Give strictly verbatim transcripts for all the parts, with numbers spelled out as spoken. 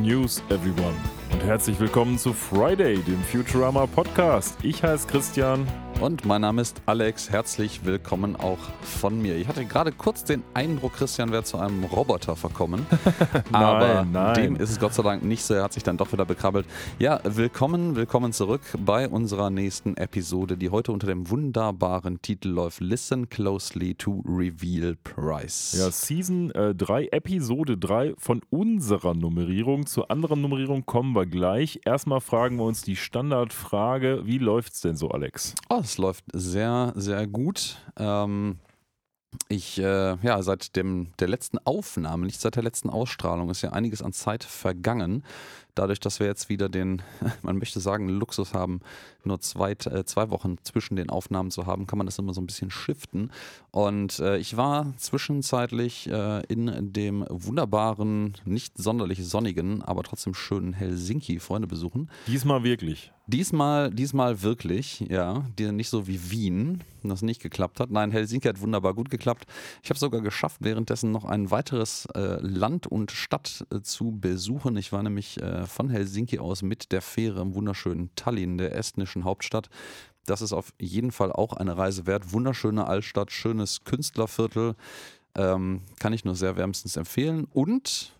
news, everyone. Und herzlich willkommen zu Friday, dem Futurama Podcast. Ich heiße Christian. Und mein Name ist Alex. Herzlich willkommen auch von mir. Ich hatte gerade kurz den Eindruck, Christian wäre zu einem Roboter verkommen. Aber nein, nein. dem ist es Gott sei Dank nicht so. Er hat sich dann doch wieder bekrabbelt. Ja, willkommen, willkommen zurück bei unserer nächsten Episode, die heute unter dem wunderbaren Titel läuft: Listen Closely to Reveal Price. Ja, Season drei, äh, Episode drei von unserer Nummerierung. Zur anderen Nummerierung kommen wir gleich. Erstmal fragen wir uns die Standardfrage: Wie läuft's denn so, Alex? Oh, es läuft sehr, sehr gut. Ähm, ich, äh, ja, seit dem, der letzten Aufnahme, nicht seit der letzten Ausstrahlung, ist ja einiges an Zeit vergangen. Dadurch, dass wir jetzt wieder den, man möchte sagen, Luxus haben, nur zwei, äh, zwei Wochen zwischen den Aufnahmen zu haben, kann man das immer so ein bisschen shiften. Und äh, ich war zwischenzeitlich äh, in dem wunderbaren, nicht sonderlich sonnigen, aber trotzdem schönen Helsinki Freunde besuchen. Diesmal wirklich. Diesmal, diesmal wirklich, ja, die, nicht so wie Wien, das nicht geklappt hat. Nein, Helsinki hat wunderbar gut geklappt. Ich habe es sogar geschafft, währenddessen noch ein weiteres äh, Land und Stadt äh, zu besuchen. Ich war nämlich äh, von Helsinki aus mit der Fähre im wunderschönen Tallinn, der estnischen Hauptstadt. Das ist auf jeden Fall auch eine Reise wert. Wunderschöne Altstadt, schönes Künstlerviertel. Ähm, kann ich nur sehr wärmstens empfehlen. Und,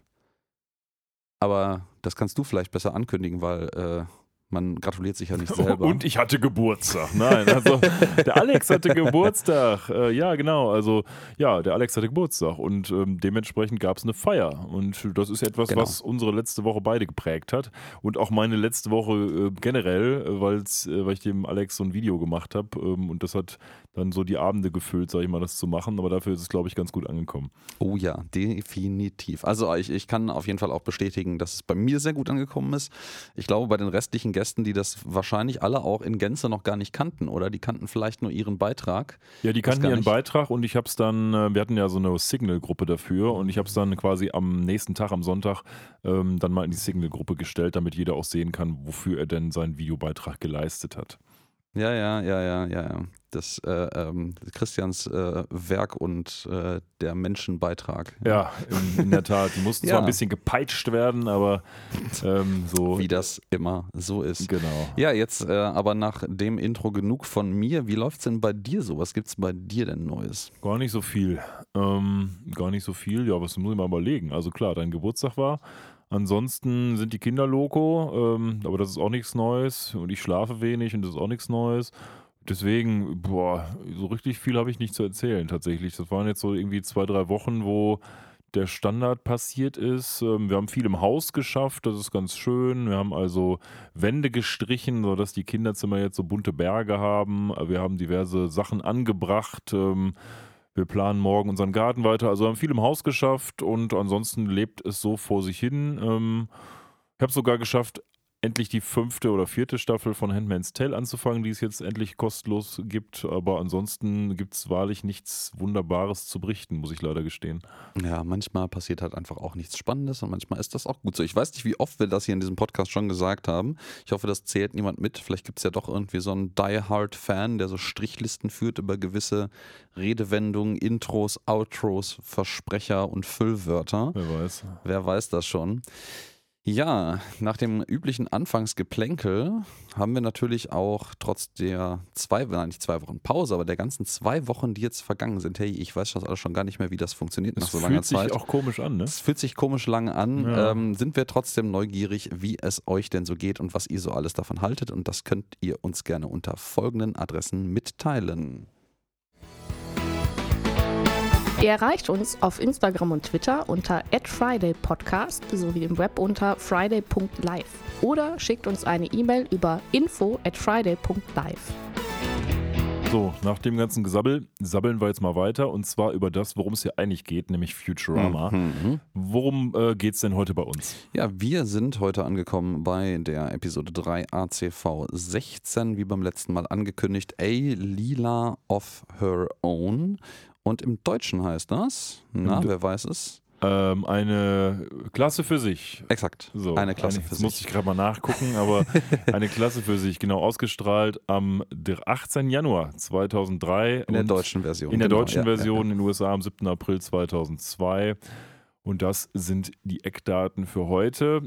aber das kannst du vielleicht besser ankündigen, weil äh, man gratuliert sich ja nicht selber. Und ich hatte Geburtstag. Nein, also der Alex hatte Geburtstag. Äh, ja, genau. Also ja, der Alex hatte Geburtstag und ähm, dementsprechend gab es eine Feier. Und das ist etwas, Genau. was unsere letzte Woche beide geprägt hat. Und auch meine letzte Woche äh, generell, äh, weil's, äh, weil ich dem Alex so ein Video gemacht habe. Ähm, und das hat dann so die Abende gefüllt, sag ich mal, das zu machen. Aber dafür ist es, glaube ich, ganz gut angekommen. Oh ja, definitiv. Also ich, ich kann auf jeden Fall auch bestätigen, dass es bei mir sehr gut angekommen ist. Ich glaube, bei den restlichen Gästen, die das wahrscheinlich alle auch in Gänze noch gar nicht kannten, oder? Die kannten vielleicht nur ihren Beitrag. Ja, die kannten ihren Beitrag und ich habe es dann, äh, wir hatten ja so eine Signal-Gruppe dafür und ich habe es dann quasi am nächsten Tag, am Sonntag, ähm, dann mal in die Signal-Gruppe gestellt, damit jeder auch sehen kann, wofür er denn seinen Videobeitrag geleistet hat. Ja, ja, ja, ja, ja, ja. Das äh, ähm, Christians äh, Werk und äh, der Menschenbeitrag. Ja, in, in der Tat. Die mussten Ja. zwar ein bisschen gepeitscht werden, aber ähm, so. Wie das immer so ist. Genau. Ja, jetzt äh, aber nach dem Intro genug von mir. Wie läuft's denn bei dir so? Was gibt's bei dir denn Neues? Gar nicht so viel. Ähm, gar nicht so viel. Ja, was muss ich mal überlegen? Also klar, dein Geburtstag war. Ansonsten sind die Kinder loco, ähm, aber das ist auch nichts Neues. Und ich schlafe wenig und das ist auch nichts Neues. Deswegen, boah, so richtig viel habe ich nicht zu erzählen tatsächlich. Das waren jetzt so irgendwie zwei, drei Wochen, wo der Standard passiert ist. Ähm, wir haben viel im Haus geschafft, das ist ganz schön. Wir haben also Wände gestrichen, sodass die Kinderzimmer jetzt so bunte Berge haben. Wir haben diverse Sachen angebracht. Ähm, wir planen morgen unseren Garten weiter. Also wir haben viel im Haus geschafft und ansonsten lebt es so vor sich hin. Ähm, ich habe es sogar geschafft, endlich die fünfte oder vierte Staffel von Handmaid's Tale anzufangen, die es jetzt endlich kostenlos gibt. Aber ansonsten gibt es wahrlich nichts Wunderbares zu berichten, muss ich leider gestehen. Ja, manchmal passiert halt einfach auch nichts Spannendes und manchmal ist das auch gut so. Ich weiß nicht, wie oft wir das hier in diesem Podcast schon gesagt haben. Ich hoffe, das zählt niemand mit. Vielleicht gibt es ja doch irgendwie so einen Die-Hard-Fan, der so Strichlisten führt über gewisse Redewendungen, Intros, Outros, Versprecher und Füllwörter. Wer weiß. Wer weiß das schon. Ja, nach dem üblichen Anfangsgeplänkel haben wir natürlich auch trotz der zwei, nein, nicht zwei Wochen Pause, aber der ganzen zwei Wochen, die jetzt vergangen sind, hey, ich weiß das alles schon gar nicht mehr, wie das funktioniert nach so langer Zeit. Es fühlt sich auch komisch an, ne? Es fühlt sich komisch lang an. Ja. Ähm, sind wir trotzdem neugierig, wie es euch denn so geht und was ihr so alles davon haltet. Und das könnt ihr uns gerne unter folgenden Adressen mitteilen. Ihr erreicht uns auf Instagram und Twitter unter at friday podcast sowie im Web unter friday punkt live oder schickt uns eine E-Mail über info at friday punkt live. So, nach dem ganzen Gesabbel sabbeln wir jetzt mal weiter und zwar über das, worum es hier eigentlich geht, nämlich Futurama. Mhm. Worum äh, geht es denn heute bei uns? Ja, wir sind heute angekommen bei der Episode drei A C V sechzehn, wie beim letzten Mal angekündigt, A Lila of Her Own. Und im Deutschen heißt das, na, wer weiß es? Ähm, eine Klasse für sich. Exakt, So, eine Klasse eine, für jetzt sich. muss ich gerade mal nachgucken, aber eine Klasse für sich, genau, ausgestrahlt am achtzehnten Januar zweitausenddrei. In der und deutschen Version. In der genau, deutschen ja, Version ja, in den U S A am siebten April zweitausendzwei. Und das sind die Eckdaten für heute.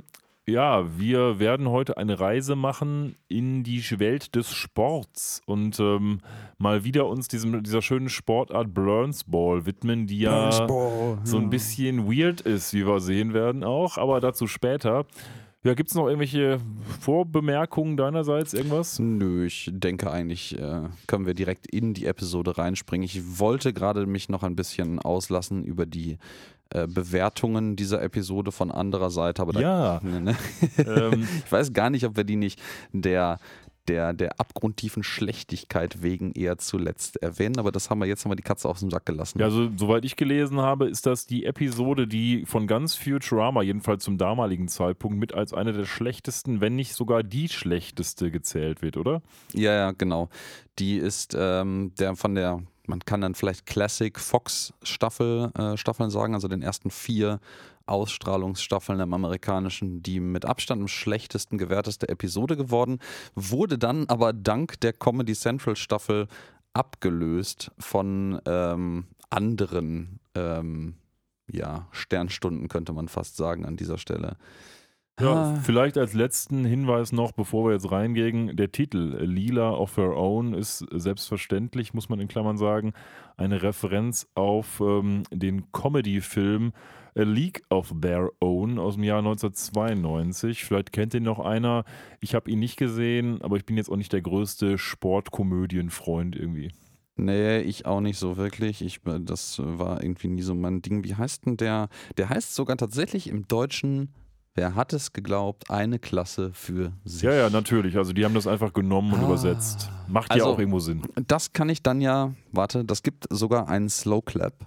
Ja, wir werden heute eine Reise machen in die Welt des Sports und ähm, mal wieder uns diesem, dieser schönen Sportart Burnsball widmen, die ja Burnsball, so ein ja. bisschen weird ist, wie wir sehen werden auch, aber dazu später. Ja, gibt es noch irgendwelche Vorbemerkungen deinerseits, irgendwas? Nö, ich denke eigentlich, äh, können wir direkt in die Episode reinspringen. Ich wollte gerade mich noch ein bisschen auslassen über die äh, Bewertungen dieser Episode von anderer Seite, aber da, Ja. ne, ne? ähm, Ich weiß gar nicht, ob wir die nicht der, der, der abgrundtiefen Schlechtigkeit wegen eher zuletzt erwähnen, aber das haben wir jetzt haben wir die Katze aus dem Sack gelassen. Ja, also soweit ich gelesen habe, ist das die Episode, die von ganz Futurama, jedenfalls zum damaligen Zeitpunkt, mit als eine der schlechtesten, wenn nicht sogar die schlechteste gezählt wird, oder? Ja, ja, genau. Die ist ähm, der von der, man kann dann vielleicht Classic Fox Staffel, äh, Staffeln sagen, also den ersten vier Ausstrahlungsstaffeln im Amerikanischen, die mit Abstand am schlechtesten gewerteste Episode geworden, wurde dann aber dank der Comedy Central Staffel abgelöst von ähm, anderen ähm, ja, Sternstunden, könnte man fast sagen an dieser Stelle. Ja, Ah. vielleicht als letzten Hinweis noch, bevor wir jetzt reingehen, der Titel Leela of Her Own ist selbstverständlich, muss man in Klammern sagen, eine Referenz auf ähm, den Comedy-Film A League of Their Own aus dem Jahr neunzehnhundertzweiundneunzig. Vielleicht kennt ihn noch einer. Ich habe ihn nicht gesehen, aber ich bin jetzt auch nicht der größte Sportkomödienfreund irgendwie. Nee, ich auch nicht so wirklich. Ich, das war irgendwie nie so mein Ding. Wie heißt denn der? Der heißt sogar tatsächlich im Deutschen, wer hat es geglaubt, eine Klasse für sich. Ja, ja, natürlich. Also die haben das einfach genommen und Ah. übersetzt. Macht Also- ja auch irgendwo Sinn. Das kann ich dann ja, warte, das gibt sogar einen Slow Clap.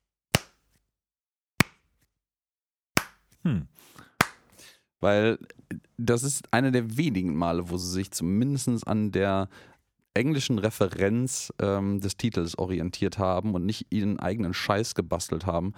Hm. Weil das ist eine der wenigen Male, wo sie sich zumindest an der englischen Referenz ähm, des Titels orientiert haben und nicht ihren eigenen Scheiß gebastelt haben.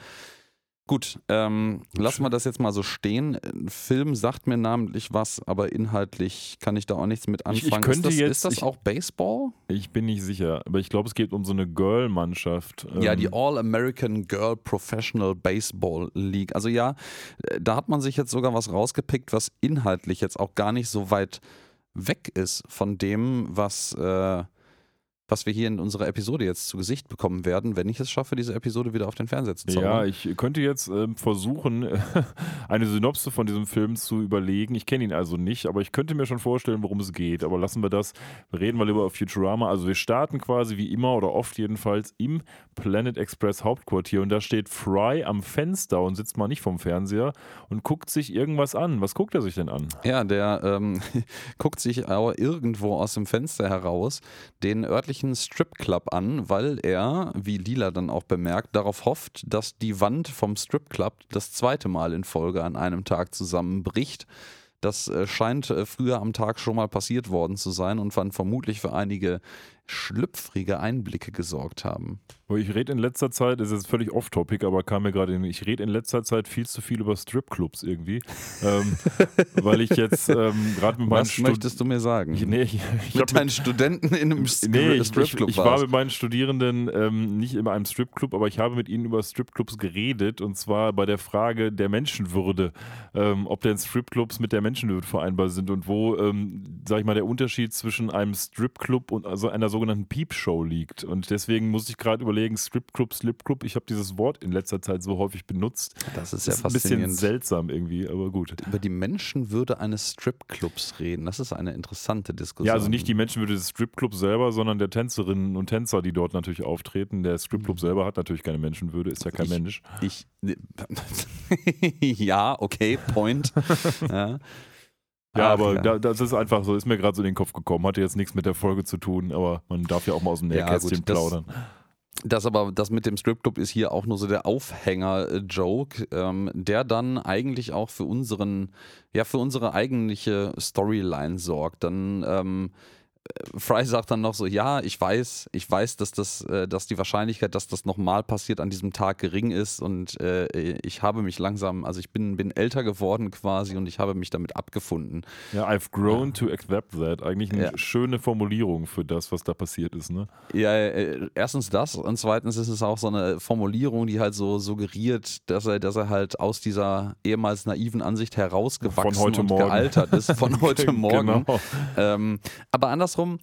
Gut, ähm, lassen wir das jetzt mal so stehen. Ein Film sagt mir namentlich was, aber inhaltlich kann ich da auch nichts mit Ich- ich anfangen. könnte ist das, jetzt- ist das ich- auch Baseball? Ich bin nicht sicher, aber ich glaube, es geht um so eine Girl-Mannschaft. Ja, Ähm, die All-American Girl Professional Baseball League. Also ja, äh, da hat man sich jetzt sogar was rausgepickt, was inhaltlich jetzt auch gar nicht so weit weg ist von dem, was, äh, was wir hier in unserer Episode jetzt zu Gesicht bekommen werden, wenn ich es schaffe, diese Episode wieder auf den Fernseher zu zaubern. Ja, ich könnte jetzt ähm, versuchen, eine Synopse von diesem Film zu überlegen. Ich kenne ihn also nicht, aber ich könnte mir schon vorstellen, worum es geht. Aber lassen wir das. Wir reden mal lieber auf Futurama. Also wir starten quasi wie immer oder oft jedenfalls im Planet Express Hauptquartier und da steht Fry am Fenster und sitzt mal nicht vom Fernseher und guckt sich irgendwas an. Was guckt er sich denn an? Ja, der ähm, guckt sich aber irgendwo aus dem Fenster heraus den örtlichen Stripclub an, weil er, wie Lila dann auch bemerkt, darauf hofft, dass die Wand vom Stripclub das zweite Mal in Folge an einem Tag zusammenbricht. Das äh, scheint äh, früher am Tag schon mal passiert worden zu sein und dann vermutlich für einige schlüpfrige Einblicke gesorgt haben. Ich rede in letzter Zeit, ist jetzt völlig off-topic, aber kam mir gerade in, ich rede in letzter Zeit viel zu viel über Stripclubs irgendwie, ähm, weil ich jetzt ähm, gerade mit meinen Was möchtest du mir sagen? Ich, nee, ich, ich mit hab deinen Studenten in einem Stri Nee, ich, ich, Stripclub ich war warst. mit meinen Studierenden ähm, nicht in einem Stripclub, aber ich habe mit ihnen über Stripclubs geredet und zwar bei der Frage der Menschenwürde, ähm, ob denn Stripclubs mit der Menschenwürde vereinbar sind und wo, ähm, sag ich mal, der Unterschied zwischen einem Stripclub und also einer sogenannten Peepshow liegt. Und deswegen muss ich gerade überlegen, Stripclub, Slipclub, ich habe dieses Wort in letzter Zeit so häufig benutzt. Das ist ja Das ist ein bisschen faszinierend. seltsam irgendwie, aber gut. Über die Menschenwürde eines Stripclubs reden, das ist eine interessante Diskussion. Ja, also nicht die Menschenwürde des Stripclubs selber, sondern der Tänzerinnen und Tänzer, die dort natürlich auftreten. Der Stripclub selber hat natürlich keine Menschenwürde, ist ja kein Ich- Mensch. Ich. Ja, okay, Point. Ja, Ja, Ach, aber ja. Da, das ist einfach so, ist mir gerade so in den Kopf gekommen. Hatte jetzt nichts mit der Folge zu tun, aber man darf ja auch mal aus dem Ja, Nähkästchen gut, das- plaudern. Das aber, das mit dem Stripclub ist hier auch nur so der Aufhänger-Joke, ähm, der dann eigentlich auch für unseren, ja, für unsere eigentliche Storyline sorgt. Dann ähm, Fry sagt dann noch so, ja, ich weiß, ich weiß, dass das, äh, dass die Wahrscheinlichkeit, dass das nochmal passiert an diesem Tag gering ist und äh, ich habe mich langsam, also ich bin, bin älter geworden quasi und ich habe mich damit abgefunden. Ja, I've grown ja. to accept that. Eigentlich eine ja. schöne Formulierung für das, was da passiert ist, ne? Ja, äh, erstens das und zweitens ist es auch so eine Formulierung, die halt so suggeriert, dass er, dass er halt aus dieser ehemals naiven Ansicht herausgewachsen von heute und morgen. gealtert ist von heute Morgen. Genau. Ähm, aber andersrum,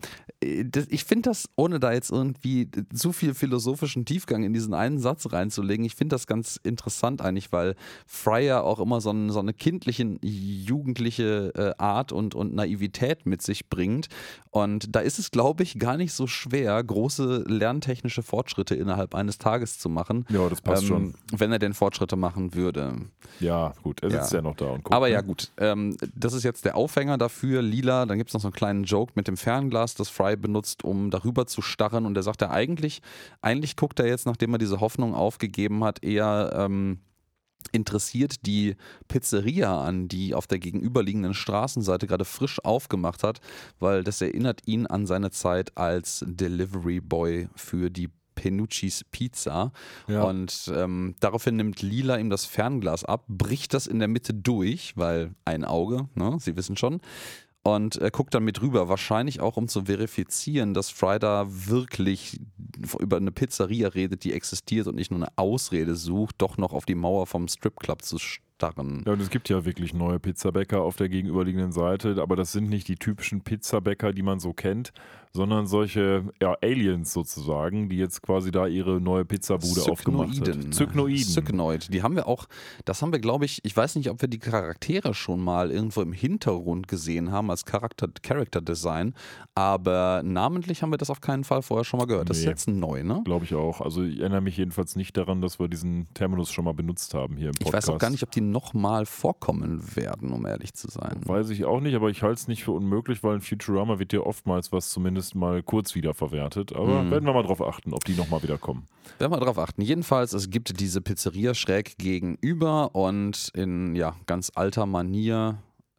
ich finde das, ohne da jetzt irgendwie zu viel philosophischen Tiefgang in diesen einen Satz reinzulegen, ich finde das ganz interessant eigentlich, weil Fry ja auch immer so, ein, so eine kindliche, jugendliche äh, Art und, und Naivität mit sich bringt. Und da ist es, glaube ich, gar nicht so schwer, große lerntechnische Fortschritte innerhalb eines Tages zu machen. Ja, das passt ähm, schon. Wenn er denn Fortschritte machen würde. Ja, gut, er sitzt ja, ja noch da und guckt. Aber ja, gut, ähm, das ist jetzt der Aufhänger dafür, lila. Dann gibt es noch so einen kleinen Joke mit dem Fernglas, das Fry benutzt, um darüber zu starren. Und er sagt ja eigentlich, eigentlich guckt er jetzt, nachdem er diese Hoffnung aufgegeben hat, eher ähm, interessiert die Pizzeria an, die auf der gegenüberliegenden Straßenseite gerade frisch aufgemacht hat, weil das erinnert ihn an seine Zeit als Delivery Boy für die Penucci's Pizza. Ja. Und ähm, daraufhin nimmt Lila ihm das Fernglas ab, bricht das in der Mitte durch, weil ein Auge, ne, Sie wissen schon, und er guckt dann mit rüber, wahrscheinlich auch um zu verifizieren, dass Fry da wirklich über eine Pizzeria redet, die existiert und nicht nur eine Ausrede sucht, doch noch auf die Mauer vom Stripclub zu starren. Ja, und es gibt ja wirklich neue Pizzabäcker auf der gegenüberliegenden Seite, aber das sind nicht die typischen Pizzabäcker, die man so kennt, sondern solche ja, Aliens sozusagen, die jetzt quasi da ihre neue Pizzabude aufgemacht haben. Zyknoiden. Zyknoid. Die haben wir auch, das haben wir, glaube ich, ich weiß nicht, ob wir die Charaktere schon mal irgendwo im Hintergrund gesehen haben als Charakter, Character Design, aber namentlich haben wir das auf keinen Fall vorher schon mal gehört. Das nee, ist jetzt neu, ne? Glaube ich auch. Also ich erinnere mich jedenfalls nicht daran, dass wir diesen Terminus schon mal benutzt haben hier im Podcast. Ich weiß auch gar nicht, ob die nochmal vorkommen werden, um ehrlich zu sein. Weiß ich auch nicht, aber ich halte es nicht für unmöglich, weil in Futurama wird ja oftmals was zumindest mal kurz wiederverwertet. Aber mhm. werden wir mal drauf achten, ob die nochmal wieder kommen. Werden wir drauf achten. Jedenfalls, es gibt diese Pizzeria schräg gegenüber und in ja, ganz alter Manier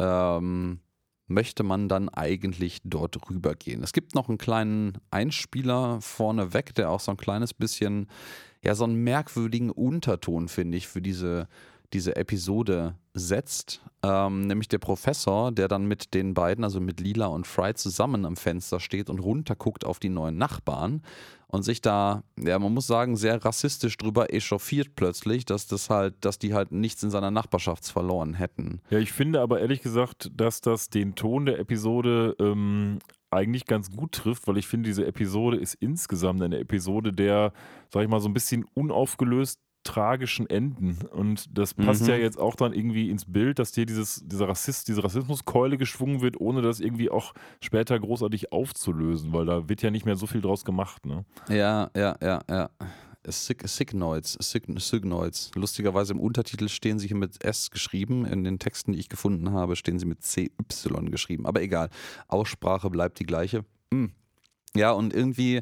ähm, möchte man dann eigentlich dort rübergehen. Es gibt noch einen kleinen Einspieler vorneweg, der auch so ein kleines bisschen, ja, so einen merkwürdigen Unterton, finde ich, für diese diese Episode setzt, ähm, nämlich der Professor, der dann mit den beiden, also mit Lila und Fry zusammen am Fenster steht und runterguckt auf die neuen Nachbarn und sich da, ja, man muss sagen, sehr rassistisch drüber echauffiert plötzlich, dass das halt, dass die halt nichts in seiner Nachbarschaft verloren hätten. Ja, ich finde aber ehrlich gesagt, dass das den Ton der Episode ähm, eigentlich ganz gut trifft, weil ich finde, diese Episode ist insgesamt eine Episode der, sag ich mal, so ein bisschen unaufgelöst tragischen Enden. Und das passt mhm. ja jetzt auch dann irgendwie ins Bild, dass dir dieses, dieser Rassist, diese Rassismuskeule geschwungen wird, ohne das irgendwie auch später großartig aufzulösen, weil da wird ja nicht mehr so viel draus gemacht. Ne? Ja, ja, ja, ja. Cygnoids, Cygnoids. Lustigerweise im Untertitel stehen sie hier mit S geschrieben. In den Texten, die ich gefunden habe, stehen sie mit C Y geschrieben. Aber egal. Aussprache bleibt die gleiche. Hm. Ja, und irgendwie,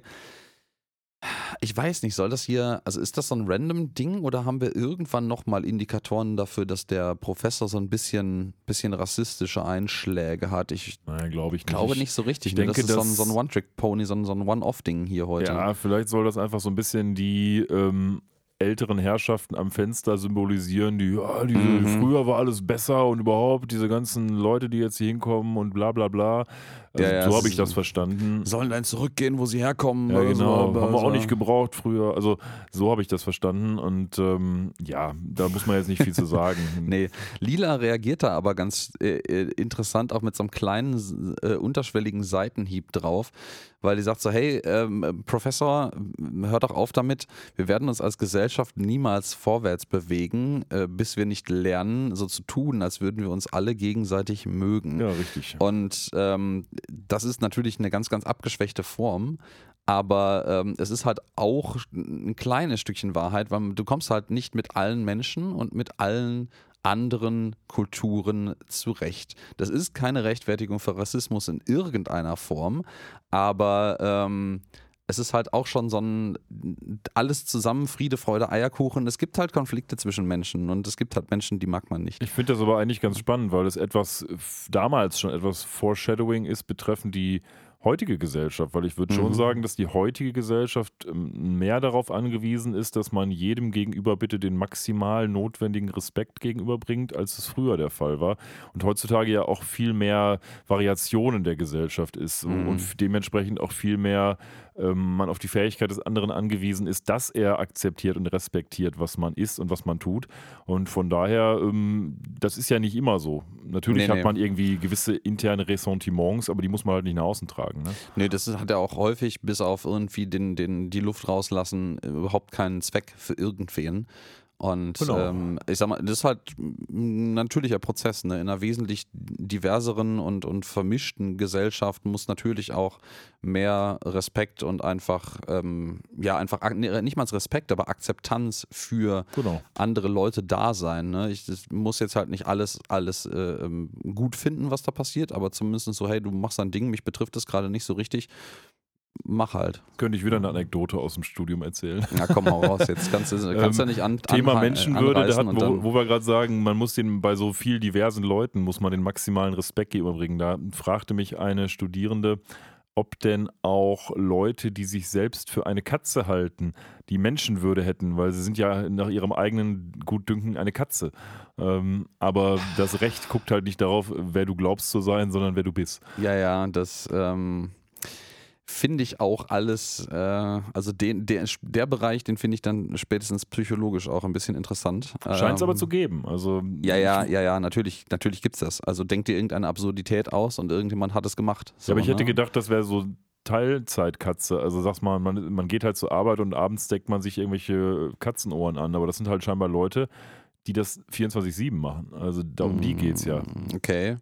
ich weiß nicht, soll das hier, also ist das so ein random Ding oder haben wir irgendwann nochmal Indikatoren dafür, dass der Professor so ein bisschen, bisschen rassistische Einschläge hat? Ich Nein, glaube ich nicht. glaube nicht so richtig. Ich denke, das ist dass so ein, so ein One-Trick-Pony, so ein, so ein One-Off-Ding hier heute. Ja, vielleicht soll das einfach so ein bisschen die ähm, älteren Herrschaften am Fenster symbolisieren, die, ja, diese, mhm. früher war alles besser und überhaupt diese ganzen Leute, die jetzt hier hinkommen und bla bla bla. Also ja, ja, so habe ich das verstanden. Sollen dann zurückgehen, wo sie herkommen. Ja, genau. So, haben wir auch nicht gebraucht früher. Also so habe ich das verstanden. Und ähm, ja, da muss man jetzt nicht viel zu sagen. Nee, Lila reagiert da aber ganz äh, interessant auch mit so einem kleinen, äh, unterschwelligen Seitenhieb drauf, weil die sagt so, hey, ähm, Professor, hör doch auf damit. Wir werden uns als Gesellschaft niemals vorwärts bewegen, äh, bis wir nicht lernen, so zu tun, als würden wir uns alle gegenseitig mögen. Ja, richtig. Und ähm, das ist natürlich eine ganz, ganz abgeschwächte Form, aber ähm, es ist halt auch ein kleines Stückchen Wahrheit, weil du kommst halt nicht mit allen Menschen und mit allen anderen Kulturen zurecht. Das ist keine Rechtfertigung für Rassismus in irgendeiner Form, aber ähm, es ist halt auch schon so ein alles zusammen, Friede, Freude, Eierkuchen. Es gibt halt Konflikte zwischen Menschen und es gibt halt Menschen, die mag man nicht. Ich finde das aber eigentlich ganz spannend, weil es etwas, damals schon etwas Foreshadowing ist, betreffend die heutige Gesellschaft, weil ich würde schon Mhm. sagen, dass die heutige Gesellschaft ähm, mehr darauf angewiesen ist, dass man jedem gegenüber bitte den maximal notwendigen Respekt gegenüberbringt, als es früher der Fall war. Und heutzutage ja auch viel mehr Variation in der Gesellschaft ist so, Mhm. und f- dementsprechend auch viel mehr ähm, man auf die Fähigkeit des anderen angewiesen ist, dass er akzeptiert und respektiert, was man ist und was man tut. Und von daher, ähm, das ist ja nicht immer so. Natürlich Nee, hat nee. man irgendwie gewisse interne Ressentiments, aber die muss man halt nicht nach außen tragen. Ne? Nee, das ist, hat ja auch häufig, bis auf irgendwie den, den, die Luft rauslassen, überhaupt keinen Zweck für irgendwen. Und Genau. ähm, ich sag mal, das ist halt ein natürlicher Prozess. Ne? In einer wesentlich diverseren und, und vermischten Gesellschaft muss natürlich auch mehr Respekt und einfach, ähm, ja, einfach ak- nee, nicht mal Respekt, aber Akzeptanz für Genau. andere Leute da sein. Ne? Ich das muss jetzt halt nicht alles, alles äh, ähm, gut finden, was da passiert, aber zumindest so, hey, du machst dein Ding, mich betrifft das gerade nicht so richtig. Mach halt. Könnte ich wieder eine Anekdote aus dem Studium erzählen. Na komm, hau raus. Jetzt kannst du kannst Ähm, ja nicht an, Thema anha- Menschenwürde, da anreißen hat, und wo, dann, wo wir gerade sagen, man muss den bei so viel diversen Leuten, muss man den maximalen Respekt gegenüberbringen. Da fragte mich eine Studierende, ob denn auch Leute, die sich selbst für eine Katze halten, die Menschenwürde hätten, weil sie sind ja nach ihrem eigenen Gutdünken eine Katze. Ähm, aber das Recht guckt halt nicht darauf, wer du glaubst zu sein, sondern wer du bist. ja, ja, das ähm, finde ich auch alles, äh, also den, der, der Bereich, den finde ich dann spätestens psychologisch auch ein bisschen interessant. Scheint es Ähm, aber zu geben. Also Ja, ja, ich, ja, ja, natürlich, natürlich gibt's das. Also denk dir irgendeine Absurdität aus und irgendjemand hat es gemacht. So, ja, aber ich hätte ne? gedacht, das wäre so Teilzeitkatze. Also sag's mal, man, man geht halt zur Arbeit und abends deckt man sich irgendwelche Katzenohren an, aber das sind halt scheinbar Leute, die das vierundzwanzig sieben machen. Also da, um die geht's ja. Okay.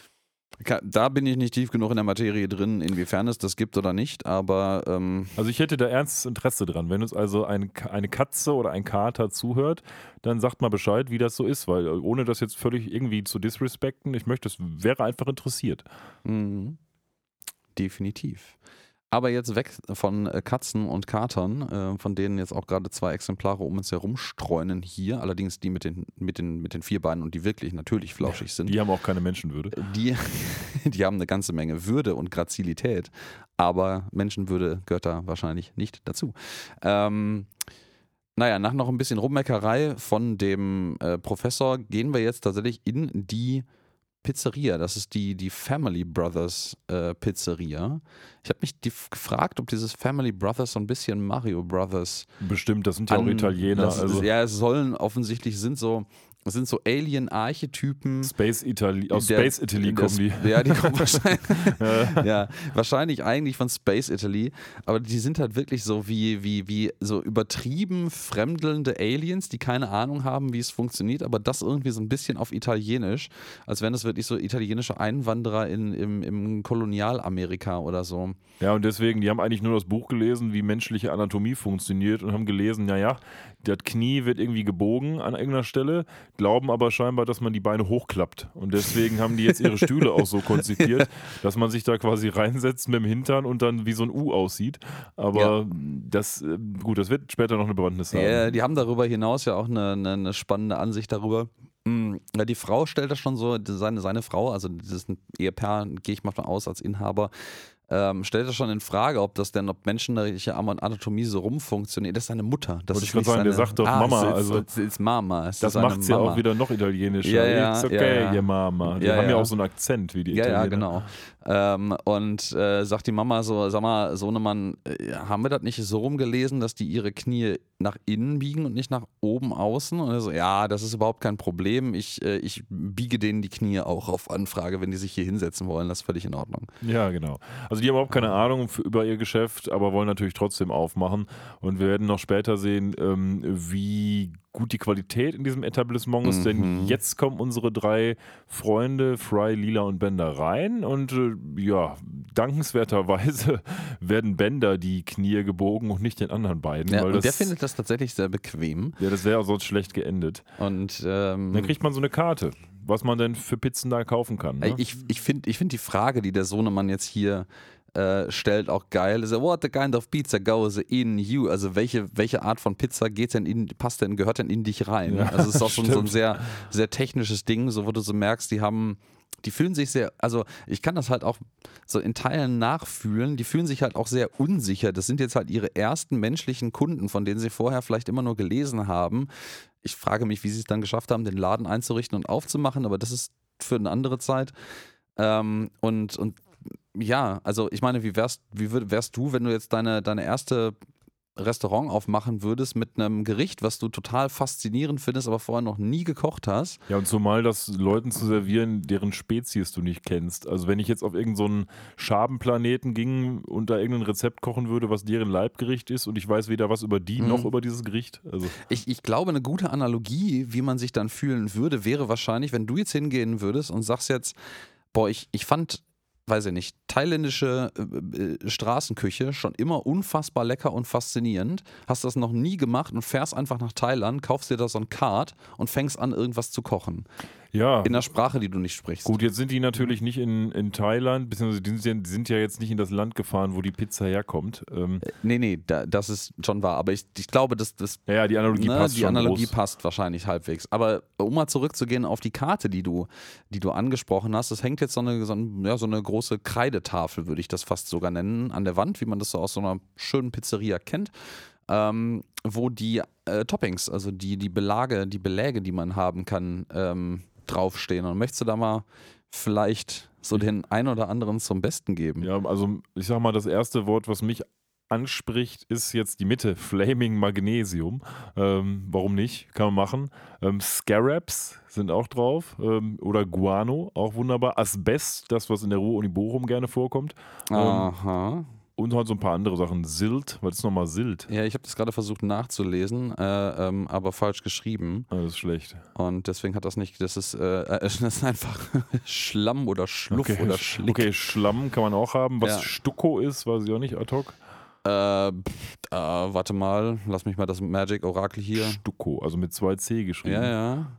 Ka- Da bin ich nicht tief genug in der Materie drin, inwiefern es das gibt oder nicht, aber ähm, Also ich hätte da ernstes Interesse dran. Wenn uns also ein, eine Katze oder ein Kater zuhört, dann sagt mal Bescheid, wie das so ist, weil ohne das jetzt völlig irgendwie zu disrespekten, ich möchte, es wäre einfach interessiert. mhm. Definitiv. Aber jetzt weg von äh, Katzen und Katern, äh, von denen jetzt auch gerade zwei Exemplare um uns herum streunen hier, allerdings die mit den, mit den, mit den vier Beinen und die wirklich natürlich flauschig sind. Die haben auch keine Menschenwürde. Die, die haben eine ganze Menge Würde und Grazilität, aber Menschenwürde gehört da wahrscheinlich nicht dazu. Ähm, naja, nach noch ein bisschen Rummeckerei von dem äh, Professor gehen wir jetzt tatsächlich in die Pizzeria. Das ist die, die Family Brothers äh, Pizzeria. Ich habe mich die, gefragt, ob dieses Family Brothers so ein bisschen Mario Brothers Bestimmt, das sind ja auch an- Italiener. das, Also ja, es sollen offensichtlich sind so, es sind so Alien-Archetypen. Space Italy, aus Der- Space Italy der- kommen die. Ja, die kommen wahrscheinlich, ja, wahrscheinlich eigentlich von Space Italy, aber die sind halt wirklich so wie, wie, wie so übertrieben fremdelnde Aliens, die keine Ahnung haben, wie es funktioniert, aber das irgendwie so ein bisschen auf Italienisch, als wären das wirklich so italienische Einwanderer in, im, im Kolonialamerika oder so. Ja, und deswegen, die haben eigentlich nur das Buch gelesen, wie menschliche Anatomie funktioniert und haben gelesen, naja, das Knie wird irgendwie gebogen an irgendeiner Stelle, glauben aber scheinbar, dass man die Beine hochklappt. Und deswegen haben die jetzt ihre Stühle auch so konzipiert, dass man sich da quasi reinsetzt mit dem Hintern und dann wie so ein U aussieht. Aber das, äh, gut, das wird später noch eine Bewandtnis haben. Ja, die haben darüber hinaus ja auch eine, eine, eine spannende Ansicht darüber. Mm, Ja, die Frau stellt das schon so, seine, seine Frau, also dieses Ehepaar, gehe ich mal von aus als Inhaber, ähm, stellt das schon in Frage, ob das denn, ob menschliche Anatomie so rumfunktioniert. Das ist seine Mutter. Das Wollte ist ich gerade nicht sagen, der seine- sagt doch ah, Mama, es ist, also- es ist Mama. Es Das ist seine macht es ja Mama. auch wieder noch italienischer. Ja, ja, It's okay, ja, ja. yeah, Mama. Die Ja, haben ja ja. auch so einen Akzent wie die Ja, Italiener. ja, genau. Ähm, und äh, sagt die Mama so, sag mal, Sohnemann, äh, haben wir das nicht so rumgelesen, dass die ihre Knie nach innen biegen und nicht nach oben außen? Und er so, ja, das ist überhaupt kein Problem. Ich, äh, ich biege denen die Knie auch auf Anfrage, wenn die sich hier hinsetzen wollen. Das ist völlig in Ordnung. Ja, genau. Also die haben überhaupt keine Ahnung für, über ihr Geschäft, aber wollen natürlich trotzdem aufmachen. Und wir werden noch später sehen, ähm, wie gut die Qualität in diesem Etablissement ist, Mhm. denn jetzt kommen unsere drei Freunde, Fry, Lila und Bender, rein und äh, ja, dankenswerterweise werden Bender die Knie gebogen und nicht den anderen beiden. Ja, weil und das, der findet das tatsächlich sehr bequem. ja, das wäre sonst schlecht geendet. Und ähm, Dann kriegt man so eine Karte, was man denn für Pizzen da kaufen kann. Ne? ich, ich finde ich find die Frage, die der Sohnemann jetzt hier äh, stellt, auch geil. Ist, what the kind of pizza goes in you? Also welche, welche Art von Pizza geht denn in, passt denn, gehört denn in dich rein? Ja, also es ist auch so, ein- so ein stimmt. sehr, sehr technisches Ding, so wo du so merkst, die haben die fühlen sich sehr, also ich kann das halt auch so in Teilen nachfühlen, die fühlen sich halt auch sehr unsicher. Das sind jetzt halt ihre ersten menschlichen Kunden, von denen sie vorher vielleicht immer nur gelesen haben. Ich frage mich, wie sie es dann geschafft haben, den Laden einzurichten und aufzumachen, aber das ist für eine andere Zeit. Ähm, und, und ja, also ich meine, wie wärst, wie würd, wärst du, wenn du jetzt deine, deine erste Restaurant aufmachen würdest mit einem Gericht, was du total faszinierend findest, aber vorher noch nie gekocht hast? Ja, und zumal das Leuten zu servieren, deren Spezies du nicht kennst. Also wenn ich jetzt auf irgendeinen so Schabenplaneten ging und da irgendein Rezept kochen würde, was deren Leibgericht ist und ich weiß weder was über die Mhm. noch über dieses Gericht. Also Ich, ich glaube, eine gute Analogie, wie man sich dann fühlen würde, wäre wahrscheinlich, wenn du jetzt hingehen würdest und sagst jetzt, boah, ich, ich fand, weiß ich nicht, thailändische äh, äh, Straßenküche schon immer unfassbar lecker und faszinierend, hast das noch nie gemacht und fährst einfach nach Thailand, kaufst dir da so ein Card und fängst an, irgendwas zu kochen. ja. In der Sprache, die du nicht sprichst. Gut, jetzt sind die natürlich nicht in, in Thailand, beziehungsweise die sind, die sind ja jetzt nicht in das Land gefahren, wo die Pizza herkommt. Ähm, Nee, nee, da, das ist schon wahr. Aber ich, ich glaube, das, das ja, die Analogie ne, passt die schon Analogie groß. passt wahrscheinlich halbwegs. Aber um mal zurückzugehen auf die Karte, die du, die du angesprochen hast, es hängt jetzt so eine, so, ein, ja, so eine große Kreidetafel, würde ich das fast sogar nennen, an der Wand, wie man das so aus so einer schönen Pizzeria kennt. Ähm, wo die äh, Toppings, also die, die Belage, die Beläge, die man haben kann, ähm, draufstehen. Und möchtest du da mal vielleicht so den ein oder anderen zum Besten geben? Ja, also ich sag mal, das erste Wort, was mich anspricht, ist jetzt die Mitte, Flaming Magnesium. Ähm, warum nicht? Kann man machen. Ähm, Scarabs sind auch drauf. Ähm, oder Guano, auch wunderbar. Asbest, das, was in der Ruhr-Uni Bochum gerne vorkommt. Ähm, Aha. und halt so ein paar andere Sachen. Silt, was ist nochmal Silt? Ja, ich habe das gerade versucht nachzulesen, äh, ähm, aber falsch geschrieben. Ah, das ist schlecht. Und deswegen hat das nicht, das ist, äh, äh, das ist einfach Schlamm oder Schluff Okay, oder Sch- Schlick. okay, Schlamm kann man auch haben. Was Ja. Stucco ist, weiß ich auch nicht ad hoc. Äh, pff, äh, warte mal, lass mich mal das Magic Orakel hier. Stucco, also mit zwei C geschrieben. Ja, ja.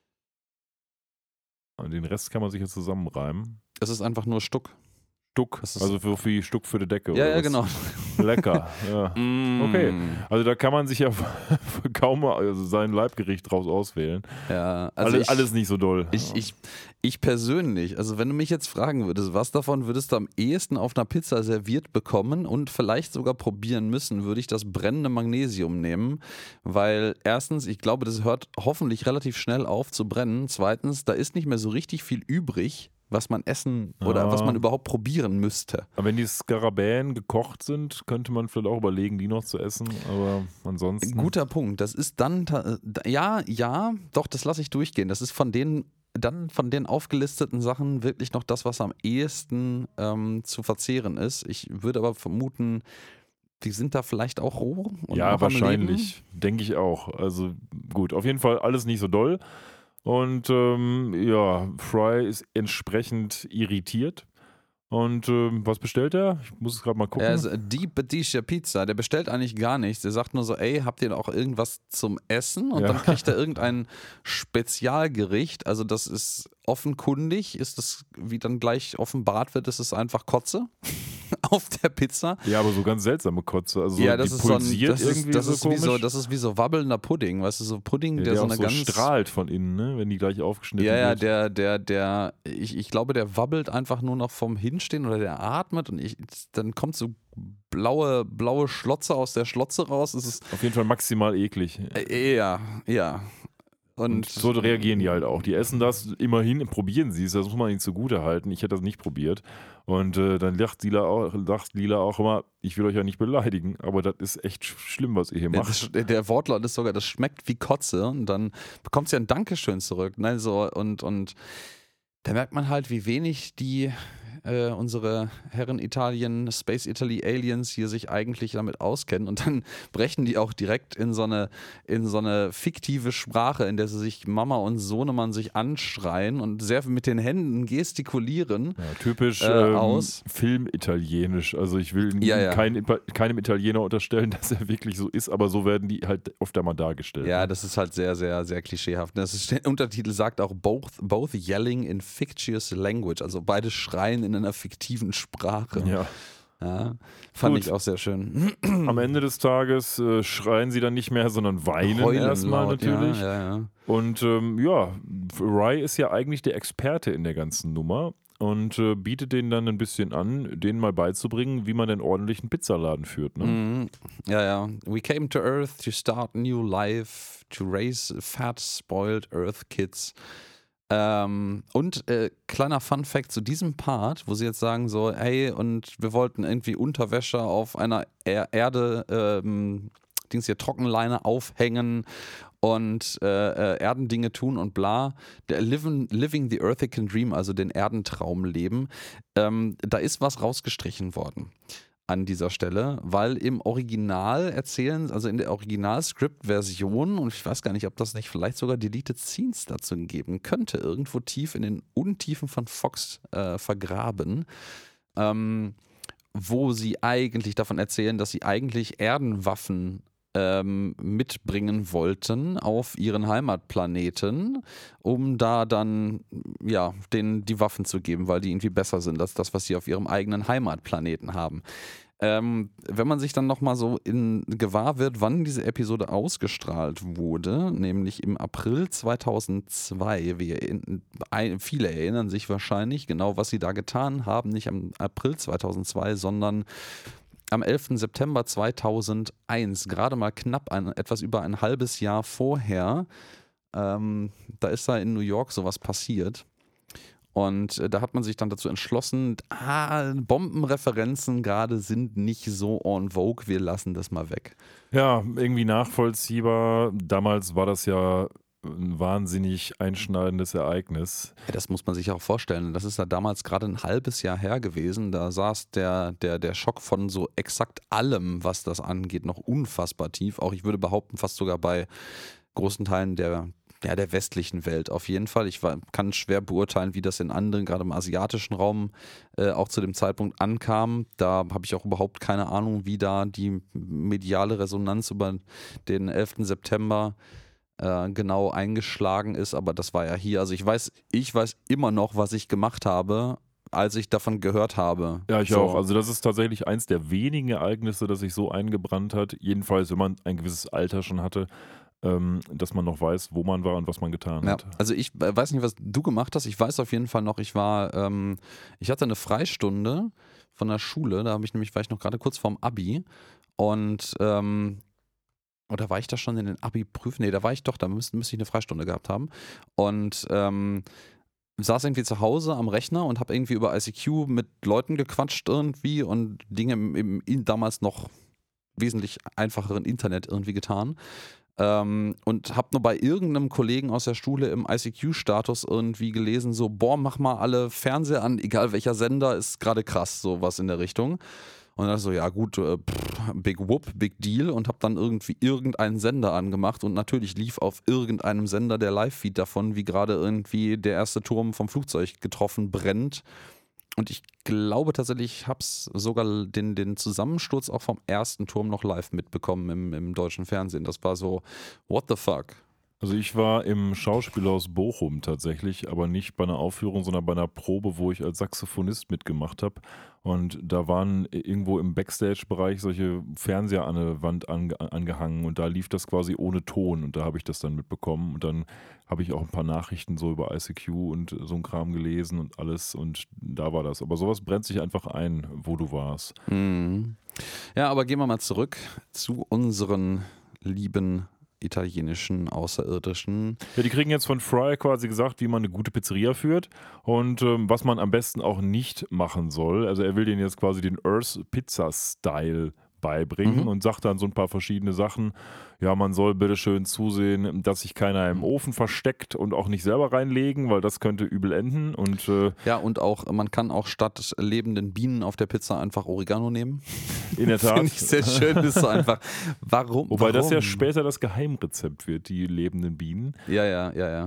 Und den Rest kann man sich jetzt zusammenreimen. Es ist einfach nur Stuck. Stuck, Das ist- also für, für Stuck für die Decke. Ja, oder ja, was? genau. Lecker, ja. Mm. Okay. Also da kann man sich ja kaum also sein Leibgericht draus auswählen. Ja, also alles, ich, alles nicht so doll. Ich, ich, ich persönlich, also wenn du mich jetzt fragen würdest, was davon würdest du am ehesten auf einer Pizza serviert bekommen und vielleicht sogar probieren müssen, würde ich das brennende Magnesium nehmen, weil erstens, ich glaube, das hört hoffentlich relativ schnell auf zu brennen. Zweitens, da ist nicht mehr so richtig viel übrig, was man essen oder Ja. was man überhaupt probieren müsste. Aber wenn die Skarabäen gekocht sind, könnte man vielleicht auch überlegen, die noch zu essen. Aber ansonsten. Guter Punkt. Das ist dann, ta- ja, ja, doch, das lasse ich durchgehen. Das ist von den, dann von den aufgelisteten Sachen wirklich noch das, was am ehesten ähm, zu verzehren ist. Ich würde aber vermuten, die sind da vielleicht auch roh. Und Ja, noch am wahrscheinlich. Denke ich auch. Also gut, auf jeden Fall alles nicht so doll. Und ähm, ja, Fry ist entsprechend irritiert. Und ähm, was bestellt er? Ich muss es gerade mal Leben. gucken. Er ist Deep Bedisha Pizza. Der bestellt eigentlich gar nichts. Der sagt nur so, ey, habt ihr auch irgendwas zum Essen? Und Ja. dann kriegt er irgendein Spezialgericht. Also das ist offenkundig, ist das, wie dann gleich offenbart wird, ist es einfach Kotze auf der Pizza. Ja, aber so ganz seltsame Kotze. Also Ja, die das ist so ein, pulsiert das ist, irgendwie das so ist wie komisch. so, das ist wie so wabbelnder Pudding, weißt du, so Pudding, ja, der, der so auch eine so ganz strahlt von innen, ne? Wenn die gleich aufgeschnitten Ja, ja, wird. der, der, der, ich, ich glaube, der wabbelt einfach nur noch vom Hinstehen oder der atmet und ich, dann kommt so blaue, blaue Schlotze aus der Schlotze raus. Es ist Auf jeden Fall maximal eklig. äh, ja, ja. Und, Und so reagieren die halt auch. Die essen das, immerhin probieren sie es, das muss man ihnen zugute halten. Ich hätte das nicht probiert. Und äh, dann lacht Lila, auch, lacht Lila auch immer, ich will euch ja nicht beleidigen, aber das ist echt sch- schlimm, was ihr hier Ja, macht. das, der Wortlaut ist sogar, das schmeckt wie Kotze und dann bekommt sie ein Dankeschön zurück. Ne, so, und, und da merkt man halt, wie wenig die äh, unsere Herren Italien, Space Italy Aliens hier sich eigentlich damit auskennen und dann brechen die auch direkt in so eine, in so eine fiktive Sprache, in der sie sich Mama und Sohnemann sich anschreien und sehr mit den Händen gestikulieren. Ja, typisch Äh, ähm, aus. Film-italienisch. Also ich will Ja, ja. Kein, keinem Italiener unterstellen, dass er wirklich so ist, aber so werden die halt oft einmal dargestellt. Ja, das ist halt sehr, sehr, sehr klischeehaft. Das ist, der Untertitel sagt auch both, both yelling in fictitious language, also beide schreien in einer fiktiven Sprache. Ja. Ja, fand Gut. ich auch sehr schön. Am Ende des Tages äh, schreien sie dann nicht mehr, sondern weinen Heulen erstmal laut, natürlich. Ja, ja, ja. Und ähm, ja, Rye ist ja eigentlich der Experte in der ganzen Nummer und äh, bietet denen dann ein bisschen an, denen mal beizubringen, wie man den ordentlichen Pizzaladen führt. Ne? Mhm. Ja, ja. We came to Earth to start a new life, to raise fat, spoiled Earth kids. Ähm, und äh, kleiner Fun-Fact zu diesem Part, wo sie jetzt sagen so, hey, und wir wollten irgendwie Unterwäsche auf einer er Erde, ähm, Dings hier, Trockenleine aufhängen und äh, äh, Erdendinge tun und bla. Der living, living the Earthican Dream, also den Erdentraum leben, ähm, da ist was rausgestrichen worden an dieser Stelle, weil im Original erzählen, also in der Original-Script-Version, und ich weiß gar nicht, ob das nicht vielleicht sogar Deleted Scenes dazu geben könnte, irgendwo tief in den Untiefen von Fox äh, vergraben, ähm, wo sie eigentlich davon erzählen, dass sie eigentlich Erdenwaffen ähm, mitbringen wollten auf ihren Heimatplaneten, um da dann ja denen die Waffen zu geben, weil die irgendwie besser sind als das, was sie auf ihrem eigenen Heimatplaneten haben. Ähm, wenn man sich dann nochmal so in gewahr wird, wann diese Episode ausgestrahlt wurde, nämlich im April zweitausendzwei, wir in, ein, viele erinnern sich wahrscheinlich genau, was sie da getan haben, nicht am April zweitausendzwei, sondern am elften September zweitausendeins, gerade mal knapp ein, etwas über ein halbes Jahr vorher, ähm, da ist da in New York sowas passiert. Und äh, da hat man sich dann dazu entschlossen, ah, Bombenreferenzen gerade sind nicht so en vogue, wir lassen das mal weg. Ja, irgendwie nachvollziehbar. Damals war das ja ein wahnsinnig einschneidendes Ereignis. Ja, das muss man sich auch vorstellen. Das ist ja damals gerade ein halbes Jahr her gewesen. Da saß der, der, der Schock von so exakt allem, was das angeht, noch unfassbar tief. Auch ich würde behaupten, fast sogar bei großen Teilen der Ja, der westlichen Welt auf jeden Fall. Ich war, kann schwer beurteilen, wie das in anderen, gerade im asiatischen Raum, äh, auch zu dem Zeitpunkt ankam. Da habe ich auch überhaupt keine Ahnung, wie da die mediale Resonanz über den elften September äh, genau eingeschlagen ist. Aber das war ja hier. Also ich weiß, ich weiß immer noch, was ich gemacht habe, als ich davon gehört habe. Ja, ich so. auch. Also das ist tatsächlich eins der wenigen Ereignisse, das sich so eingebrannt hat. Jedenfalls, wenn man ein gewisses Alter schon hatte. Ähm, dass man noch weiß, wo man war und was man getan Ja, hat. also ich äh, weiß nicht, was du gemacht hast. Ich weiß auf jeden Fall noch, ich war, ähm, ich hatte eine Freistunde von der Schule, da habe ich nämlich, war ich noch gerade kurz vorm Abi und ähm, oder war ich da schon in den Abi-Prüfen? Nee, da war ich doch, da müsste, müsste ich eine Freistunde gehabt haben und ähm, saß irgendwie zu Hause am Rechner und habe irgendwie über I C Q mit Leuten gequatscht irgendwie und Dinge im, im damals noch wesentlich einfacheren Internet irgendwie getan. Ähm, und hab nur bei irgendeinem Kollegen aus der Schule im I C Q-Status irgendwie gelesen, so, boah, mach mal alle Fernseher an, egal welcher Sender, ist gerade krass, sowas in der Richtung. Und dann so, ja gut, äh, pff, big whoop, big deal und hab dann irgendwie irgendeinen Sender angemacht und natürlich lief auf irgendeinem Sender der Live-Feed davon, wie gerade irgendwie der erste Turm vom Flugzeug getroffen brennt. Und ich glaube tatsächlich, ich habe es sogar den, den Zusammensturz auch vom ersten Turm noch live mitbekommen im, im deutschen Fernsehen. Das war so, what the fuck? Also ich war im Schauspielhaus Bochum tatsächlich, aber nicht bei einer Aufführung, sondern bei einer Probe, wo ich als Saxophonist mitgemacht habe. Und da waren irgendwo im Backstage-Bereich solche Fernseher an der Wand ange angehangen und da lief das quasi ohne Ton und da habe ich das dann mitbekommen und dann habe ich auch ein paar Nachrichten so über I C Q und so ein Kram gelesen und alles und da war das. Aber sowas brennt sich einfach ein, wo du warst. Mhm. Ja, aber gehen wir mal zurück zu unseren lieben italienischen Außerirdischen. Ja, die kriegen jetzt von Fry quasi gesagt, wie man eine gute Pizzeria führt und ähm, was man am besten auch nicht machen soll. Also er will denen jetzt quasi den Earth Pizza Style beibringen Mhm. und sagt dann so ein paar verschiedene Sachen. Ja, man soll bitte schön zusehen, dass sich keiner im Ofen versteckt und auch nicht selber reinlegen, weil das könnte übel enden. Und äh, Ja, und auch, man kann auch statt lebenden Bienen auf der Pizza einfach Oregano nehmen. in der Tat. Finde ich sehr schön, das ist so einfach. Warum? Wobei warum? das ja später das Geheimrezept wird, die lebenden Bienen. Ja, ja, ja, ja.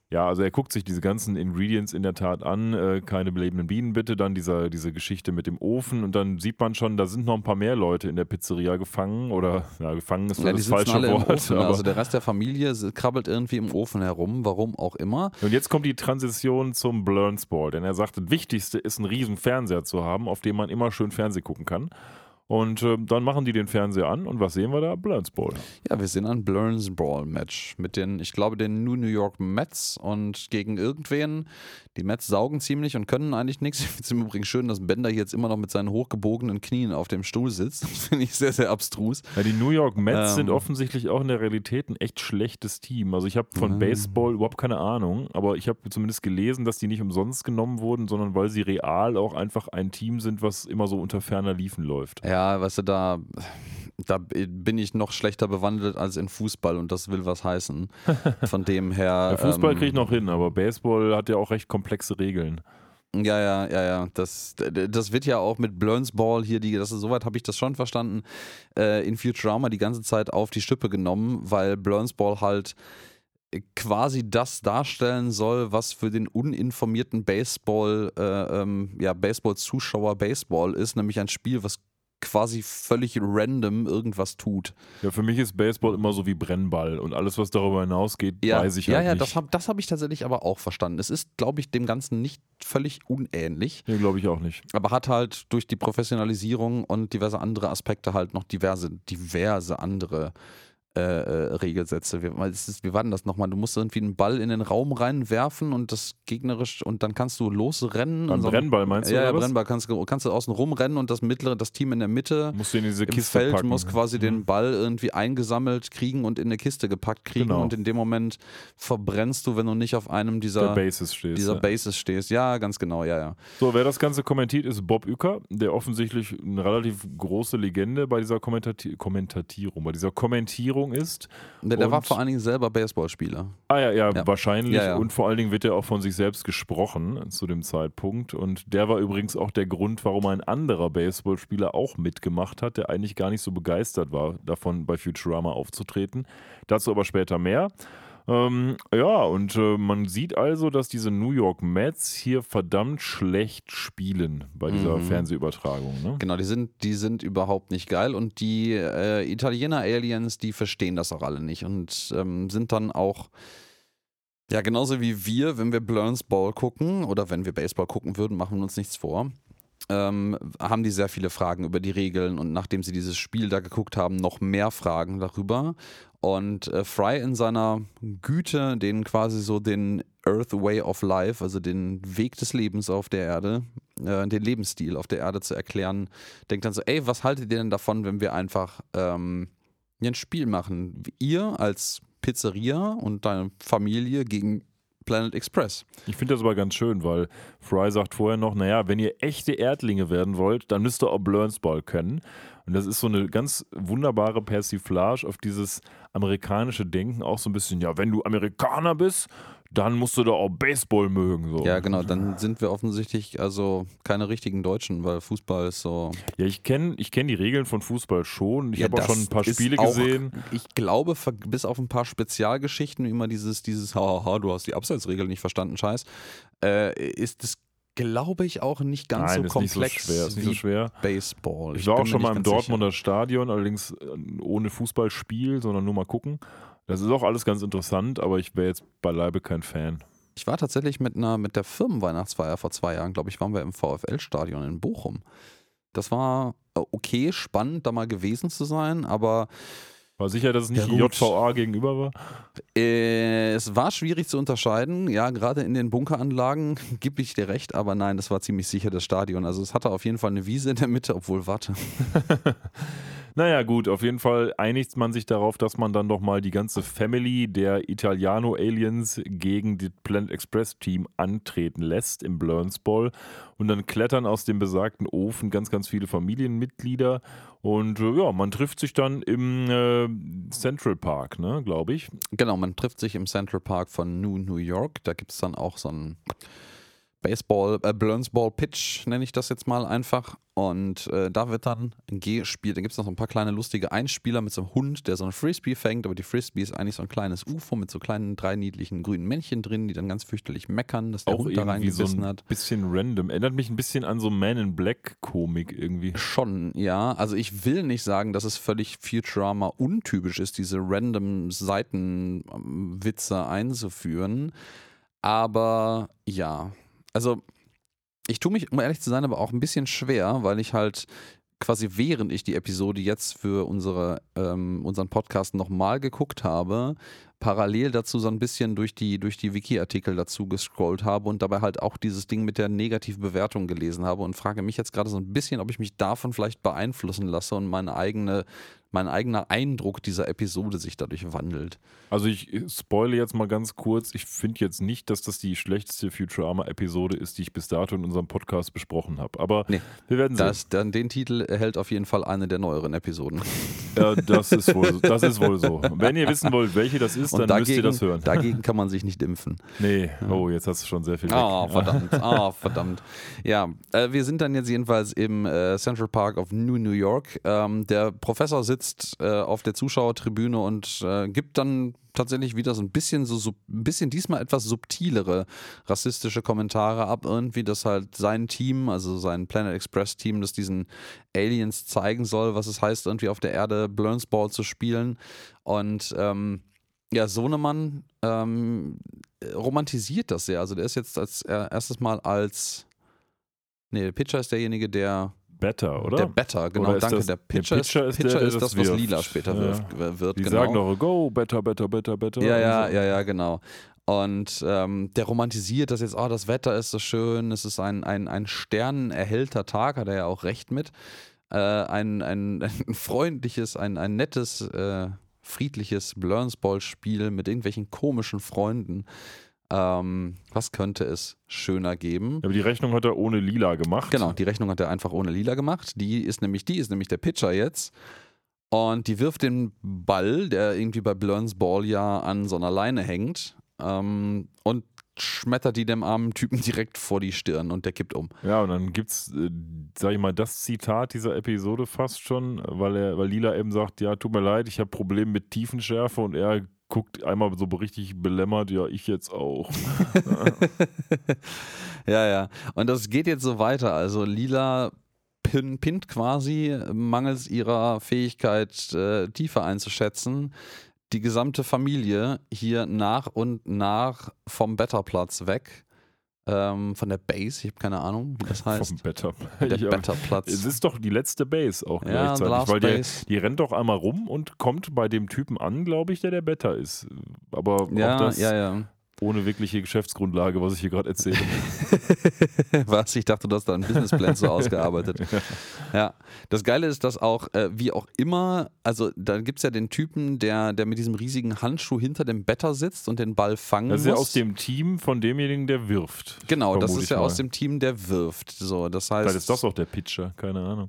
Ja, also er guckt sich diese ganzen Ingredients in der Tat an, äh, keine belebenden Bienen bitte, dann dieser, diese Geschichte mit dem Ofen und dann sieht man schon, da sind noch ein paar mehr Leute in der Pizzeria gefangen oder, ja, gefangen ist Ja, die das sitzen falsche alle Wort. im Ofen, aber also der Rest der Familie s- krabbelt irgendwie im Ofen herum, warum auch immer. und jetzt kommt die Transition zum Blurnsball, denn er sagt, das Wichtigste ist, einen riesen Fernseher zu haben, auf dem man immer schön Fernsehen gucken kann. Und äh, dann machen die den Fernseher an und was sehen wir da? Blurnsball. Ja, wir sehen ein Blurnsball-Match mit den, ich glaube, den New New York Mets und gegen irgendwen. Die Mets saugen ziemlich und können eigentlich nichts. Ich finde es im Übrigen schön, dass Bender jetzt immer noch mit seinen hochgebogenen Knien auf dem Stuhl sitzt. Das finde ich sehr, sehr abstrus. Ja, die New York Mets Ähm. sind offensichtlich auch in der Realität ein echt schlechtes Team. Also ich habe von Ah. Baseball überhaupt keine Ahnung, aber ich habe zumindest gelesen, dass die nicht umsonst genommen wurden, sondern weil sie real auch einfach ein Team sind, was immer so unter ferner Liefen läuft. Ja, weißt du, da, da bin ich noch schlechter bewandelt als in Fußball und das will was heißen. Von dem her. Der Fußball ähm, kriege ich noch hin, aber Baseball hat ja auch recht komplexe Regeln. Ja, ja, ja, ja. Das, das wird ja auch mit Blurnsball hier, die, das ist, soweit habe ich das schon verstanden, äh, in Futurama die ganze Zeit auf die Stippe genommen, weil Blurnsball halt quasi das darstellen soll, was für den uninformierten Baseball, äh, ähm, ja, Baseball-Zuschauer Baseball ist, nämlich ein Spiel, was quasi völlig random irgendwas tut. Ja, für mich ist Baseball immer so wie Brennball und alles, was darüber hinausgeht, Ja, weiß ich ja, halt ja, nicht. das habe das hab ich tatsächlich aber auch verstanden. Es ist, glaube ich, dem Ganzen nicht völlig unähnlich. Nee, glaube ich auch nicht. Aber hat halt durch die Professionalisierung und diverse andere Aspekte halt noch diverse, diverse andere äh, äh, Regelsätze. Wie, es ist, wie war denn das nochmal? Du musst irgendwie einen Ball in den Raum reinwerfen und das gegnerisch und dann kannst du losrennen. Beim und so- Brennball meinst du, Ja, ja, oder was? Brennball kannst, du- kannst du außen rumrennen und das mittlere, das Team in der Mitte Musst du in diese im Kiste Feld packen. muss quasi Mhm. den Ball irgendwie eingesammelt kriegen und in eine Kiste gepackt kriegen Genau. und in dem Moment verbrennst du, wenn du nicht auf einem der dieser, Bases stehst. dieser ja. Bases stehst. Ja, ganz genau, ja, ja. So, wer das Ganze kommentiert, ist Bob Uecker, der offensichtlich eine relativ große Legende bei dieser Kommentati Kommentatierung, bei dieser Kommentierung ist. Der, der war Und- vor allen Dingen selber Baseballspieler. Ah ja, ja, Ja. wahrscheinlich. Ja, ja. Und vor allen Dingen wird er auch von sich selbst gesprochen zu dem Zeitpunkt. Und der war übrigens auch der Grund, warum ein anderer Baseballspieler auch mitgemacht hat, der eigentlich gar nicht so begeistert war, davon bei Futurama aufzutreten. Dazu aber später mehr. Ähm, ja, und äh, man sieht also, dass diese New York Mets hier verdammt schlecht spielen bei dieser Mhm. Fernsehübertragung. Ne? Genau, die sind, die sind überhaupt nicht geil und die äh, Italiener-Aliens, die verstehen das auch alle nicht und ähm, sind dann auch, ja, genauso wie wir, wenn wir Blurnsball gucken oder wenn wir Baseball gucken würden, machen wir uns nichts vor. Ähm, haben die sehr viele Fragen über die Regeln und nachdem sie dieses Spiel da geguckt haben, noch mehr Fragen darüber. Und äh, Fry in seiner Güte, den quasi so den Earth Way of Life, also den Weg des Lebens auf der Erde, äh, den Lebensstil auf der Erde zu erklären, denkt dann so, ey, was haltet ihr denn davon, wenn wir einfach ähm, ein Spiel machen? Ihr als Pizzeria und deine Familie gegen Planet Express. Ich finde das aber ganz schön, weil Fry sagt vorher noch, naja, wenn ihr echte Erdlinge werden wollt, dann müsst ihr auch Blurnsball können. Und das ist so eine ganz wunderbare Persiflage auf dieses amerikanische Denken, auch so ein bisschen, ja, wenn du Amerikaner bist, dann musst du doch auch Baseball mögen. So. Ja, genau, dann sind wir offensichtlich also keine richtigen Deutschen, weil Fußball ist so. Ja, ich kenne ich kenn die Regeln von Fußball schon. Ich Ja, habe auch das schon ein paar ist Spiele auch, gesehen. Ich glaube, ver- bis auf ein paar Spezialgeschichten, wie immer dieses, dieses, haha, du hast die Abseitsregel nicht verstanden, Scheiß, äh, ist es, glaube ich, auch nicht ganz Nein, so ist komplex nicht so schwer. Ist nicht wie so schwer. Baseball. Ich war bin auch mir schon mal nicht im ganz Dortmunder Stadion, allerdings äh, ohne Fußballspiel, sondern nur mal gucken. Das ist auch alles ganz interessant, aber ich wäre jetzt beileibe kein Fan. sicher. Ich war tatsächlich mit einer mit der Firmenweihnachtsfeier vor zwei Jahren, glaube ich, waren wir im VfL-Stadion in Bochum. Das war äh, okay, spannend, da mal gewesen zu sein, aber War sicher, dass es nicht Ja, die gut. J V A gegenüber war? Äh, es war schwierig zu unterscheiden. Ja, gerade in den Bunkeranlagen gebe ich dir recht, aber nein, das war ziemlich sicher das Stadion. Also es hatte auf jeden Fall eine Wiese in der Mitte, obwohl, warte. Naja, gut, auf jeden Fall einigt man sich darauf, dass man dann doch mal die ganze Family der Italiano-Aliens gegen das Planet Express-Team antreten lässt im Blurnsball. Und dann klettern aus dem besagten Ofen ganz, ganz viele Familienmitglieder. Und äh, ja, man trifft sich dann im äh, Central Park, ne, glaube ich. Genau, man trifft sich im Central Park von New New York. Da gibt es dann auch so ein Baseball, äh, Blurnsball Pitch nenne ich das jetzt mal einfach. Und äh, da wird dann gespielt. Da gibt es noch so ein paar kleine lustige Einspieler mit so einem Hund, der so ein Frisbee fängt. Aber die Frisbee ist eigentlich so ein kleines U F O mit so kleinen, drei niedlichen grünen Männchen drin, die dann ganz fürchterlich meckern, dass der Auch Hund da irgendwie so reingebissen ein hat. bisschen random. Erinnert mich ein bisschen an so Man in Black Komik irgendwie. Schon, ja. Also ich will nicht sagen, dass es völlig Futurama untypisch ist, diese random Seitenwitze einzuführen. Aber ja, also ich tue mich, um ehrlich zu sein, aber auch ein bisschen schwer, weil ich halt quasi während ich die Episode jetzt für unsere, ähm, unseren Podcast nochmal geguckt habe, parallel dazu so ein bisschen durch die, durch die Wiki-Artikel dazu gescrollt habe und dabei halt auch dieses Ding mit der negativen Bewertung gelesen habe und frage mich jetzt gerade so ein bisschen, ob ich mich davon vielleicht beeinflussen lasse und meine eigene, mein eigener Eindruck dieser Episode sich dadurch wandelt. Also ich spoile jetzt mal ganz kurz, ich finde jetzt nicht, dass das die schlechteste Futurama-Episode ist, die ich bis dato in unserem Podcast besprochen habe. Aber nee, wir werden sehen. Das, dann den Titel erhält auf jeden Fall eine der neueren Episoden. Ja, das ist wohl, das ist wohl so. Wenn ihr wissen wollt, welche das ist, Und dann dagegen, müsst ihr das hören. Dagegen kann man sich nicht impfen. Nee, oh, jetzt hast du schon sehr viel weg. Ah, verdammt, ah, verdammt. Ja, äh, wir sind dann jetzt jedenfalls im äh, Central Park of New New York. Ähm, der Professor sitzt äh, auf der Zuschauertribüne und äh, gibt dann tatsächlich wieder so ein bisschen so, so ein bisschen diesmal etwas subtilere rassistische Kommentare ab, irgendwie, dass halt sein Team, also sein Planet Express Team, das diesen Aliens zeigen soll, was es heißt, irgendwie auf der Erde Blurnsball zu spielen. Und ähm, ja, Sohnemann ähm, romantisiert das sehr. Also der ist jetzt als äh, erstes Mal als nee, der Pitcher ist derjenige, der Better, oder? Der Better, genau, oder danke. Das, der Pitcher, der Pitcher ist, Pitcher der, der ist das, das was wirft. Lila später Ja. wirft, wird. Die genau. sagen doch, go, better, better, better, better. Ja, ja, und so. ja, ja, genau. Und ähm, der romantisiert das jetzt, oh, das Wetter ist so schön, es ist ein, ein, ein sternenerhellter Tag, hat er ja auch recht mit. Äh, ein, ein, ein freundliches, ein, ein nettes, äh, friedliches Blurnsball-Spiel mit irgendwelchen komischen Freunden. Ähm, was könnte es schöner geben? Aber die Rechnung hat er ohne Lila gemacht. Genau, die Rechnung hat er einfach ohne Lila gemacht. Die ist nämlich, die ist nämlich der Pitcher jetzt. Und die wirft den Ball, der irgendwie bei Blurnsball ja an so einer Leine hängt, ähm, und schmettert die dem armen Typen direkt vor die Stirn und der kippt um. Ja, und dann gibt's, äh, sag ich mal, das Zitat dieser Episode fast schon, weil er, weil Lila eben sagt, ja, tut mir leid, ich habe Probleme mit Tiefenschärfe und er guckt einmal so richtig belämmert, ja, ich jetzt auch. Ja, ja. Und das geht jetzt so weiter. Also Lila pin, pinnt quasi, mangels ihrer Fähigkeit, äh, Tiefe einzuschätzen, die gesamte Familie hier nach und nach vom Betterplatz weg. Ähm, von der Base, ich habe keine Ahnung, wie das heißt. Vom Better. Der Ja, Betterplatz. es ist doch die letzte Base auch Ja, the gleichzeitig, last weil die, base. die rennt doch einmal rum und kommt bei dem Typen an, glaube ich, der der Better ist. Aber Ja, auch das ja, ja. ohne wirkliche Geschäftsgrundlage, was ich hier gerade erzähle. Was? Ich dachte, du hast da einen Businessplan so ausgearbeitet. Ja. Das Geile ist, dass auch, äh, wie auch immer, also da gibt es ja den Typen, der, der mit diesem riesigen Handschuh hinter dem Better sitzt und den Ball fangen Das ist muss. ja aus dem Team von demjenigen, der wirft. Genau, das vermute ist ich ja mal. aus dem Team, der wirft. So, das heißt. Vielleicht ist das auch der Pitcher, keine Ahnung.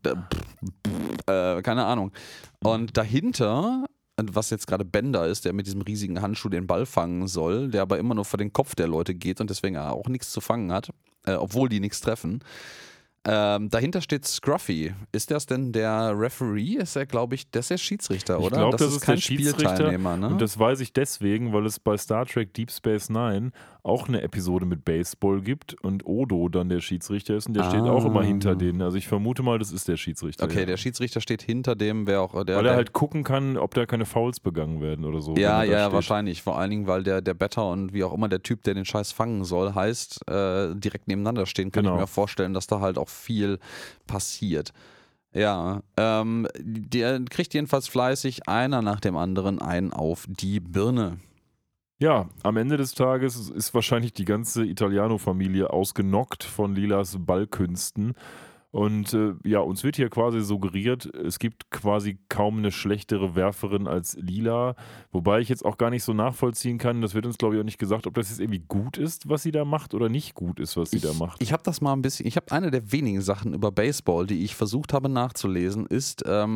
Äh, keine Ahnung. Und dahinter, was jetzt gerade Bender ist, der mit diesem riesigen Handschuh den Ball fangen soll, der aber immer nur vor den Kopf der Leute geht und deswegen auch nichts zu fangen hat, äh, obwohl die nichts treffen. Ähm, dahinter steht Scruffy. Ist das denn der Referee? Ist er, glaube ich, das ist der Schiedsrichter, oder? Ich glaube, das, ist kein der Schiedsrichter. Spielteilnehmer, ne? Und das weiß ich deswegen, weil es bei Star Trek Deep Space Nine auch eine Episode mit Baseball gibt und Odo dann der Schiedsrichter ist und der Ah. steht auch immer hinter denen. Also ich vermute mal, das ist der Schiedsrichter. Okay, ja. der Schiedsrichter steht hinter dem, wer auch. Der, Weil der, er halt gucken kann, ob da keine Fouls begangen werden oder so. Ja, wenn er da ja, steht. wahrscheinlich. Vor allen Dingen, weil der, der Better und wie auch immer der Typ, der den Scheiß fangen soll, heißt, äh, direkt nebeneinander stehen, kann Genau. ich mir vorstellen, dass da halt auch viel passiert. Ja, ähm, der kriegt jedenfalls fleißig einer nach dem anderen einen auf die Birne. Ja, am Ende des Tages ist wahrscheinlich die ganze Italiano-Familie ausgenockt von Lilas Ballkünsten. Und äh, ja, uns wird hier quasi suggeriert, es gibt quasi kaum eine schlechtere Werferin als Lila. Wobei ich jetzt auch gar nicht so nachvollziehen kann, das wird uns glaube ich auch nicht gesagt, ob das jetzt irgendwie gut ist, was sie da macht oder nicht gut ist, was sie Ich, da macht. ich habe das mal ein bisschen, ich habe eine der wenigen Sachen über Baseball, die ich versucht habe nachzulesen, ist, ähm,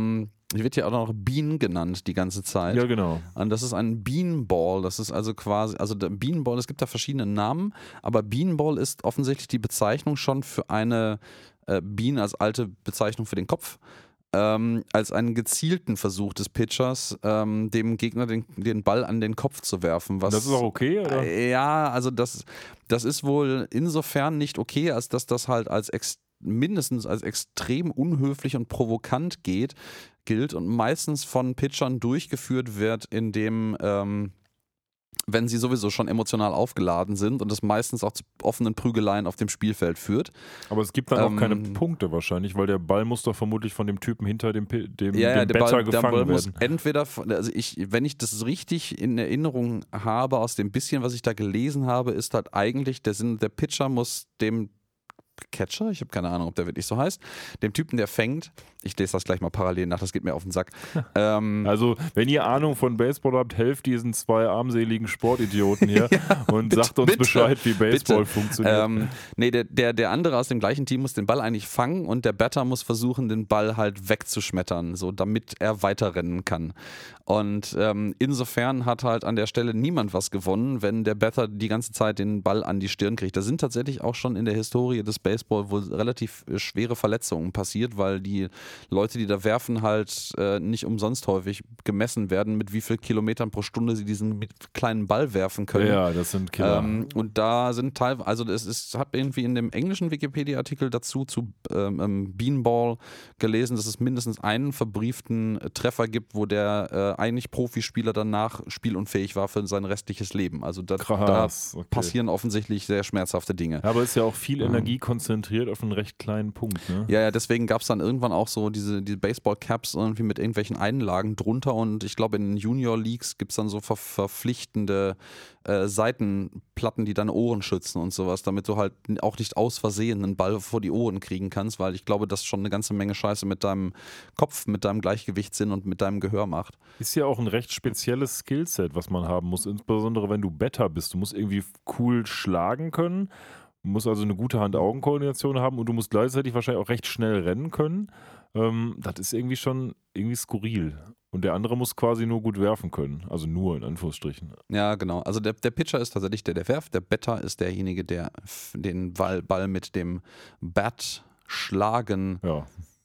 die wird ja auch noch Bean genannt die ganze Zeit. Ja, genau. Und das ist ein Beanball. Das ist also quasi, also der Beanball, es gibt da verschiedene Namen, aber Beanball ist offensichtlich die Bezeichnung schon für eine äh, Bean als alte Bezeichnung für den Kopf. Ähm, als einen gezielten Versuch des Pitchers, ähm, dem Gegner den, den Ball an den Kopf zu werfen. Was, Das ist auch okay, oder? Äh, ja, also das, das ist wohl insofern nicht okay, als dass das halt als ex, mindestens als extrem unhöflich und provokant geht, gilt und meistens von Pitchern durchgeführt wird, indem ähm, wenn sie sowieso schon emotional aufgeladen sind und das meistens auch zu offenen Prügeleien auf dem Spielfeld führt. Aber es gibt dann auch Ähm, keine Punkte wahrscheinlich, weil der Ball muss doch vermutlich von dem Typen hinter dem, Pi- dem, Ja, ja, dem der Better Ball, der gefangen Ball muss werden. entweder, von- also ich, wenn ich das richtig in Erinnerung habe, aus dem bisschen, was ich da gelesen habe, ist halt eigentlich der Sinn, der Pitcher muss dem Catcher, ich habe keine Ahnung, ob der wirklich so heißt, dem Typen, der fängt, ich lese das gleich mal parallel nach, das geht mir auf den Sack. ähm, Also, wenn ihr Ahnung von Baseball habt, helft diesen zwei armseligen Sportidioten hier und bitte, sagt uns bitte, Bescheid, wie Baseball bitte. funktioniert. Ähm, nee, der, der, der andere aus dem gleichen Team muss den Ball eigentlich fangen und der Batter muss versuchen, den Ball halt wegzuschmettern, so damit er weiterrennen kann. Und ähm, insofern hat halt an der Stelle niemand was gewonnen, wenn der Batter die ganze Zeit den Ball an die Stirn kriegt. Da sind tatsächlich auch schon in der Historie des Baseball wohl relativ äh, schwere Verletzungen passiert, weil die Leute, die da werfen, halt äh, nicht umsonst häufig gemessen werden, mit wie viel Kilometern pro Stunde sie diesen mit kleinen Ball werfen können. Ja, das sind Killer. Ähm, und da sind teilweise, also es ist, habe irgendwie in dem englischen Wikipedia-Artikel dazu zu ähm, ähm, Beanball gelesen, dass es mindestens einen verbrieften äh, Treffer gibt, wo der äh, eigentlich Profispieler danach spielunfähig war für sein restliches Leben. Also da, da Krass, okay. passieren offensichtlich sehr schmerzhafte Dinge. Ja, aber ist ja auch viel Ähm. Energie konzentriert auf einen recht kleinen Punkt, ne? Ja, ja, deswegen gab es dann irgendwann auch so diese, diese Baseball-Caps irgendwie mit irgendwelchen Einlagen drunter und ich glaube in den Junior-Leagues gibt es dann so ver verpflichtende äh, Seitenplatten, die deine Ohren schützen und sowas, damit du halt auch nicht aus Versehen einen Ball vor die Ohren kriegen kannst, weil ich glaube, das schon eine ganze Menge Scheiße mit deinem Kopf, mit deinem Gleichgewichtssinn und mit deinem Gehör macht. Ist ja auch ein recht spezielles Skillset, was man haben muss, insbesondere wenn du Batter bist. Du musst irgendwie cool schlagen können, du musst also eine gute Hand-Augen-Koordination haben und du musst gleichzeitig wahrscheinlich auch recht schnell rennen können. Ähm, das ist irgendwie schon irgendwie skurril. Und der andere muss quasi nur gut werfen können. Also nur in Anführungsstrichen. Ja, genau. Also der, der Pitcher ist tatsächlich der, der werft. Der Batter ist derjenige, der f- den Ball, Ball mit dem Bat schlagen Ja.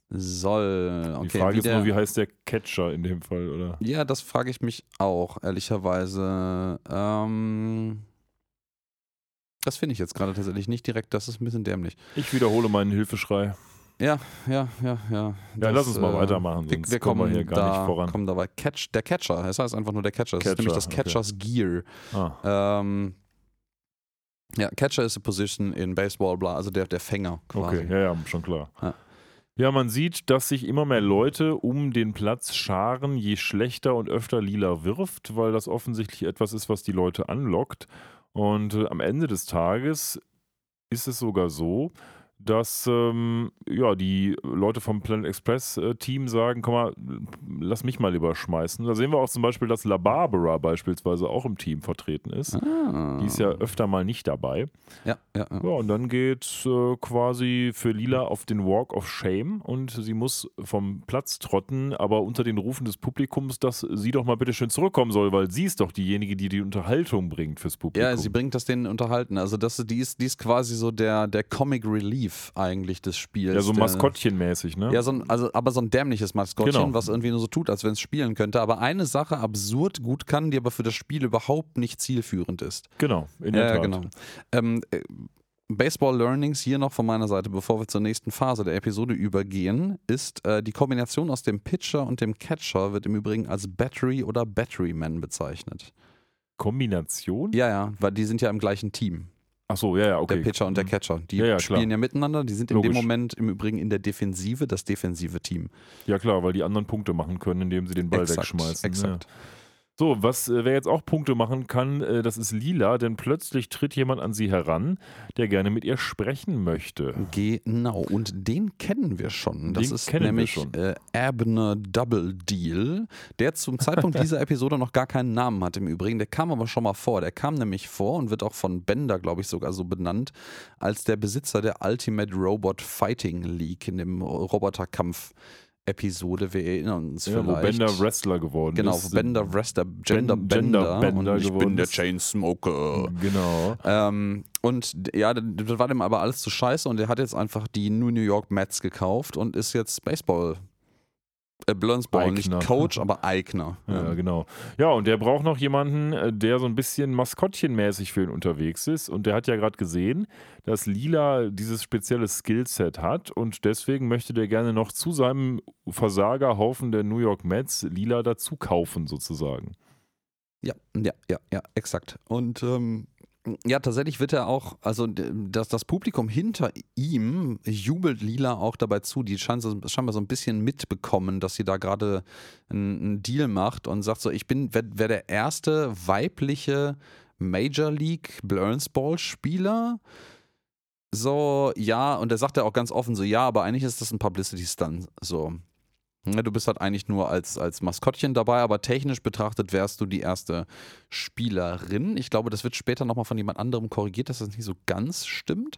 soll. Okay, Die Frage wie ist der, nur, wie heißt der Catcher in dem Fall, oder? Ja, das frage ich mich auch, ehrlicherweise. Ähm, das finde ich jetzt gerade tatsächlich nicht direkt. Das ist ein bisschen dämlich. Ich wiederhole meinen Hilfeschrei. Ja, ja, ja, ja. Ja, Das, lass uns mal äh, weitermachen, Wir, sonst wir kommen kommen wir hier gar da, nicht voran. kommen dabei. Catch, der Catcher, das heißt einfach nur der Catcher. Das Catcher, ist nämlich das okay. Catchers Gear. Ah, Ähm, ja, Catcher ist a position in Baseball, bla, also der, der Fänger quasi. okay, ja, ja, schon klar. Ja. Ja, man sieht, dass sich immer mehr Leute um den Platz scharen, je schlechter und öfter Lila wirft, weil das offensichtlich etwas ist, was die Leute anlockt. Und äh, am Ende des Tages ist es sogar so, dass ähm, ja, die Leute vom Planet Express äh, Team sagen, komm mal, lass mich mal lieber schmeißen. Da sehen wir auch zum Beispiel, dass La Barbara beispielsweise auch im Team vertreten ist. Ah. Die ist ja öfter mal nicht dabei. Ja, ja, ja. Ja, und dann geht äh, quasi für Lila auf den Walk of Shame und sie muss vom Platz trotten, aber unter den Rufen des Publikums, dass sie doch mal bitte schön zurückkommen soll, weil sie ist doch diejenige, die die Unterhaltung bringt fürs Publikum. Ja, sie bringt das denen unterhalten. Also das, die, ist, die ist quasi so der, der Comic Relief eigentlich des Spiels. Ja, so der, Maskottchenmäßig, ne? Ja, so ein, also, aber so ein dämliches Maskottchen, Genau. was irgendwie nur so tut, als wenn es spielen könnte. Aber eine Sache absurd gut kann, die aber für das Spiel überhaupt nicht zielführend ist. Genau, in der Ja, Tat. genau. Ähm, äh, Baseball Learnings hier noch von meiner Seite, bevor wir zur nächsten Phase der Episode übergehen, ist äh, die Kombination aus dem Pitcher und dem Catcher wird im Übrigen als Battery oder Batteryman bezeichnet. Kombination? Ja, ja, weil die sind ja im gleichen Team. Ach so, ja, ja, okay. Der Pitcher und der Mhm. Catcher. Die Ja, ja, spielen klar. ja miteinander. Die sind in Logisch. dem Moment im Übrigen in der Defensive, das defensive Team. Ja, klar, weil die anderen Punkte machen können, indem sie den Ball Exakt, wegschmeißen. exakt. Ja. So, was äh, wer jetzt auch Punkte machen kann, äh, das ist Lila, denn plötzlich tritt jemand an sie heran, der gerne mit ihr sprechen möchte. Genau, und den kennen wir schon. Das Den ist kennen wir nämlich schon. äh, Abner Double Deal, der zum Zeitpunkt dieser Episode noch gar keinen Namen hat im Übrigen. Der kam aber schon mal vor. Der kam nämlich vor und wird auch von Bender, glaube ich, sogar so benannt, als der Besitzer der Ultimate Robot Fighting League in dem Roboterkampf Episode, wir erinnern uns ja, vielleicht. Wo Bender Wrestler geworden genau, ist. Genau, wo Bender Wrestler, Gender Ben, Bender, Bender, Bender und ich geworden bin der ist. Chainsmoker. Genau. Ähm, und ja, das war dem aber alles zu scheiße und er hat jetzt einfach die New York Mets gekauft und ist jetzt Baseball. Äh, Blurnsball, nicht Coach, aber Eigner. Ja, Ja. genau. Ja, und der braucht noch jemanden, der so ein bisschen maskottchenmäßig für ihn unterwegs ist. Und der hat ja gerade gesehen, dass Lila dieses spezielle Skillset hat. Und deswegen möchte der gerne noch zu seinem Versagerhaufen der New York Mets Lila dazu kaufen, sozusagen. Ja, ja, ja, ja, exakt. Und ähm, ja, tatsächlich wird er auch, also das, das Publikum hinter ihm jubelt Lila auch dabei zu. Die scheinen so, scheinbar so ein bisschen mitbekommen, dass sie da gerade einen, einen Deal macht und sagt so, ich bin, wer, wer der erste weibliche Major League Blurnsball-Spieler. So, ja, und er sagt ja auch ganz offen so, ja, aber eigentlich ist das ein Publicity-Stunt, so. Ja, du bist halt eigentlich nur als, als Maskottchen dabei, aber technisch betrachtet wärst du die erste Spielerin. Ich glaube, das wird später nochmal von jemand anderem korrigiert, dass das nicht so ganz stimmt.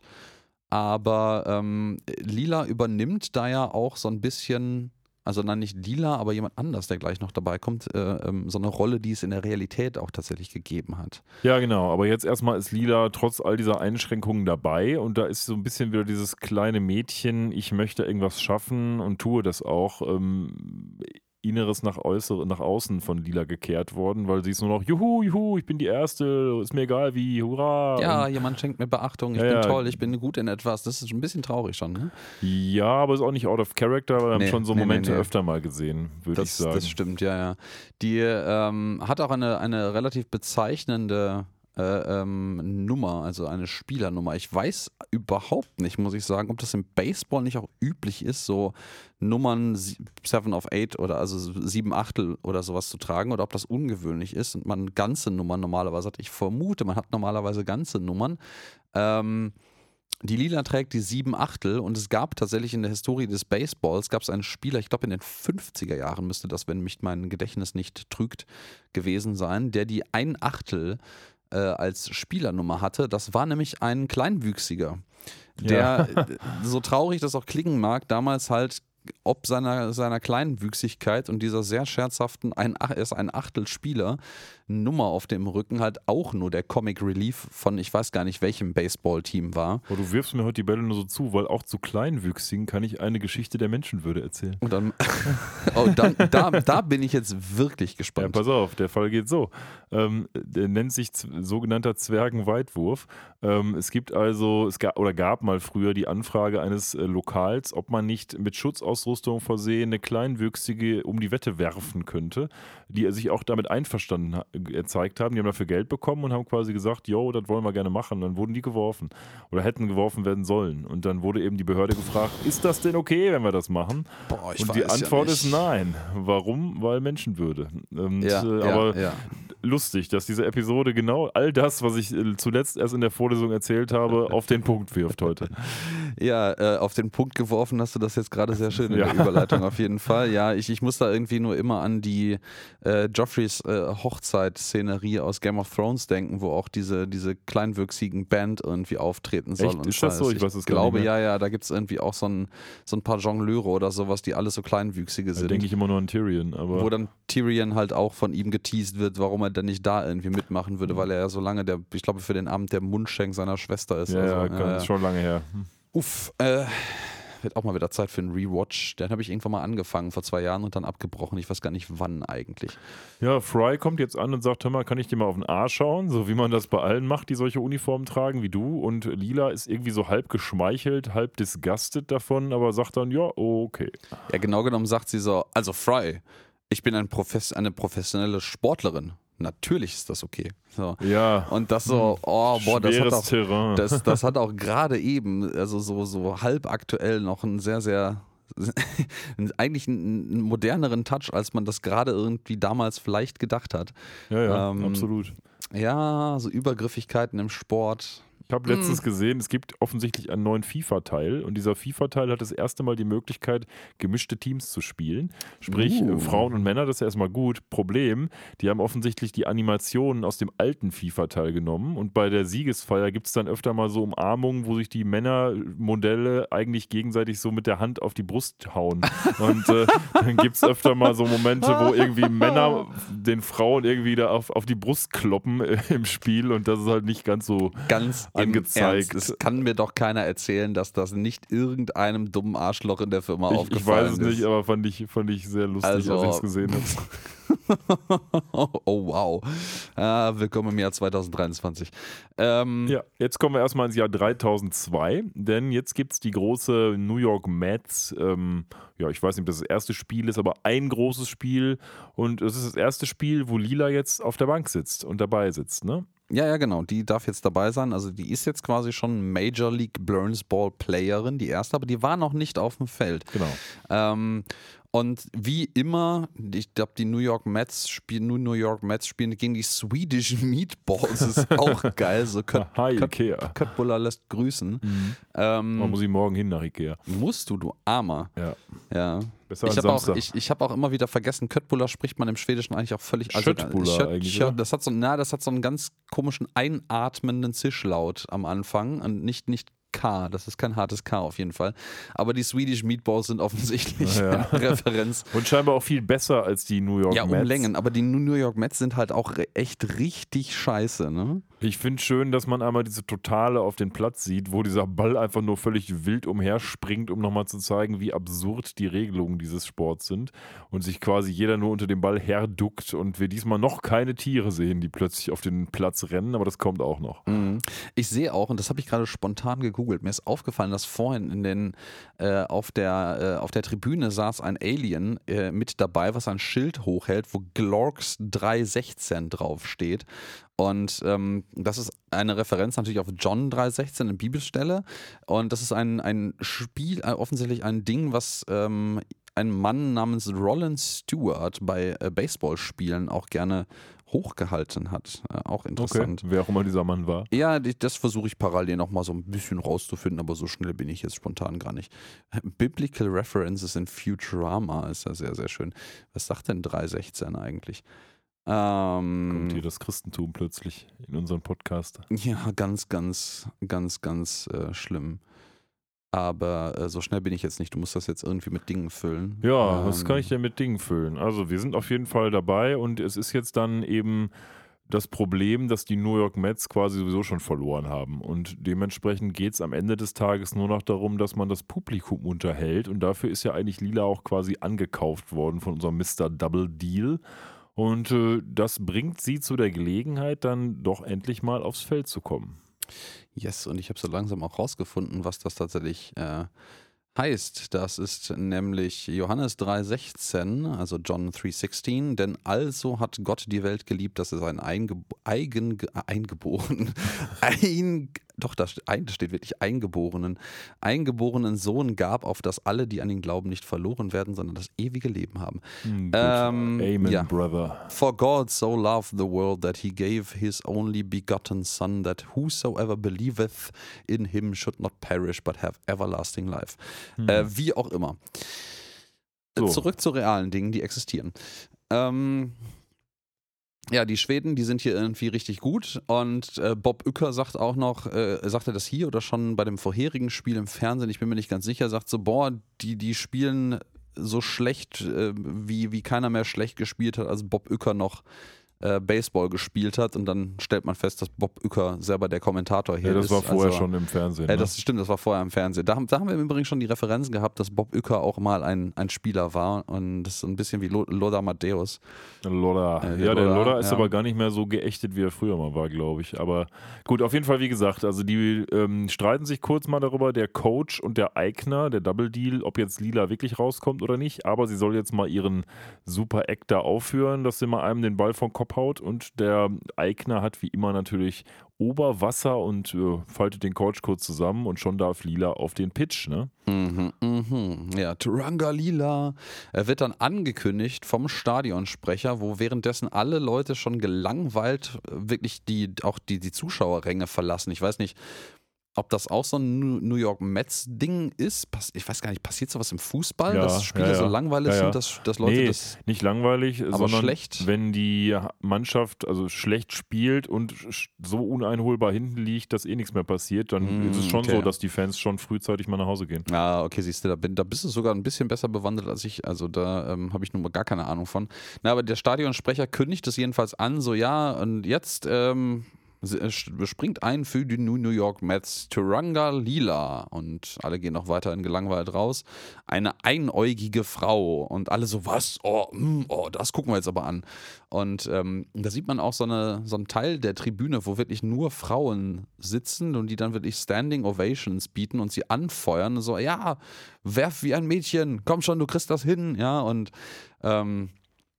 Aber ähm, Lila übernimmt da ja auch so ein bisschen, also nein, nicht Lila, aber jemand anders, der gleich noch dabei kommt, äh, ähm, so eine Rolle, die es in der Realität auch tatsächlich gegeben hat. Ja, genau. Aber jetzt erstmal ist Lila trotz all dieser Einschränkungen dabei und da ist so ein bisschen wieder dieses kleine Mädchen, ich möchte irgendwas schaffen und tue das auch. Ähm, Inneres nach, äußere, nach außen von Lila gekehrt worden, weil sie ist nur noch, juhu, juhu, ich bin die Erste, ist mir egal wie, hurra. Ja, und jemand schenkt mir Beachtung, ich ja, bin ja. toll, ich bin gut in etwas. Das ist ein bisschen traurig schon, ne? Ja, aber ist auch nicht out of character, wir haben Nee, schon so nee, Momente nee, nee. öfter mal gesehen, würde ich Das, sagen. das stimmt, ja, ja. Die ähm, hat auch eine, eine relativ bezeichnende äh, ähm, Nummer, also eine Spielernummer. Ich weiß überhaupt nicht, muss ich sagen, ob das im Baseball nicht auch üblich ist, so Nummern seven of eight oder also sieben Achtel oder sowas zu tragen oder ob das ungewöhnlich ist und man ganze Nummern normalerweise hat. Ich vermute, man hat normalerweise ganze Nummern. Ähm, Die Lila trägt die sieben Achtel und es gab tatsächlich in der Historie des Baseballs, gab es einen Spieler, ich glaube in den fünfziger Jahren müsste das, wenn mich mein Gedächtnis nicht trügt, gewesen sein, der die ein Achtel äh, als Spielernummer hatte. Das war nämlich ein Kleinwüchsiger, der, Ja. so traurig das auch klingen mag, damals halt ob seiner, seiner Kleinwüchsigkeit und dieser sehr scherzhaften, ein, er ist ein Achtelspieler, Nummer auf dem Rücken halt auch nur der Comic Relief von, ich weiß gar nicht, welchem Baseballteam war. Oh, du wirfst mir heute die Bälle nur so zu, weil auch zu Kleinwüchsigen kann ich eine Geschichte der Menschenwürde erzählen. Und dann, oh, dann da, da bin ich jetzt wirklich Ja, gespannt. pass auf, der Fall geht so. Ähm, der nennt sich z- sogenannter Zwergenweitwurf. Ähm, es gibt also, es gab oder gab mal früher die Anfrage eines äh, Lokals, ob man nicht mit Schutzausrüstung versehene Kleinwüchsige um die Wette werfen könnte, die sich auch damit einverstanden ha- gezeigt haben. Die haben dafür Geld bekommen und haben quasi gesagt, yo, das wollen wir gerne machen. Dann wurden die geworfen oder hätten geworfen werden sollen. Und dann wurde eben die Behörde gefragt, ist das denn okay, wenn wir das machen? Boah, ich und die weiß ja Antwort nicht. ist nein. Warum? Weil Menschenwürde. Und, Ja, äh, ja, aber ja. lustig, dass diese Episode genau all das, was ich äh, zuletzt erst in der Vorlesung erzählt habe, auf den Punkt wirft heute. Ja, äh, auf den Punkt geworfen hast du das jetzt gerade sehr schön in Ja. der Überleitung auf jeden Fall. Ja, ich, ich muss da irgendwie nur immer an die äh, Joffreys äh, Hochzeitsszenerie aus Game of Thrones denken, wo auch diese, diese kleinwüchsigen Band irgendwie auftreten soll. Echt? Und Ist das so? Ich Ich weiß es gar glaube, nicht mehr. ja, ja, da gibt es irgendwie auch so ein, so ein paar Jongleure oder sowas, die alles so kleinwüchsige Da sind. denke ich immer nur an Tyrion. Aber Wo dann Tyrion halt auch von ihm geteased wird, warum er denn nicht da irgendwie mitmachen würde, weil er ja so lange der, ich glaube, für den Abend der Mundschenk seiner Schwester ist. ja, also, ja, kann, ist schon lange her. Hm. Uff, äh, wird auch mal wieder Zeit für einen Rewatch. Den habe ich irgendwann mal angefangen vor zwei Jahren und dann abgebrochen. Ich weiß gar nicht wann eigentlich. Ja, Fry kommt jetzt an und sagt, hör mal, kann ich dir mal auf den Arsch schauen? So wie man das bei allen macht, die solche Uniformen tragen wie du. Und Lila ist irgendwie so halb geschmeichelt, halb disgusted davon, aber sagt dann, ja, okay. Ja, genau genommen sagt sie so, also Fry, ich bin ein Profes- eine professionelle Sportlerin. Natürlich ist das okay. So. Ja. Und das so, oh, boah, das hat Schweres auch, Terrain. das, das hat auch gerade eben, also so, so halb aktuell noch einen sehr, sehr, eigentlich einen moderneren Touch, als man das gerade irgendwie damals vielleicht gedacht hat. ja, ja, ähm, absolut. Ja, so Übergriffigkeiten im Sport. Ich habe letztens gesehen, es gibt offensichtlich einen neuen FIFA-Teil und dieser FIFA-Teil hat das erste Mal die Möglichkeit, gemischte Teams zu spielen. Sprich, Uh. Frauen und Männer, das ist ja erstmal gut. Problem, die haben offensichtlich die Animationen aus dem alten FIFA-Teil genommen und bei der Siegesfeier gibt es dann öfter mal so Umarmungen, wo sich die Männermodelle eigentlich gegenseitig so mit der Hand auf die Brust hauen. Und äh, dann gibt es öfter mal so Momente, wo irgendwie Männer den Frauen irgendwie da auf, auf die Brust kloppen äh, im Spiel und das ist halt nicht ganz so Ganz angezeigt. Im Ernst, es kann mir doch keiner erzählen, dass das nicht irgendeinem dummen Arschloch in der Firma Ich, aufgefallen ich weiß es ist. nicht, aber fand ich, fand ich sehr lustig, Also- als ich es gesehen habe. Oh, wow. Ah, willkommen im Jahr zwanzig dreiundzwanzig. Ähm, Ja, jetzt kommen wir erstmal ins Jahr dreitausendzwei, denn jetzt gibt es die große New York Mets. Ähm, ja, ich weiß nicht, ob das das erste Spiel ist, aber ein großes Spiel. Und es ist das erste Spiel, wo Lila jetzt auf der Bank sitzt und dabei sitzt, ne? Ja, ja, genau. Die darf jetzt dabei sein. Also die ist jetzt quasi schon Major League Burnsball Playerin, die erste, aber die war noch nicht auf dem Feld. Genau. Ähm, und wie immer, ich glaube, die New York Mets spielen, nur New York Mets spielen gegen die Swedish Meatballs. Das ist auch geil. So Kurt, Hi, Kurt, Ikea. Kurt Buller lässt grüßen. Ähm, Man muss ich morgen hin nach Ikea. musst du, du Armer. Ja. Ja. Besser Ich als habe auch, Samstag. ich, ich hab auch immer wieder vergessen, Köttbullar spricht man im Schwedischen eigentlich auch völlig. Also, Schöttbullar Schött- eigentlich, Schött- oder? das hat so, na, das hat so einen ganz komischen einatmenden Zischlaut am Anfang und nicht, nicht K, das ist kein hartes K auf jeden Fall. Aber die Swedish Meatballs sind offensichtlich Ja. eine Referenz. Und scheinbar auch viel besser als die New York Ja, um Mets. Längen, aber die New York Mets sind halt auch re- echt richtig scheiße, ne? Ich finde schön, dass man einmal diese Totale auf den Platz sieht, wo dieser Ball einfach nur völlig wild umherspringt, um nochmal zu zeigen, wie absurd die Regelungen dieses Sports sind und sich quasi jeder nur unter dem Ball herduckt und wir diesmal noch keine Tiere sehen, die plötzlich auf den Platz rennen, aber das kommt auch noch. Mhm. Ich sehe auch, und das habe ich gerade spontan gegoogelt, mir ist aufgefallen, dass vorhin in den, äh, auf, der, äh, auf der Tribüne saß ein Alien äh, mit dabei, was ein Schild hochhält, wo Glorks drei sechzehn draufsteht. Und ähm, das ist eine Referenz natürlich auf John drei sechzehn, eine Bibelstelle. Und das ist ein, ein Spiel, äh, offensichtlich ein Ding, was ähm, ein Mann namens Roland Stewart bei äh, Baseballspielen auch gerne hochgehalten hat. Äh, auch Okay, interessant. wer auch immer dieser Mann war. Ja, die- das versuche ich parallel noch mal so ein bisschen rauszufinden, aber so schnell bin ich jetzt spontan gar nicht. Biblical References in Futurama ist ja sehr, sehr schön. Was sagt denn drei sechzehn eigentlich? Kommt hier Ähm, das Christentum plötzlich in unseren Podcast. ja, ganz, ganz, ganz, ganz äh, schlimm. Aber äh, so schnell bin ich jetzt nicht. Du musst das jetzt irgendwie mit Dingen füllen. Ja, ähm, was kann ich denn mit Dingen füllen? Also wir sind auf jeden Fall dabei und es ist jetzt dann eben das Problem, dass die New York Mets quasi sowieso schon verloren haben und dementsprechend geht es am Ende des Tages nur noch darum, dass man das Publikum unterhält und dafür ist ja eigentlich Lila auch quasi angekauft worden von unserem Mister Double Deal und äh, das bringt sie zu der Gelegenheit, dann doch endlich mal aufs Feld zu kommen. Yes, und ich habe so langsam auch rausgefunden, was das tatsächlich äh, heißt. Das ist nämlich Johannes drei sechzehn, also John drei sechzehn, denn also hat Gott die Welt geliebt, dass es einen Eingeb eigen eingeborenen, ein, doch, da steht, ein, da steht wirklich eingeborenen, eingeborenen Sohn gab, auf dass alle, die an ihn glauben, nicht verloren werden, sondern das ewige Leben haben. Hm, gut. Ähm, Amen, ja. brother. For God so loved the world that he gave his only begotten Son, that whosoever believeth in him should not perish, but have everlasting life. Hm. Äh, wie auch immer. Äh, So. Zurück zu realen Dingen, die existieren. Ähm, ja, die Schweden, die sind hier irgendwie richtig gut und äh, Bob Uecker sagt auch noch, äh, sagt er das hier oder schon bei dem vorherigen Spiel im Fernsehen, ich bin mir nicht ganz sicher, sagt so, boah, die, die spielen so schlecht, äh, wie, wie keiner mehr schlecht gespielt hat, als Bob Uecker noch äh, Baseball gespielt hat und dann stellt man fest, dass Bob Uecker selber der Kommentator hier Ja, das ist. war vorher Also, schon im Fernsehen. äh, Ne? das stimmt, das war vorher im Fernsehen. Da, haben- da haben wir im Übrigen schon die Referenzen gehabt, dass Bob Uecker auch mal ein, ein Spieler war und das ist so ein bisschen wie Lo- Lothar Matthäus. Lodder. Äh, der ja, der Lodder, Lodder ist ja. aber gar nicht mehr so geächtet, wie er früher mal war, glaube ich. Aber gut, auf jeden Fall, wie gesagt, also die ähm, streiten sich kurz mal darüber, der Coach und der Eigner, der Double Deal, ob jetzt Lila wirklich rauskommt oder nicht. Aber sie soll jetzt mal ihren super Act da aufführen, dass sie mal einem den Ball vom Kopf abhaut und der Eigner hat wie immer natürlich Oberwasser und äh, faltet den Coach kurz zusammen und schon darf Lila auf den Pitch, ne? Mhm, mhm. Ja, Turanga Lila. Er wird dann angekündigt vom Stadionsprecher, wo währenddessen alle Leute schon gelangweilt wirklich die, auch die, die Zuschauerränge verlassen. Ich weiß nicht, ob das auch so ein New York Mets-Ding ist. Ich weiß gar nicht, passiert sowas im Fußball, Ja, dass Spiele ja, ja. so langweilig Ja, ja. sind, dass, dass Leute Nee, das... nicht langweilig, Aber sondern schlecht? wenn die Mannschaft also schlecht spielt und sch- so uneinholbar hinten liegt, dass eh nichts mehr passiert, dann Mm, ist es schon okay. so, dass die Fans schon frühzeitig mal nach Hause gehen. Ah, okay, siehst du, da, bin, da bist du sogar ein bisschen besser bewandert als ich. Also da ähm, habe ich nun mal gar keine Ahnung von. Na, aber der Stadionsprecher kündigt es jedenfalls an, so ja, und jetzt ähm, springt ein für die New York Mets Turanga Lila. Und alle gehen noch weiterhin gelangweilt raus. Eine einäugige Frau. Und alle so, was? Oh, mm, oh das gucken wir jetzt aber an. Und ähm, da sieht man auch so, eine, so einen Teil der Tribüne, wo wirklich nur Frauen sitzen und die dann wirklich Standing Ovations bieten und sie anfeuern. So, ja, werf wie ein Mädchen, komm schon, du kriegst das hin. Ja, und ähm,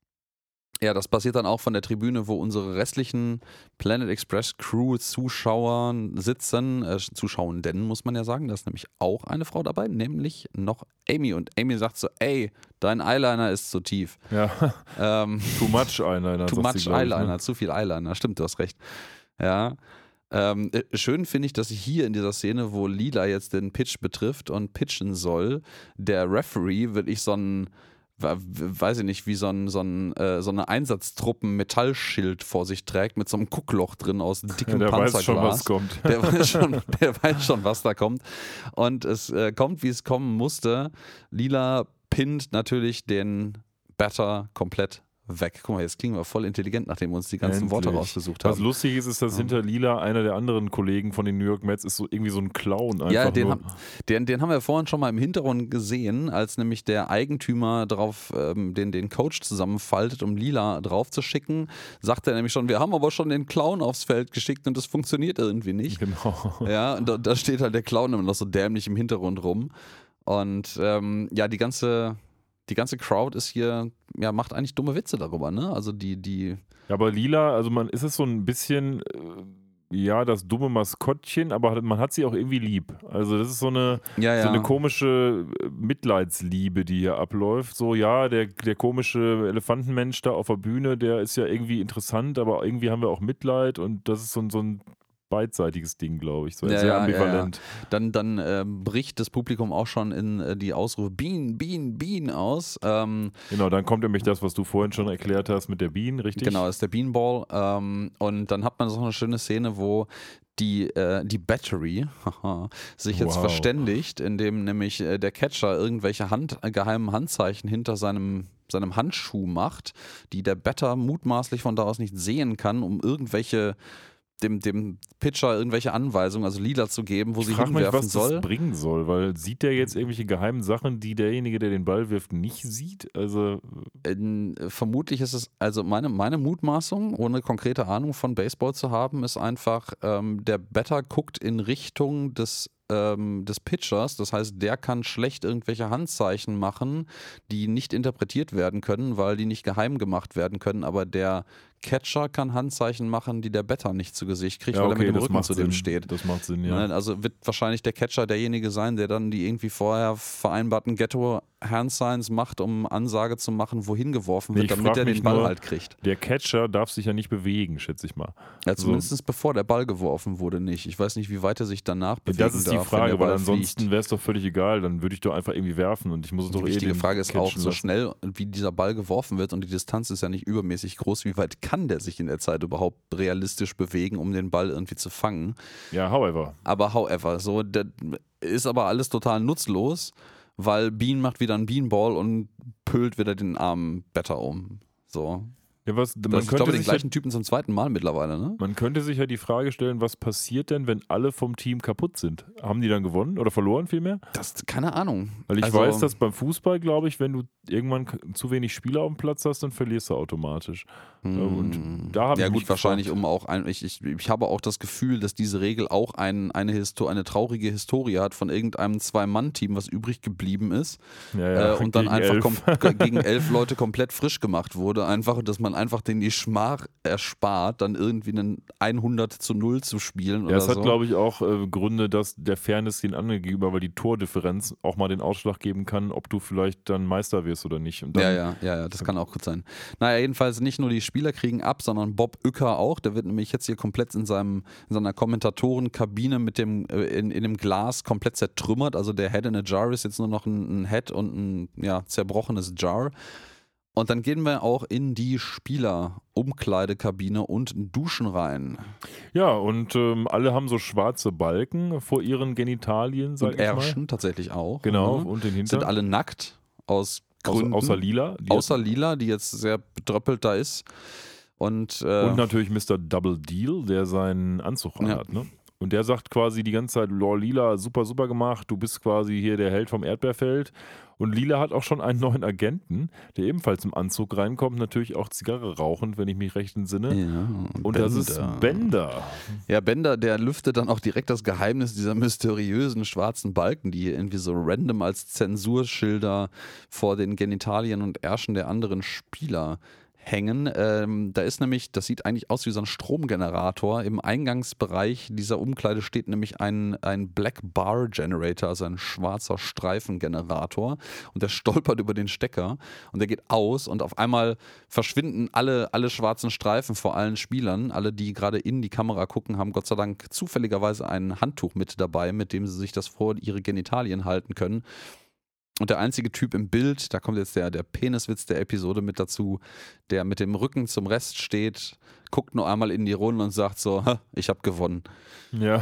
ja, das passiert dann auch von der Tribüne, wo unsere restlichen Planet Express Crew Zuschauer sitzen. Äh, Zuschauenden muss man ja sagen. Da ist nämlich auch eine Frau dabei, nämlich noch Amy. Und Amy sagt so, ey, dein Eyeliner ist zu tief. Ja, Ähm, too much Eyeliner. too sagt much sie, glaub ich, ne? Eyeliner, zu viel Eyeliner. Stimmt, du hast recht. Ja. Ähm, äh, schön finde ich, dass hier in dieser Szene, wo Lila jetzt den Pitch betrifft und pitchen soll, der Referee wirklich so ein weiß ich nicht, wie so ein, so ein äh, so eine Einsatztruppen-Metallschild vor sich trägt mit so einem Guckloch drin aus dickem Der Panzerglas. weiß schon, was kommt. Der weiß schon, der weiß schon, was da kommt. Und es äh, kommt, wie es kommen musste. Lila pinnt natürlich den Batter komplett weg. Guck mal, jetzt klingen wir voll intelligent, nachdem wir uns die ganzen Endlich. Worte rausgesucht Was haben. lustig ist, ist, dass Ja. hinter Lila einer der anderen Kollegen von den New York Mets ist so irgendwie so ein Clown einfach Ja, den, nur. haben, den, den haben wir vorhin schon mal im Hintergrund gesehen, als nämlich der Eigentümer drauf ähm, den, den Coach zusammenfaltet, um Lila drauf zu schicken, sagt er nämlich schon, wir haben aber schon den Clown aufs Feld geschickt und das funktioniert irgendwie nicht. Genau. Ja, und da, da steht halt der Clown immer noch so dämlich im Hintergrund rum. Und ähm, ja, die ganze, die ganze Crowd ist hier, ja, macht eigentlich dumme Witze darüber, ne? Also die, die. Ja, aber Lila, also man ist es so ein bisschen, äh, ja, das dumme Maskottchen, aber man hat sie auch irgendwie lieb. Also das ist so eine, Ja, ja. so eine komische äh, Mitleidsliebe, die hier abläuft. So, ja, der, der komische Elefantenmensch da auf der Bühne, der ist ja irgendwie interessant, aber irgendwie haben wir auch Mitleid und das ist so, ein- so ein beidseitiges Ding, glaube ich. So Ja, sehr ja, ambivalent. ja, ja. Dann, dann äh, bricht das Publikum auch schon in äh, die Ausrufe Bean, Bean, Bean aus. Ähm, Genau, dann kommt nämlich das, was du vorhin schon erklärt hast mit der Bienen, richtig? Genau, das ist der Beanball. Ähm, und dann hat man so eine schöne Szene, wo die, äh, die Battery haha, sich jetzt Wow. verständigt, indem nämlich äh, der Catcher irgendwelche Hand, äh, geheimen Handzeichen hinter seinem, seinem Handschuh macht, die der Batter mutmaßlich von da aus nicht sehen kann, um irgendwelche dem, dem Pitcher irgendwelche Anweisungen, also Lila zu geben, wo Ich sie frage mich, hinwerfen was soll. das bringen soll, weil sieht der jetzt irgendwelche geheimen Sachen, die derjenige, der den Ball wirft, nicht sieht? Also In, vermutlich ist es, also meine, meine Mutmaßung, ohne konkrete Ahnung von Baseball zu haben, ist einfach, ähm, der Batter guckt in Richtung des, ähm, des Pitchers, das heißt, der kann schlecht irgendwelche Handzeichen machen, die nicht interpretiert werden können, weil die nicht geheim gemacht werden können, aber der Catcher kann Handzeichen machen, die der Batter nicht zu Gesicht kriegt, ja, weil er okay, mit dem das Rücken macht zu Sinn. dem steht. Das macht Sinn, ja. Ne, also wird wahrscheinlich der Catcher derjenige sein, der dann die irgendwie vorher vereinbarten Ghetto-Handsigns macht, um Ansage zu machen, wohin geworfen Nee, wird, ich damit frag er mich den Ball nur, halt kriegt. Der Catcher darf sich ja nicht bewegen, schätze ich mal. Ja, so. zumindest bevor der Ball geworfen wurde nicht. Ich weiß nicht, wie weit er sich danach bewegen Das ist die darf, wenn der Frage, Ball weil ansonsten fliegt. wäre es doch völlig egal. Dann würde ich doch einfach irgendwie werfen und ich muss es Die doch eh wichtige den Frage ist auch, catchen so lassen. schnell wie dieser Ball geworfen wird und die Distanz ist ja nicht übermäßig groß, wie weit kann der sich in der Zeit überhaupt realistisch bewegen, um den Ball irgendwie zu fangen? Ja, however. Aber however, so das ist aber alles total nutzlos, weil Bean macht wieder einen Beanball und pölt wieder den armen Batter um. So. Ja, was, man, Das ist, ich könnte glaube, den sich ja, gleichen Typen zum zweiten Mal mittlerweile, ne? man könnte sich ja die Frage stellen, was passiert denn, wenn alle vom Team kaputt sind? Haben die dann gewonnen oder verloren vielmehr? Das, keine Ahnung. Weil ich Also- weiß, dass beim Fußball, glaube ich, wenn du irgendwann k- zu wenig Spieler auf dem Platz hast, dann verlierst du automatisch. Hm. Und da habe ja ich gut, mich wahrscheinlich gefragt. um auch ein, ich, ich, ich habe auch das Gefühl, dass diese Regel auch ein, eine, Histo eine traurige Historie hat von irgendeinem Zwei-Mann-Team, was übrig geblieben ist Ja, ja, äh, und dann gegen einfach elf. kom gegen elf Leute komplett frisch gemacht wurde, einfach, dass man einfach den die Schmach erspart, dann irgendwie einen hundert zu null zu spielen oder Ja, es so. hat, glaube ich, auch äh, Gründe, dass der Fairness den anderen gegenüber, weil die Tordifferenz auch mal den Ausschlag geben kann, ob du vielleicht dann Meister wirst oder nicht. Und dann, Ja, ja, ja, ja, das kann auch gut sein. Naja, jedenfalls nicht nur die Spieler kriegen ab, sondern Bob Uecker auch. Der wird nämlich jetzt hier komplett in, seinem, in seiner Kommentatorenkabine mit dem, äh, in, in dem Glas komplett zertrümmert. Also der Head in a Jar ist jetzt nur noch ein, ein Head und ein ja, zerbrochenes Jar. Und dann gehen wir auch in die Spieler-Umkleidekabine und duschen rein. Ja, und ähm, alle haben so schwarze Balken vor ihren Genitalien, sag Und ich mal. Ärschen tatsächlich auch. Genau, Mhm. und den Hintern. Sind alle nackt aus Außer, Gründen. außer Lila. die Außer Lila, die jetzt sehr bedröppelt da ist. Und, äh, Und natürlich Mister Double Deal, der seinen Anzug Ja. anhat, ne? Und der sagt quasi die ganze Zeit, Lord Lila, super, super gemacht, du bist quasi hier der Held vom Erdbeerfeld. Und Lila hat auch schon einen neuen Agenten, der ebenfalls im Anzug reinkommt, natürlich auch Zigarre rauchend, wenn ich mich recht entsinne. ja, Und das ist Bender. Ja, Bender, der lüftet dann auch direkt das Geheimnis dieser mysteriösen schwarzen Balken, die irgendwie so random als Zensurschilder vor den Genitalien und Ärschen der anderen Spieler hängen. Ähm, da ist nämlich, das sieht eigentlich aus wie so ein Stromgenerator. Im Eingangsbereich dieser Umkleide steht nämlich ein, ein Black Bar Generator, also ein schwarzer Streifengenerator. Und der stolpert über den Stecker und der geht aus und auf einmal verschwinden alle, alle schwarzen Streifen vor allen Spielern. Alle, die gerade in die Kamera gucken, haben Gott sei Dank zufälligerweise ein Handtuch mit dabei, mit dem sie sich das vor ihre Genitalien halten können. Und der einzige Typ im Bild, da kommt jetzt der, der Peniswitz der Episode mit dazu, der mit dem Rücken zum Rest steht, guckt nur einmal in die Runde und sagt so, "Ha, ich habe gewonnen." Ja.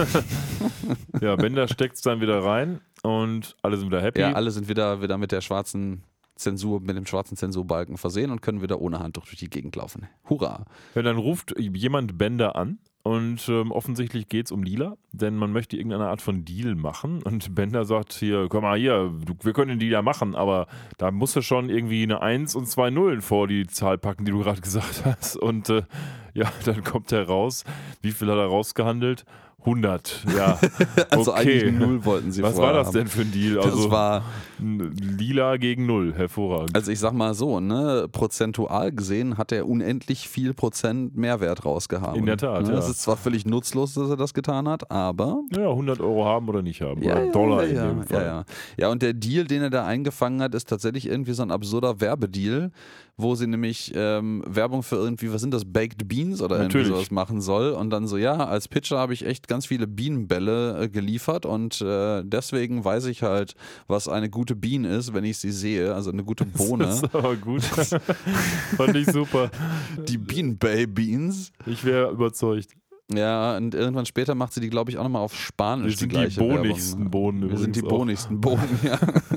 Ja, Bender steckt es dann wieder rein und alle sind wieder happy. Ja, alle sind wieder, wieder mit der schwarzen Zensur, mit dem schwarzen Zensurbalken versehen und können wieder ohne Handtuch durch die Gegend laufen. Hurra! Ja, dann ruft jemand Bender an. Und ähm, offensichtlich geht es um Lila, denn man möchte irgendeine Art von Deal machen. Und Bender sagt hier, komm mal hier, du, wir können den Deal ja machen, aber da musst du schon irgendwie eine eins und zwei Nullen vor die Zahl packen, die du gerade gesagt hast. Und äh, ja, dann kommt er raus. Wie viel hat er rausgehandelt? hundert, ja. Also Okay. eigentlich null wollten sie Was vorher war das haben. denn für ein Deal? Das Also war, Lila gegen null, hervorragend. also ich sag mal so, ne, prozentual gesehen hat er unendlich viel Prozent Mehrwert rausgehauen. In der Tat, ne? ja. Es ist zwar völlig nutzlos, dass er das getan hat, aber Ja, hundert Euro haben oder nicht haben. Ja, oder ja, Dollar ja, in ja, dem Fall. ja, ja. Ja, und der Deal, den er da eingefangen hat, ist tatsächlich irgendwie so ein absurder Werbedeal, wo sie nämlich ähm, Werbung für irgendwie, was sind das, Baked Beans oder Natürlich. irgendwie sowas machen soll. Und dann so, ja, als Pitcher habe ich echt ganz viele Bienenbälle äh, geliefert und äh, deswegen weiß ich halt, was eine gute Bean ist, wenn ich sie sehe, also eine gute Bohne. Das ist aber gut. Fand ich super. Die Bean Bay Beans. Ich wäre überzeugt. Ja, und irgendwann später macht sie die, glaube ich, auch nochmal auf Spanisch. Wir sind die gleiche bonigsten Werbung. Bohnen Wir sind die übrigens auch. bonigsten Bohnen, ja.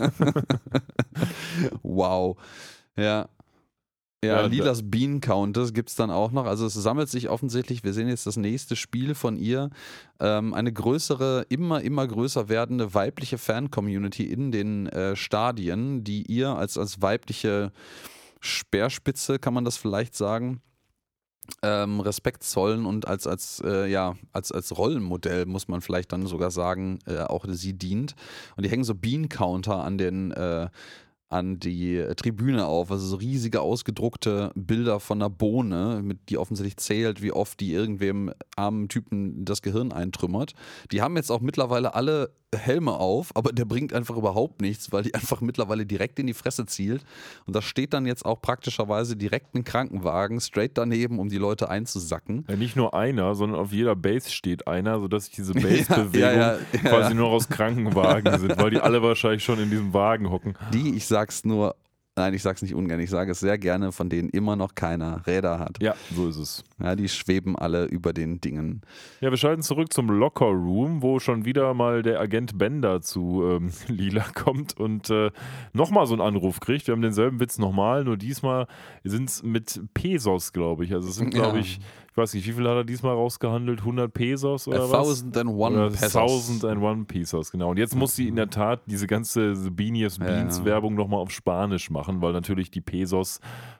Wow. Ja. Ja, Ja, Lilas Bean Countess gibt es dann auch noch. Also es sammelt sich offensichtlich, wir sehen jetzt das nächste Spiel von ihr, ähm, eine größere, immer, immer größer werdende weibliche Fan-Community in den äh, Stadien, die ihr als, als weibliche Speerspitze, kann man das vielleicht sagen, ähm, Respekt zollen und als, als, äh, ja, als, als Rollenmodell, muss man vielleicht dann sogar sagen, äh, auch sie dient. Und die hängen so Bean-Counter an den äh, an die Tribüne auf, also so riesige ausgedruckte Bilder von einer Bohne, mit, die offensichtlich zählt, wie oft die irgendwem armen Typen das Gehirn eintrümmert. Die haben jetzt auch mittlerweile alle Helme auf, aber der bringt einfach überhaupt nichts, weil die einfach mittlerweile direkt in die Fresse zielt. Und da steht dann jetzt auch praktischerweise direkt ein Krankenwagen straight daneben, um die Leute einzusacken. Ja, nicht nur einer, sondern auf jeder Base steht einer, sodass sich diese Base-Bewegung Ja, ja, ja, quasi ja. nur aus Krankenwagen sind, weil die alle wahrscheinlich schon in diesem Wagen hocken. Die, ich sag's nur, nein, ich sag's nicht ungern, ich sage es sehr gerne, von denen immer noch keiner Räder hat. Ja, so ist es. Ja, die schweben alle über den Dingen. Ja, wir schalten zurück zum Locker Room, wo schon wieder mal der Agent Bender zu ähm, Lila kommt und äh, nochmal so einen Anruf kriegt. Wir haben denselben Witz nochmal, nur diesmal sind es mit Pesos, glaube ich. Also es sind, glaube Ja. ich, ich weiß nicht, wie viel hat er diesmal rausgehandelt? hundert Pesos oder A was? thousand and one Oder pesos. Thousand and one Pesos, genau. Und jetzt muss sie in der Tat diese ganze Beanies Ja, Beans ja. Werbung nochmal auf Spanisch machen, weil natürlich die Pesos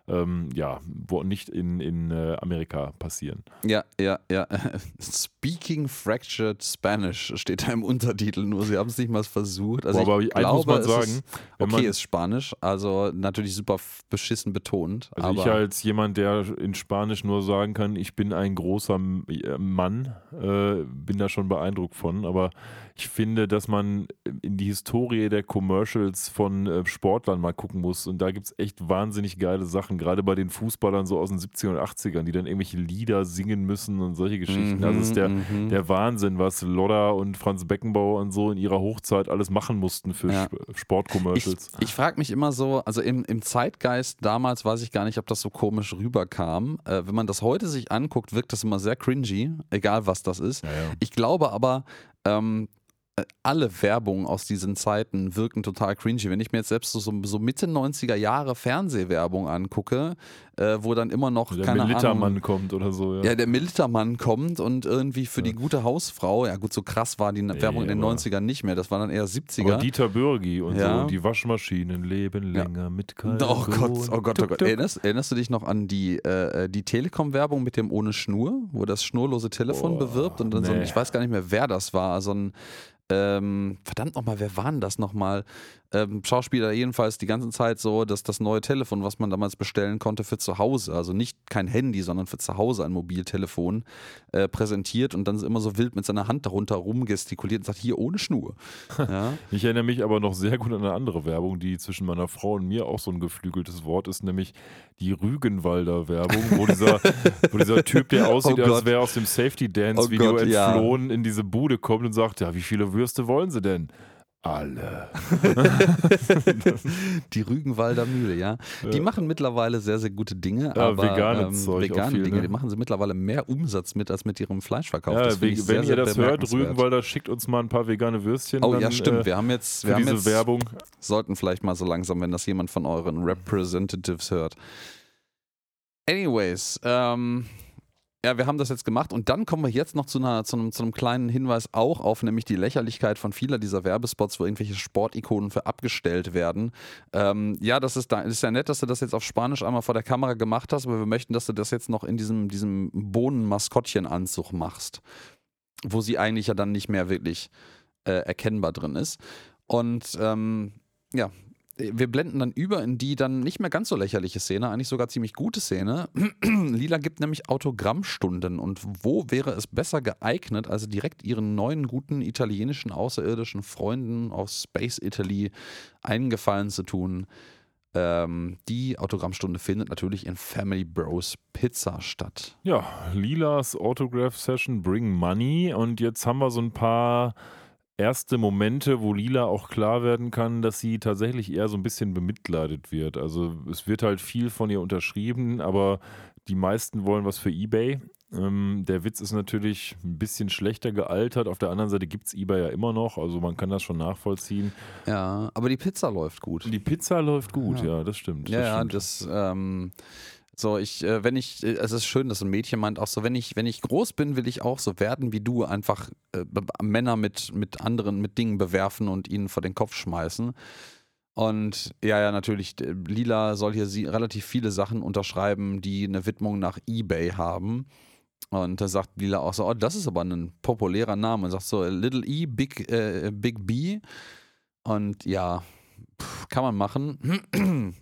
ähm, ja, wo nicht in, in äh, Amerika passieren. Ja, ja, ja. Speaking Fractured Spanish steht da im Untertitel, nur sie haben es nicht mal versucht. Also Boah, aber ich eins glaube, muss man es sagen, ist, wenn okay, man- ist Spanisch, also natürlich super f- beschissen betont. Also aber ich als jemand, der in Spanisch nur sagen kann, ich bin ein großer M- äh, Mann, äh, bin da schon beeindruckt von. Aber ich finde, dass man in die Historie der Commercials von äh, Sportlern mal gucken muss. Und da gibt es echt wahnsinnig geile Sachen, gerade bei den Fußballern so aus den siebzigern und achtzigern, die dann irgendwelche Lieder singen müssen und solche Geschichten. Mhm, Also es ist der, mhm. der Wahnsinn, was Lodda und Franz Beckenbauer und so in ihrer Hochzeit alles machen mussten für Ja. Sp- Sportcommercials. Ich, ich frage mich immer so, also im, im Zeitgeist damals weiß ich gar nicht, ob das so komisch rüberkam. Äh, wenn man das heute sich anguckt, wirkt das immer sehr cringy, egal was das ist. Ja, ja. Ich glaube aber, ähm, äh, alle Werbung aus diesen Zeiten wirken total cringy. Wenn ich mir jetzt selbst so, so, so Mitte neunziger Jahre Fernsehwerbung angucke, äh, wo dann immer noch, Der keine Militermann Ahnung, kommt oder so. Ja. ja, der Militermann kommt und irgendwie für die gute Hausfrau, ja gut, so krass war die Werbung in den aber- neunzigern nicht mehr, das war dann eher siebziger. Aber Dieter Bürgi und Ja. so, die Waschmaschinen leben länger mit Oh Kalkon. Gott, oh Gott, oh Tuk, Gott. tuk. Erinnerst, erinnerst du dich noch an die, äh, die Telekom-Werbung mit dem ohne Schnur, wo das schnurlose Telefon Boah, bewirbt und dann so ein, nee. ich weiß gar nicht mehr, wer das war, so ein, ähm, verdammt nochmal, wer war denn das nochmal? Ähm, Schauspieler jedenfalls die ganze Zeit so, dass das neue Telefon, was man damals bestellen konnte für zu Hause, also nicht kein Handy, sondern für zu Hause ein Mobiltelefon, äh, präsentiert und dann immer so wild mit seiner Hand darunter rumgestikuliert und sagt, hier ohne Schnur. Ja? Ich erinnere mich aber noch sehr gut an eine andere Werbung, die zwischen meiner Frau und mir auch so ein geflügeltes Wort ist, nämlich die Rügenwalder Werbung, wo dieser, wo dieser Typ, der aussieht, Oh als Gott. wäre aus dem Safety Dance Oh Video Gott, ja. entflohen, in diese Bude kommt und sagt, ja, wie viele Würste wollen Sie denn? Alle. Die Rügenwalder Mühle, ja. Die machen mittlerweile sehr, sehr gute Dinge, Ja, aber vegane ähm, Zeug auch vegane viel, Dinge, ne? die machen sie mittlerweile mehr Umsatz mit als mit ihrem Fleischverkauf. Ja, das finde ich wenn sehr, ihr sehr das hört, bemerkenswert. Rügenwalder, schickt uns mal ein paar vegane Würstchen. Oh dann, ja, stimmt. Äh, Wir haben jetzt, für wir haben diese jetzt Werbung. sollten vielleicht mal so langsam, wenn das jemand von euren Representatives hört. Anyways, ähm, ja, wir haben das jetzt gemacht und dann kommen wir jetzt noch zu, einer, zu, einem, zu einem kleinen Hinweis auch auf, nämlich die Lächerlichkeit von vieler dieser Werbespots, wo irgendwelche Sportikonen für abgestellt werden. Ähm, ja, das ist, da, ist ja nett, dass du das jetzt auf Spanisch einmal vor der Kamera gemacht hast, aber wir möchten, dass du das jetzt noch in diesem, diesem Bohnen-Maskottchen-Anzug machst, wo sie eigentlich ja dann nicht mehr wirklich äh, erkennbar drin ist. Und ähm, ja, wir blenden dann über in die dann nicht mehr ganz so lächerliche Szene, eigentlich sogar ziemlich gute Szene. Lila gibt nämlich Autogrammstunden und wo wäre es besser geeignet, also direkt ihren neuen guten italienischen außerirdischen Freunden aus Space Italy einen Gefallen zu tun. Ähm, die Autogrammstunde findet natürlich in Family Bros Pizza statt. Ja, Lilas Autograph Session Bring Money und jetzt haben wir so ein paar erste Momente, wo Lila auch klar werden kann, dass sie tatsächlich eher so ein bisschen bemitleidet wird. Also es wird halt viel von ihr unterschrieben, aber die meisten wollen was für eBay. Ähm, der Witz ist natürlich ein bisschen schlechter gealtert. Auf der anderen Seite gibt es eBay ja immer noch, also man kann das schon nachvollziehen. Ja, aber die Pizza läuft gut. Die Pizza läuft gut, Ja. ja, das stimmt. Ja, das ja, stimmt. das, ähm, so, ich, äh, wenn ich, äh, es ist schön, dass ein Mädchen meint auch so, wenn ich, wenn ich groß bin, will ich auch so werden wie du, einfach äh, b- Männer mit, mit anderen, mit Dingen bewerfen und ihnen vor den Kopf schmeißen. Und ja, ja, natürlich, äh, Lila soll hier sie relativ viele Sachen unterschreiben, die eine Widmung nach eBay haben. Und da sagt Lila auch so, oh, das ist aber ein populärer Name. Und sagt so, Little E, Big, äh, Big B. Und ja, pff, kann man machen.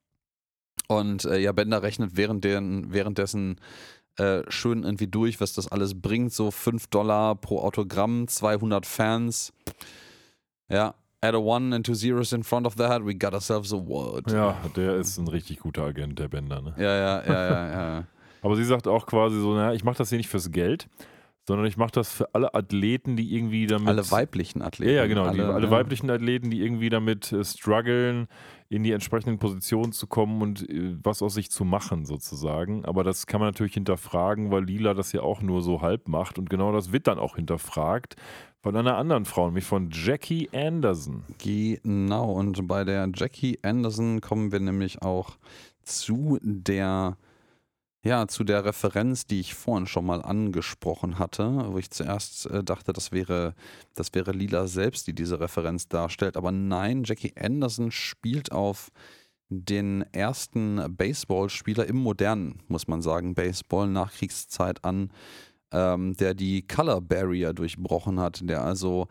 Und äh, ja, Bender rechnet während den, währenddessen äh, schön irgendwie durch, was das alles bringt. So fünf Dollar pro Autogramm, zweihundert Fans. Ja, add a one and two zeros in front of that, we got ourselves a award. Ja, der ist ein richtig guter Agent, der Bender. Ne? Ja, ja, ja, ja, ja. Aber sie sagt auch quasi so, naja, ich mache das hier nicht fürs Geld, sondern ich mache das für alle Athleten, die irgendwie damit... Alle weiblichen Athleten. Ja, ja, genau. Alle, die, alle ja. weiblichen Athleten, die irgendwie damit äh, strugglen, in die entsprechenden Positionen zu kommen und äh, was aus sich zu machen sozusagen. Aber das kann man natürlich hinterfragen, weil Lila das ja auch nur so halb macht. Und genau das wird dann auch hinterfragt von einer anderen Frau, nämlich von Jackie Anderson. Genau, und bei der Jackie Anderson kommen wir nämlich auch zu der... Ja, zu der Referenz, die ich vorhin schon mal angesprochen hatte, wo ich zuerst äh, dachte, das wäre, das wäre Lila selbst, die diese Referenz darstellt. Aber nein, Jackie Anderson spielt auf den ersten Baseballspieler im modernen, muss man sagen, Baseball Nachkriegszeit an, ähm, der die Color Barrier durchbrochen hat, der also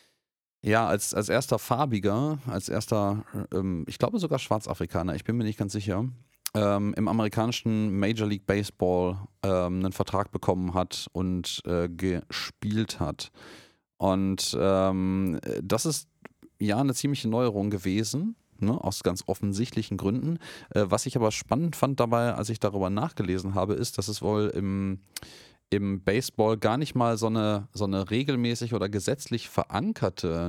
ja als, als erster Farbiger, als erster, ähm, ich glaube sogar Schwarzafrikaner, ich bin mir nicht ganz sicher, ähm, im amerikanischen Major League Baseball ähm, einen Vertrag bekommen hat und äh, gespielt hat. Und ähm, das ist ja eine ziemliche Neuerung gewesen. Ne, aus ganz offensichtlichen Gründen. Äh, was ich aber spannend fand dabei, als ich darüber nachgelesen habe, ist, dass es wohl im, im Baseball gar nicht mal so eine, so eine regelmäßig oder gesetzlich verankerte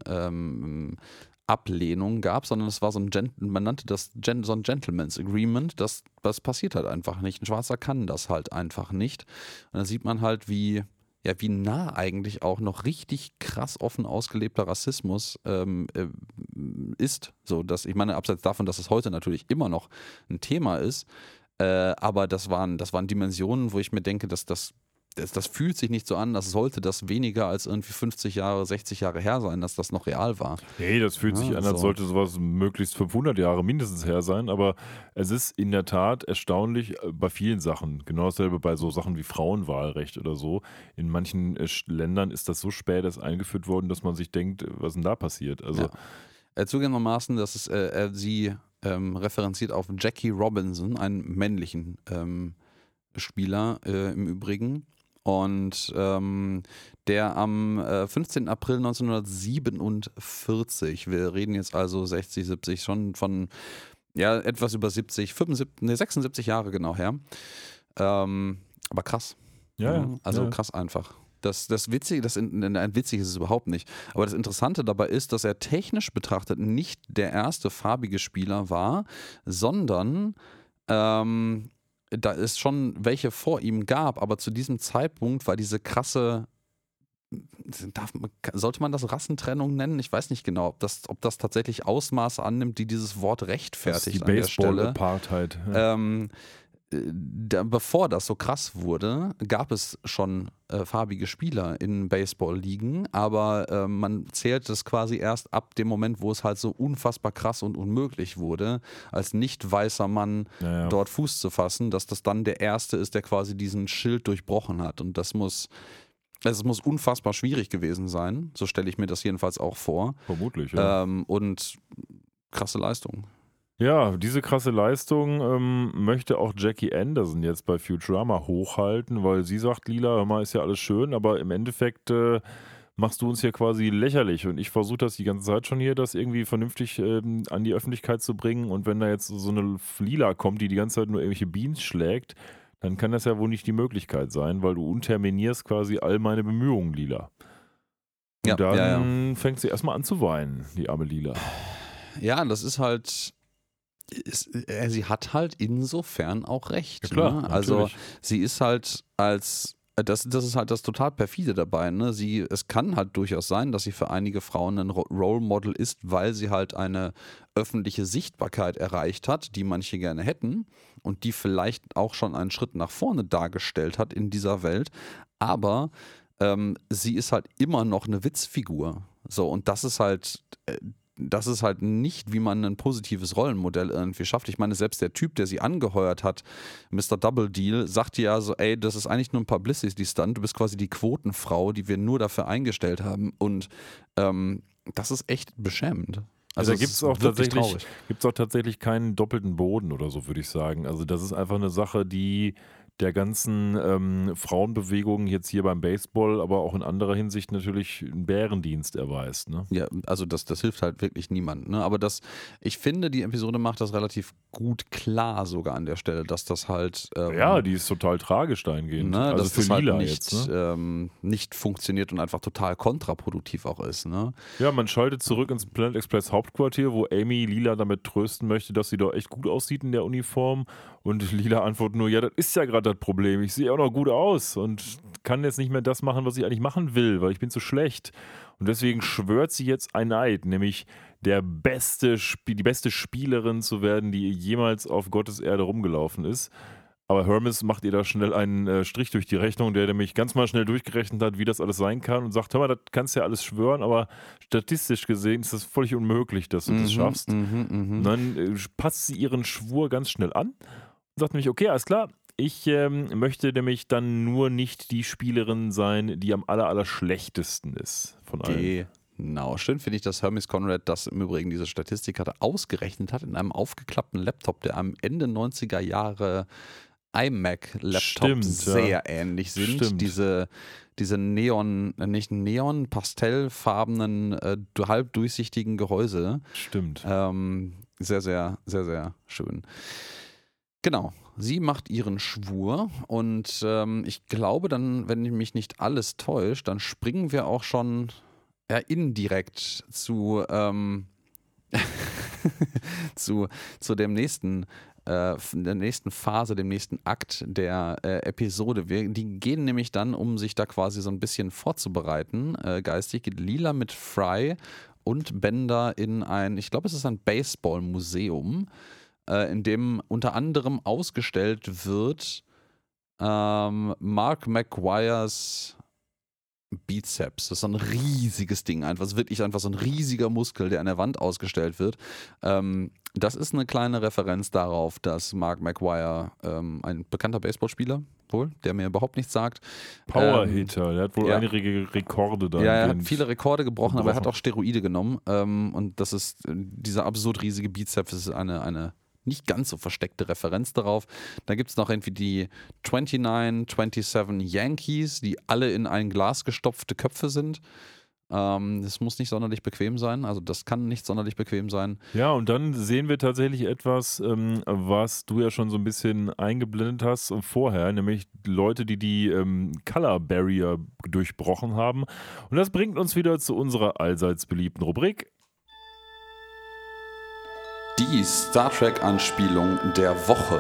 ähm, Ablehnung gab, sondern es war so ein, Gent- man nannte das Gen- so ein Gentleman's Agreement, das, das passiert halt einfach nicht. Ein Schwarzer kann das halt einfach nicht. Und dann sieht man halt, wie ja, wie nah eigentlich auch noch richtig krass offen ausgelebter Rassismus ähm, äh, ist. So, dass, ich meine, abseits davon, dass es heute natürlich immer noch ein Thema ist, äh, aber das waren, das waren Dimensionen, wo ich mir denke, dass das, das, das fühlt sich nicht so an, als sollte das weniger als irgendwie fünfzig Jahre, sechzig Jahre her sein, dass das noch real war. Nee, das fühlt sich Ja, an, als so. sollte sowas möglichst fünfhundert Jahre mindestens her sein, aber es ist in der Tat erstaunlich äh, bei vielen Sachen. Genau dasselbe bei so Sachen wie Frauenwahlrecht oder so. In manchen äh, Sch- Ländern ist das so spät erst eingeführt worden, dass man sich denkt, äh, was ist denn da passiert? Also, Ja. Äh, zugegebenermaßen, dass es, äh, er sie ähm, referenziert auf Jackie Robinson, einen männlichen ähm, Spieler äh, im Übrigen. Und ähm, der am äh, fünfzehnten April neunzehnhundertsiebenundvierzig, wir reden jetzt also sechzig, siebzig, schon von ja, etwas über siebzig, fünfundsiebzig, nee, sechsundsiebzig Jahre genau her. Ähm, aber krass. ja, ja. Also ja. krass einfach. Das, das Witzige, das in, nein, witzig ist es überhaupt nicht. Aber das Interessante dabei ist, dass er technisch betrachtet nicht der erste farbige Spieler war, sondern ähm, da es schon welche vor ihm gab, aber zu diesem Zeitpunkt war diese krasse, darf, sollte man das Rassentrennung nennen? Ich weiß nicht genau, ob das, ob das tatsächlich Ausmaße annimmt, die dieses Wort Das ist rechtfertigt die an der Stelle. Baseball-Apartheid. Ja. Ähm, da, bevor das so krass wurde, gab es schon äh, farbige Spieler in Baseball-Ligen, aber äh, man zählt das quasi erst ab dem Moment, wo es halt so unfassbar krass und unmöglich wurde, als nicht weißer Mann Ja, ja. dort Fuß zu fassen, dass das dann der Erste ist, der quasi diesen Schild durchbrochen hat. Und das muss, also es muss unfassbar schwierig gewesen sein, so stelle ich mir das jedenfalls auch vor. Vermutlich, ja. Ähm, und krasse Leistung. Ja, diese krasse Leistung ähm, möchte auch Jackie Anderson jetzt bei Futurama hochhalten, weil sie sagt, Lila, hör mal, ist ja alles schön, aber im Endeffekt äh, machst du uns hier quasi lächerlich und ich versuche das die ganze Zeit schon hier, das irgendwie vernünftig ähm, an die Öffentlichkeit zu bringen und wenn da jetzt so eine Lila kommt, die die ganze Zeit nur irgendwelche Beans schlägt, dann kann das ja wohl nicht die Möglichkeit sein, weil du unterminierst quasi all meine Bemühungen, Lila. Und Ja, dann ja, ja. fängt sie erstmal an zu weinen, die arme Lila. Ja, das ist halt, ist, äh, sie hat halt insofern auch recht. Ja, klar, ne? Also natürlich. sie ist halt als, äh, das, das ist halt das total perfide dabei. Ne? Sie, es kann halt durchaus sein, dass sie für einige Frauen ein Ro- Role Model ist, weil sie halt eine öffentliche Sichtbarkeit erreicht hat, die manche gerne hätten und die vielleicht auch schon einen Schritt nach vorne dargestellt hat in dieser Welt. Aber ähm, sie ist halt immer noch eine Witzfigur. So, und das ist halt, äh, das ist halt nicht, wie man ein positives Rollenmodell irgendwie schafft. Ich meine, selbst der Typ, der sie angeheuert hat, Mister Double Deal, sagt ja so, ey, das ist eigentlich nur ein Publicity-Stunt, du bist quasi die Quotenfrau, die wir nur dafür eingestellt haben. Und ähm, das ist echt beschämend. Also da es gibt es ist auch, wirklich tatsächlich- traurig. gibt's auch tatsächlich keinen doppelten Boden oder so, würde ich sagen. Also das ist einfach eine Sache, die der ganzen ähm, Frauenbewegung jetzt hier beim Baseball, aber auch in anderer Hinsicht natürlich einen Bärendienst erweist. Ne? Ja, also das, das hilft halt wirklich niemand. Ne? Aber das, ich finde, die Episode macht das relativ gut klar sogar an der Stelle, dass das halt ähm, Ja, die ist total tragisch dahingehend. ne, also dass für das halt Lila nicht, jetzt. Ne? ähm, nicht funktioniert und einfach total kontraproduktiv auch ist. Ne? Ja, man schaltet zurück ins Planet Express Hauptquartier, wo Amy Lila damit trösten möchte, dass sie doch echt gut aussieht in der Uniform. Und Lila antwortet nur, ja, das ist ja gerade das Problem. Ich sehe auch noch gut aus und kann jetzt nicht mehr das machen, was ich eigentlich machen will, weil ich bin zu schlecht. Und deswegen schwört sie jetzt ein Eid, nämlich der beste, Sp- die beste Spielerin zu werden, die jemals auf Gottes Erde rumgelaufen ist. aber Hermes macht ihr da schnell einen äh, Strich durch die Rechnung, der nämlich ganz mal schnell durchgerechnet hat, wie das alles sein kann und sagt, hör mal, das kannst du ja alles schwören, aber statistisch gesehen ist das völlig unmöglich, dass du Mhm, das schaffst. mhm, mhm. Und dann äh, passt sie ihren Schwur ganz schnell an und sagt nämlich, okay, alles klar, ich ähm, möchte nämlich dann nur nicht die Spielerin sein, die am aller, aller schlechtesten ist von allen. Genau, schön finde ich, dass Hermes Conrad das im Übrigen, diese Statistik hatte, ausgerechnet hat in einem aufgeklappten Laptop, der am Ende neunziger Jahre iMac-Laptop Stimmt, sehr ja. ähnlich sind. Stimmt. Diese, diese Neon, äh, nicht Neon, pastellfarbenen, äh, du- halb durchsichtigen Gehäuse. Stimmt. Ähm, sehr, sehr, sehr, sehr schön. Genau. Sie macht ihren Schwur und ähm, ich glaube dann, wenn mich nicht alles täuscht, dann springen wir auch schon ja, indirekt zu, ähm, zu, zu dem nächsten, äh, der nächsten Phase, dem nächsten Akt der äh, Episode. Wir, die gehen nämlich dann, um sich da quasi so ein bisschen vorzubereiten, äh, geistig, geht Lila mit Fry und Bender in ein, ich glaube, es ist ein Baseballmuseum, äh, in dem unter anderem ausgestellt wird ähm, Mark McGuires Bizeps. Das ist so ein riesiges Ding, einfach. Das ist wirklich einfach so ein riesiger Muskel, der an der Wand ausgestellt wird. Ähm, das ist eine kleine Referenz darauf, dass Mark McGuire, ähm, ein bekannter Baseballspieler, wohl, der mir überhaupt nichts sagt. Powerhitter, der hat wohl ja. einige Rekorde da. Ja, er hat viele Rekorde gebrochen, aber er hat gebrochen. auch Steroide genommen. Ähm, und das ist, äh, dieser absurd riesige Bizeps ist eine, eine nicht ganz so versteckte Referenz darauf. Da gibt es noch irgendwie die neunundzwanzig siebenundzwanzig Yankees, die alle in ein Glas gestopfte Köpfe sind. Ähm, das muss nicht sonderlich bequem sein, also das kann nicht sonderlich bequem sein. Ja, und dann sehen wir tatsächlich etwas, ähm, was du ja schon so ein bisschen eingeblendet hast vorher, nämlich Leute, die die ähm, Color Barrier durchbrochen haben. Und das bringt uns wieder zu unserer allseits beliebten Rubrik. Die Star Trek-Anspielung der Woche.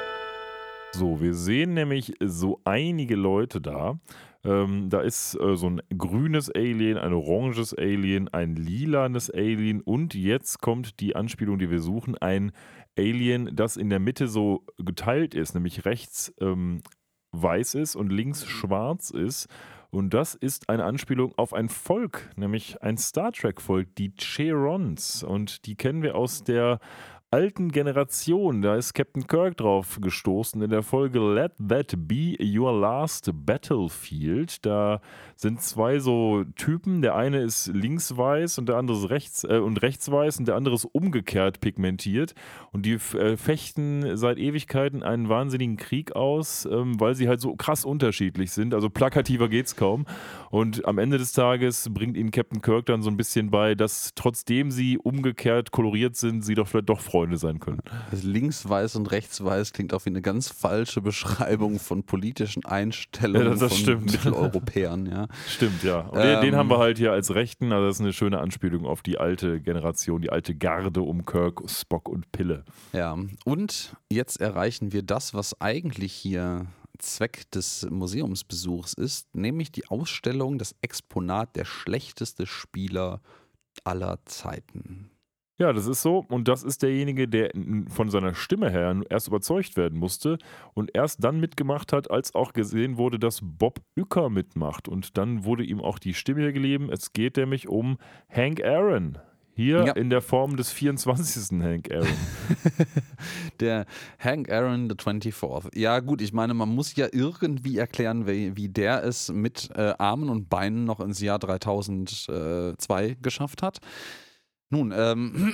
So, wir sehen nämlich so einige Leute da. Ähm, da ist äh, so ein grünes Alien, ein oranges Alien, ein lilanes Alien und jetzt kommt die Anspielung, die wir suchen, ein Alien, das in der Mitte so geteilt ist, nämlich rechts ähm, weiß ist und links schwarz ist. Und das ist eine Anspielung auf ein Volk, nämlich ein Star Trek-Volk, die Cherons. Und die kennen wir aus der alten Generation. Da ist Captain Kirk drauf gestoßen in der Folge Let That Be Your Last Battlefield. Da sind zwei so Typen. Der eine ist links weiß und der andere ist rechts äh, und rechts weiß und der andere ist umgekehrt pigmentiert. Und die äh, fechten seit Ewigkeiten einen wahnsinnigen Krieg aus, ähm, weil sie halt so krass unterschiedlich sind. Also plakativer geht's kaum. Und am Ende des Tages bringt ihnen Captain Kirk dann so ein bisschen bei, dass trotzdem sie umgekehrt koloriert sind, sie doch vielleicht doch Freunde sein können. Das links-weiß und rechts-weiß klingt auch wie eine ganz falsche Beschreibung von politischen Einstellungen Ja, das- das von stimmt. Mitteleuropäern. Ja. Stimmt, ja. Und Ähm, den, den haben wir halt hier als Rechten, also das ist eine schöne Anspielung auf die alte Generation, die alte Garde um Kirk, Spock und Pille. Ja, und jetzt erreichen wir das, was eigentlich hier Zweck des Museumsbesuchs ist, nämlich die Ausstellung, das Exponat der schlechteste Spieler aller Zeiten. Ja, das ist so. Und das ist derjenige, der n- von seiner Stimme her erst überzeugt werden musste und erst dann mitgemacht hat, als auch gesehen wurde, dass Bob Uecker mitmacht. Und dann wurde ihm auch die Stimme hier gegeben. Es geht nämlich um Hank Aaron. Hier Ja. in der Form des vierundzwanzigsten Hank Aaron. Der Hank Aaron, the twenty-fourth. Ja gut, ich meine, man muss ja irgendwie erklären, wie, wie der es mit äh, Armen und Beinen noch ins Jahr dreitausendzwei geschafft hat. Nun, ähm,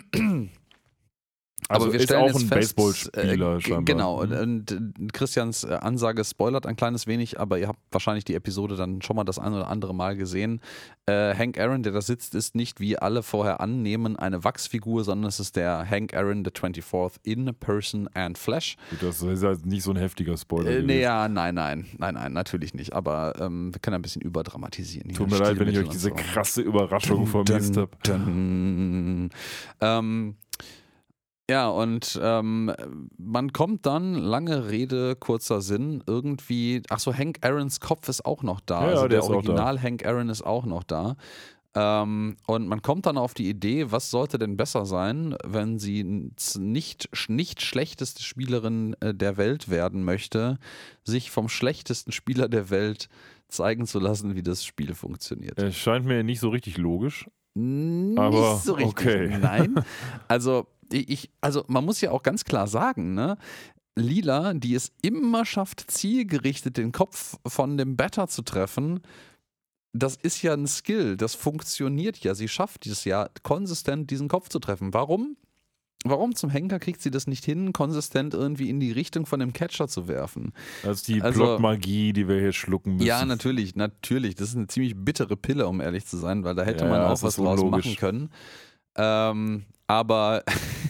Also aber wir ist stellen auch jetzt ein fest, Baseballspieler äh, scheinbar. Genau, Mhm. und äh, Christians äh, Ansage spoilert ein kleines wenig, aber ihr habt wahrscheinlich die Episode dann schon mal das ein oder andere Mal gesehen. Äh, Hank Aaron, der da sitzt, ist nicht, wie alle vorher annehmen, eine Wachsfigur, sondern es ist der Hank Aaron, the twenty-fourth in person and flesh. Gut, das ist halt nicht so ein heftiger Spoiler. Äh, gewesen. nee, ja, nein, nein, nein, nein, natürlich nicht. Aber ähm, wir können ein bisschen überdramatisieren. Hier. Tut mir leid, wenn ich euch Stilmittel diese und so. krasse Überraschung vermisst habe. Dun. Ähm, ja, und ähm, man kommt dann, lange Rede, kurzer Sinn, irgendwie, ach so, Hank Aarons Kopf ist auch noch da. Ja, also der der ist auch da. Original Hank Aaron ist auch noch da. Ähm, und man kommt dann auf die Idee, was sollte denn besser sein, wenn sie nicht, nicht schlechteste Spielerin der Welt werden möchte, sich vom schlechtesten Spieler der Welt zeigen zu lassen, wie das Spiel funktioniert. Es scheint mir nicht so richtig logisch. Nicht aber so richtig. Okay. Nein. Also, ich, also man muss ja auch ganz klar sagen, ne? Lila, die es immer schafft, zielgerichtet den Kopf von dem Batter zu treffen, das ist ja ein Skill, das funktioniert ja. Sie schafft es ja, konsistent diesen Kopf zu treffen. Warum? Warum zum Henker kriegt sie das nicht hin, konsistent irgendwie in die Richtung von dem Catcher zu werfen? Das ist die Also- Blockmagie, die wir hier schlucken müssen. Ja, natürlich, natürlich. Das ist eine ziemlich bittere Pille, um ehrlich zu sein, weil da hätte Ja, man auch das was ist draus unlogisch. machen können. Ähm, aber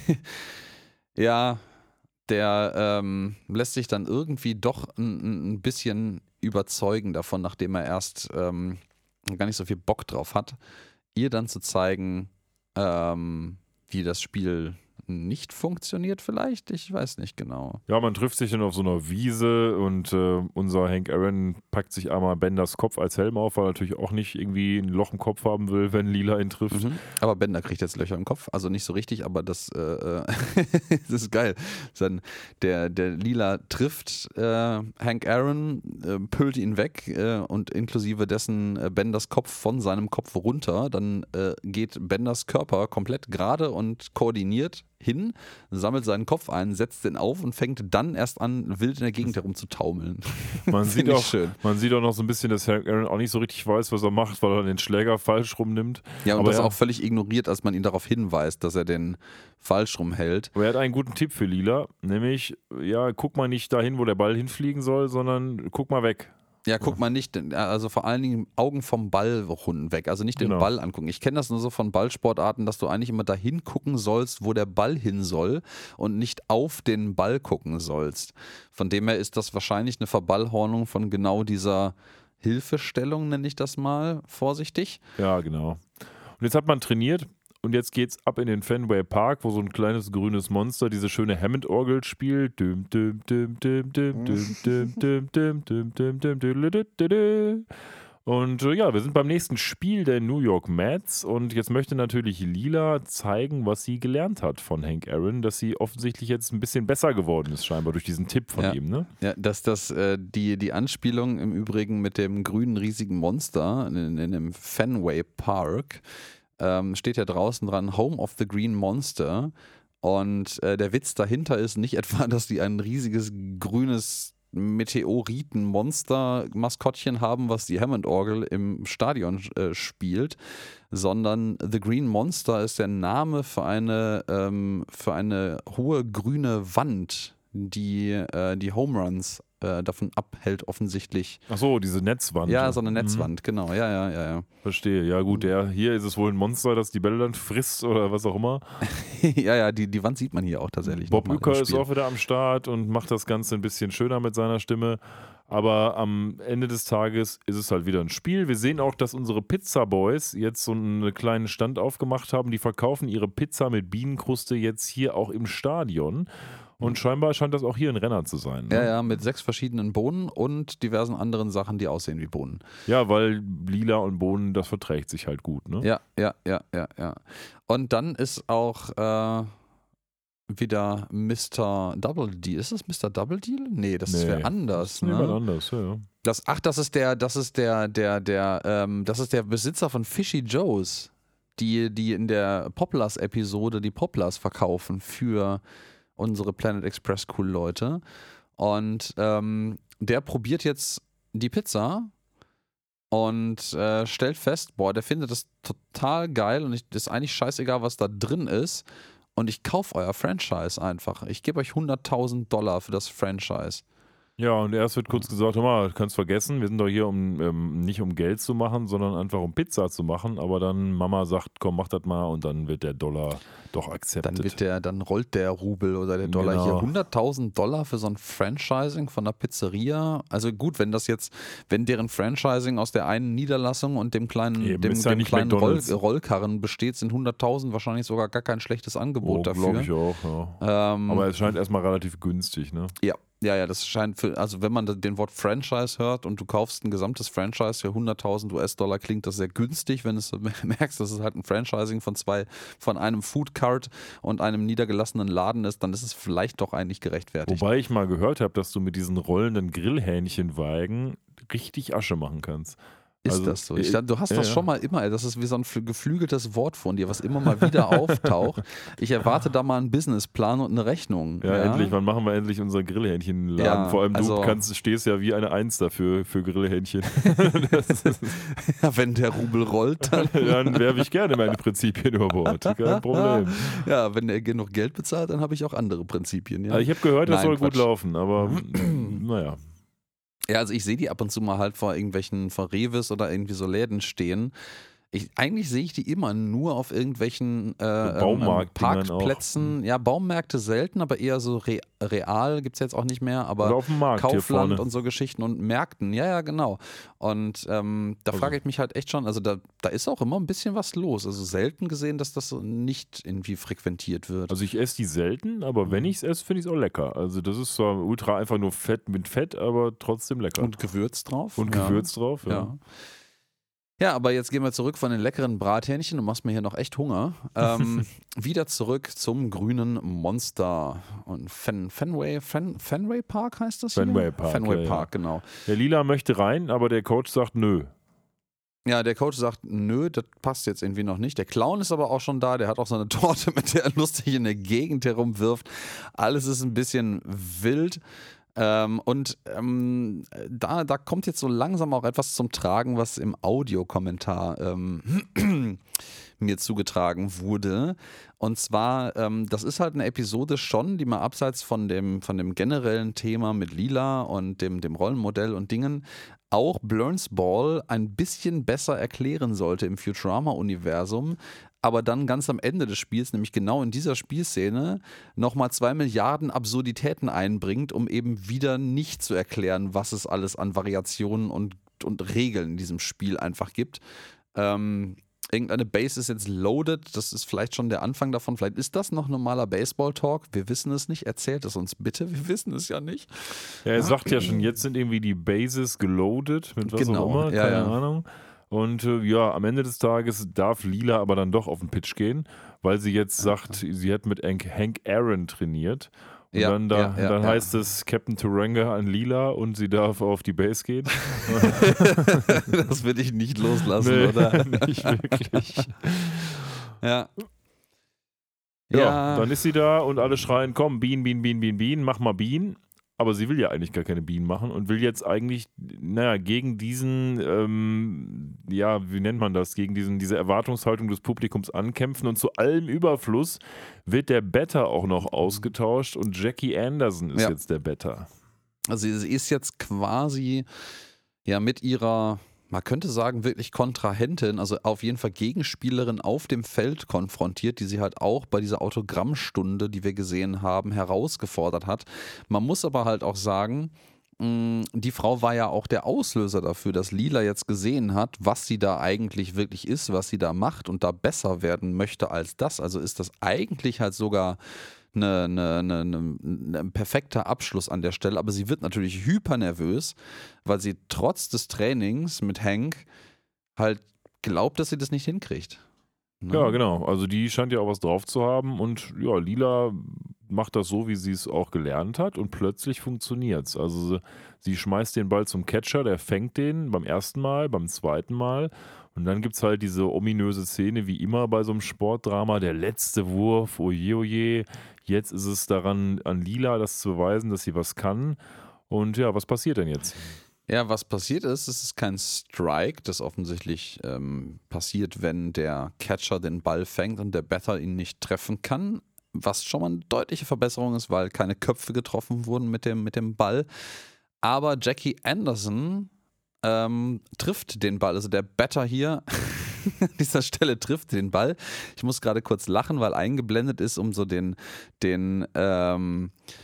ja, der ähm, lässt sich dann irgendwie doch ein, ein bisschen überzeugen davon, nachdem er erst ähm, gar nicht so viel Bock drauf hat, ihr dann zu zeigen, ähm, wie das Spiel nicht funktioniert vielleicht? Ich weiß nicht genau. Ja, man trifft sich dann auf so einer Wiese und äh, unser Hank Aaron packt sich einmal Benders Kopf als Helm auf, weil er natürlich auch nicht irgendwie ein Loch im Kopf haben will, wenn Lila ihn trifft. Mhm. Aber Bender kriegt jetzt Löcher im Kopf, also nicht so richtig, aber das, äh, das ist geil. Dann der, der Lila trifft äh, Hank Aaron, äh, püllt ihn weg äh, und inklusive dessen äh, Benders Kopf von seinem Kopf runter. Dann äh, geht Benders Körper komplett gerade und koordiniert hin, sammelt seinen Kopf ein, setzt den auf und fängt dann erst an, wild in der Gegend herum zu taumeln. Man sieht, Finde ich auch, schön. man sieht auch noch so ein bisschen, dass Hank Aaron auch nicht so richtig weiß, was er macht, weil er den Schläger falsch rumnimmt. Ja, und Aber das ja. auch völlig ignoriert, als man ihn darauf hinweist, dass er den falsch rumhält. Aber er hat einen guten Tipp für Lila, nämlich, ja, guck mal nicht dahin, wo der Ball hinfliegen soll, sondern guck mal weg. Ja, guck mal nicht, also vor allen Dingen Augen vom Ball runden weg, also nicht den Genau. Ball angucken. Ich kenne das nur so von Ballsportarten, dass du eigentlich immer dahin gucken sollst, wo der Ball hin soll und nicht auf den Ball gucken sollst. Von dem her ist das wahrscheinlich eine Verballhornung von genau dieser Hilfestellung, nenne ich das mal vorsichtig. Ja, genau. Und jetzt hat man trainiert und jetzt geht's ab in den Fenway Park, wo so ein kleines grünes Monster diese schöne Hammond-Orgel spielt. Düm, düm, düm, düm, düm, düm, düm, düm, düm, düm, düm, düm, düm. Und äh, ja, wir sind beim nächsten Spiel der New York Mets und jetzt möchte natürlich Lila zeigen, was sie gelernt hat von Hank Aaron, dass sie offensichtlich jetzt ein bisschen besser geworden ist, scheinbar durch diesen Tipp von Ja. ihm, ne? Ja, dass das äh, die, die Anspielung im Übrigen mit dem grünen riesigen Monster in, in dem Fenway Park ähm, steht ja draußen dran, Home of the Green Monster. Und äh, der Witz dahinter ist nicht etwa, dass die ein riesiges grünes Meteoriten-Monster-Maskottchen haben, was die Hammond-Orgel im Stadion äh, spielt, sondern The Green Monster ist der Name für eine, ähm, für eine hohe grüne Wand, die äh, die Home Runs äh, davon abhält, offensichtlich. Ach so, diese Netzwand. Ja, so eine Mhm. Netzwand, genau. Ja, ja, ja, ja. Verstehe. Ja gut, der, hier ist es wohl ein Monster, das die Bälle dann frisst oder was auch immer. ja, ja, die, die Wand sieht man hier auch tatsächlich. Bob nochmal im Uecker ist Spiel. auch wieder am Start und macht das Ganze ein bisschen schöner mit seiner Stimme. Aber am Ende des Tages ist es halt wieder ein Spiel. Wir sehen auch, dass unsere Pizza Boys jetzt so einen kleinen Stand aufgemacht haben. Die verkaufen ihre Pizza mit Bienenkruste jetzt hier auch im Stadion. Und scheinbar scheint das auch hier ein Renner zu sein. Ne? Ja, ja, mit sechs verschiedenen Bohnen und diversen anderen Sachen, die aussehen wie Bohnen. Ja, weil Lila und Bohnen, das verträgt sich halt gut. Ne? Ja, ja, ja, ja, ja. Und dann ist auch äh, wieder Mister Double Deal. Ist das Mister Double Deal? Nee, das ist Nee, wer anders. Das ist jemand Ne? anders, ja, ja. Das, ach, das ist der, das ist der, der, der, ähm, das ist der Besitzer von Fishy Joe's, die, die in der Poplars-Episode die Poplars verkaufen für unsere Planet Express cool Leute. Und ähm, der probiert jetzt die Pizza und äh, stellt fest, boah, der findet das total geil und ich, das ist eigentlich scheißegal, was da drin ist. Und ich kaufe euer Franchise einfach. Ich gebe euch hunderttausend Dollar für das Franchise. Ja, und erst wird kurz gesagt, hör mal, du kannst vergessen, wir sind doch hier, um ähm, nicht um Geld zu machen, sondern einfach um Pizza zu machen. Aber dann Mama sagt, komm, mach das mal und dann wird der Dollar doch akzeptiert. Dann wird der, dann rollt der Rubel oder der Dollar Genau. hier. hunderttausend Dollar für so ein Franchising von einer Pizzeria. Also gut, wenn das jetzt, wenn deren Franchising aus der einen Niederlassung und dem kleinen, Eben, dem, ist ja dem nicht kleinen Roll, McDonald's. Rollkarren besteht, sind hunderttausend wahrscheinlich sogar gar kein schlechtes Angebot oh, dafür. glaube ich auch, ja. Ähm, Aber es scheint erstmal relativ günstig, ne? Ja, Ja, ja, das scheint für, also wenn man den Wort Franchise hört und du kaufst ein gesamtes Franchise für hunderttausend US-Dollar, klingt das sehr günstig, wenn du merkst, dass es halt ein Franchising von zwei, von einem Food Cart und einem niedergelassenen Laden ist, dann ist es vielleicht doch eigentlich gerechtfertigt. Wobei ich mal gehört habe, dass du mit diesen rollenden Grillhähnchenweigen richtig Asche machen kannst. Ist also, das so? Ich, du hast ja, das ja. schon mal immer, das ist wie so ein geflügeltes Wort von dir, was immer mal wieder auftaucht. Ich erwarte da mal einen Businessplan und eine Rechnung. Ja, Ja, endlich, wann machen wir endlich unser Grillhähnchenladen? Ja, Vor allem du also- kannst, stehst ja wie eine Eins dafür, für Grillhähnchen. Das ist, Ja, wenn der Rubel rollt, dann, dann werfe ich gerne meine Prinzipien über Bord. Kein Problem. ja, wenn er genug Geld bezahlt, dann habe ich auch andere Prinzipien. Ja, Also ich habe gehört, das Nein, soll gut Quatsch. laufen, aber naja. ja also ich sehe die ab und zu mal halt vor irgendwelchen, vor Reves oder irgendwie so Läden stehen. Ich, eigentlich sehe ich die immer nur auf irgendwelchen äh, So Baumarktdingern Parkplätzen. Ja, Baumärkte selten, aber eher so re real gibt es jetzt auch nicht mehr. Aber Oder auf dem Markt hier Kaufland vorne. und so Geschichten und Märkten. Ja, ja, genau. Und ähm, da Also- frage ich mich halt echt schon, also da, da ist auch immer ein bisschen was los. Also selten gesehen, dass das so nicht irgendwie frequentiert wird. Also ich esse die selten, aber wenn ich es esse, finde ich es auch lecker. Also das ist zwar ultra einfach nur Fett mit Fett, aber trotzdem lecker. Und Gewürz drauf. Und ja. Gewürz drauf, ja. Ja. Ja, aber jetzt gehen wir zurück von den leckeren Brathähnchen. Du machst mir hier noch echt Hunger. Ähm, wieder zurück zum grünen Monster. Und Fen Fenway, Fen Fenway Park heißt das hier? Fenway Park, Fenway ja, Park, genau. Der Lila möchte rein, aber der Coach sagt nö. Ja, der Coach sagt, nö, das passt jetzt irgendwie noch nicht. Der Clown ist aber auch schon da. Der hat auch so eine Torte, mit der er lustig in der Gegend herumwirft. Alles ist ein bisschen wild. Ähm, und ähm, da, da kommt jetzt so langsam auch etwas zum Tragen, was im Audiokommentar ähm, mir zugetragen wurde. Und zwar, ähm, das ist halt eine Episode schon, die mal abseits von dem, von dem generellen Thema mit Lila und dem, dem Rollenmodell und Dingen auch Blurns Ball ein bisschen besser erklären sollte im Futurama-Universum, aber dann ganz am Ende des Spiels, nämlich genau in dieser Spielszene, nochmal zwei Milliarden Absurditäten einbringt, um eben wieder nicht zu erklären, was es alles an Variationen und, und Regeln in diesem Spiel einfach gibt. Ähm, irgendeine Base ist jetzt loaded, das ist vielleicht schon der Anfang davon, vielleicht ist das noch normaler Baseball-Talk, wir wissen es nicht, erzählt es uns bitte, wir wissen es ja nicht. Ja, er sagt ja schon, jetzt sind irgendwie die Bases geloadet, mit was Genau, auch immer, ja, keine ja. Ahnung. Und äh, ja, am Ende des Tages darf Lila aber dann doch auf den Pitch gehen, weil sie jetzt sagt, sie hat mit Hank, Hank Aaron trainiert. Und Ja, dann, da, ja, ja, dann ja. heißt es Captain Turanga an Lila und sie darf auf die Base gehen. Das will ich nicht loslassen, Nee, oder? nicht wirklich. Ja. Ja, dann ist sie da und alle schreien, komm, Bienen, Bienen, Bienen, Bienen, Bienen, mach mal Bienen. Aber sie will ja eigentlich gar keine Bienen machen und will jetzt eigentlich, naja, gegen diesen, ähm, ja, wie nennt man das, gegen diesen, diese Erwartungshaltung des Publikums ankämpfen und zu allem Überfluss wird der Better auch noch ausgetauscht und Jackie Anderson ist Ja. jetzt der Better. Also sie ist jetzt quasi ja mit ihrer, man könnte sagen, wirklich Kontrahentin, also auf jeden Fall Gegenspielerin auf dem Feld konfrontiert, die sie halt auch bei dieser Autogrammstunde, die wir gesehen haben, herausgefordert hat. Man muss aber halt auch sagen, mh, die Frau war ja auch der Auslöser dafür, dass Lila jetzt gesehen hat, was sie da eigentlich wirklich ist, was sie da macht und da besser werden möchte als das. Also ist das eigentlich halt sogar Eine, eine, eine, eine, ein perfekter Abschluss an der Stelle, aber sie wird natürlich hyper nervös, weil sie trotz des Trainings mit Hank halt glaubt, dass sie das nicht hinkriegt. Ne? Ja, genau. Also die scheint ja auch was drauf zu haben und ja, Lila macht das so, wie sie es auch gelernt hat und plötzlich funktioniert es. Also sie, sie schmeißt den Ball zum Catcher, der fängt den beim ersten Mal, beim zweiten Mal und dann gibt es halt diese ominöse Szene, wie immer bei so einem Sportdrama, der letzte Wurf, oje, oje, jetzt ist es daran an Lila, das zu beweisen, dass sie was kann und ja, was passiert denn jetzt? Ja, was passiert ist, es ist kein Strike, das offensichtlich ähm, passiert, wenn der Catcher den Ball fängt und der Batter ihn nicht treffen kann, was schon mal eine deutliche Verbesserung ist, weil keine Köpfe getroffen wurden mit dem, mit dem Ball. Aber Jackie Anderson ähm, trifft den Ball, also der Batter hier an dieser Stelle trifft den Ball. Ich muss gerade kurz lachen, weil eingeblendet ist, um so den, den, ähm,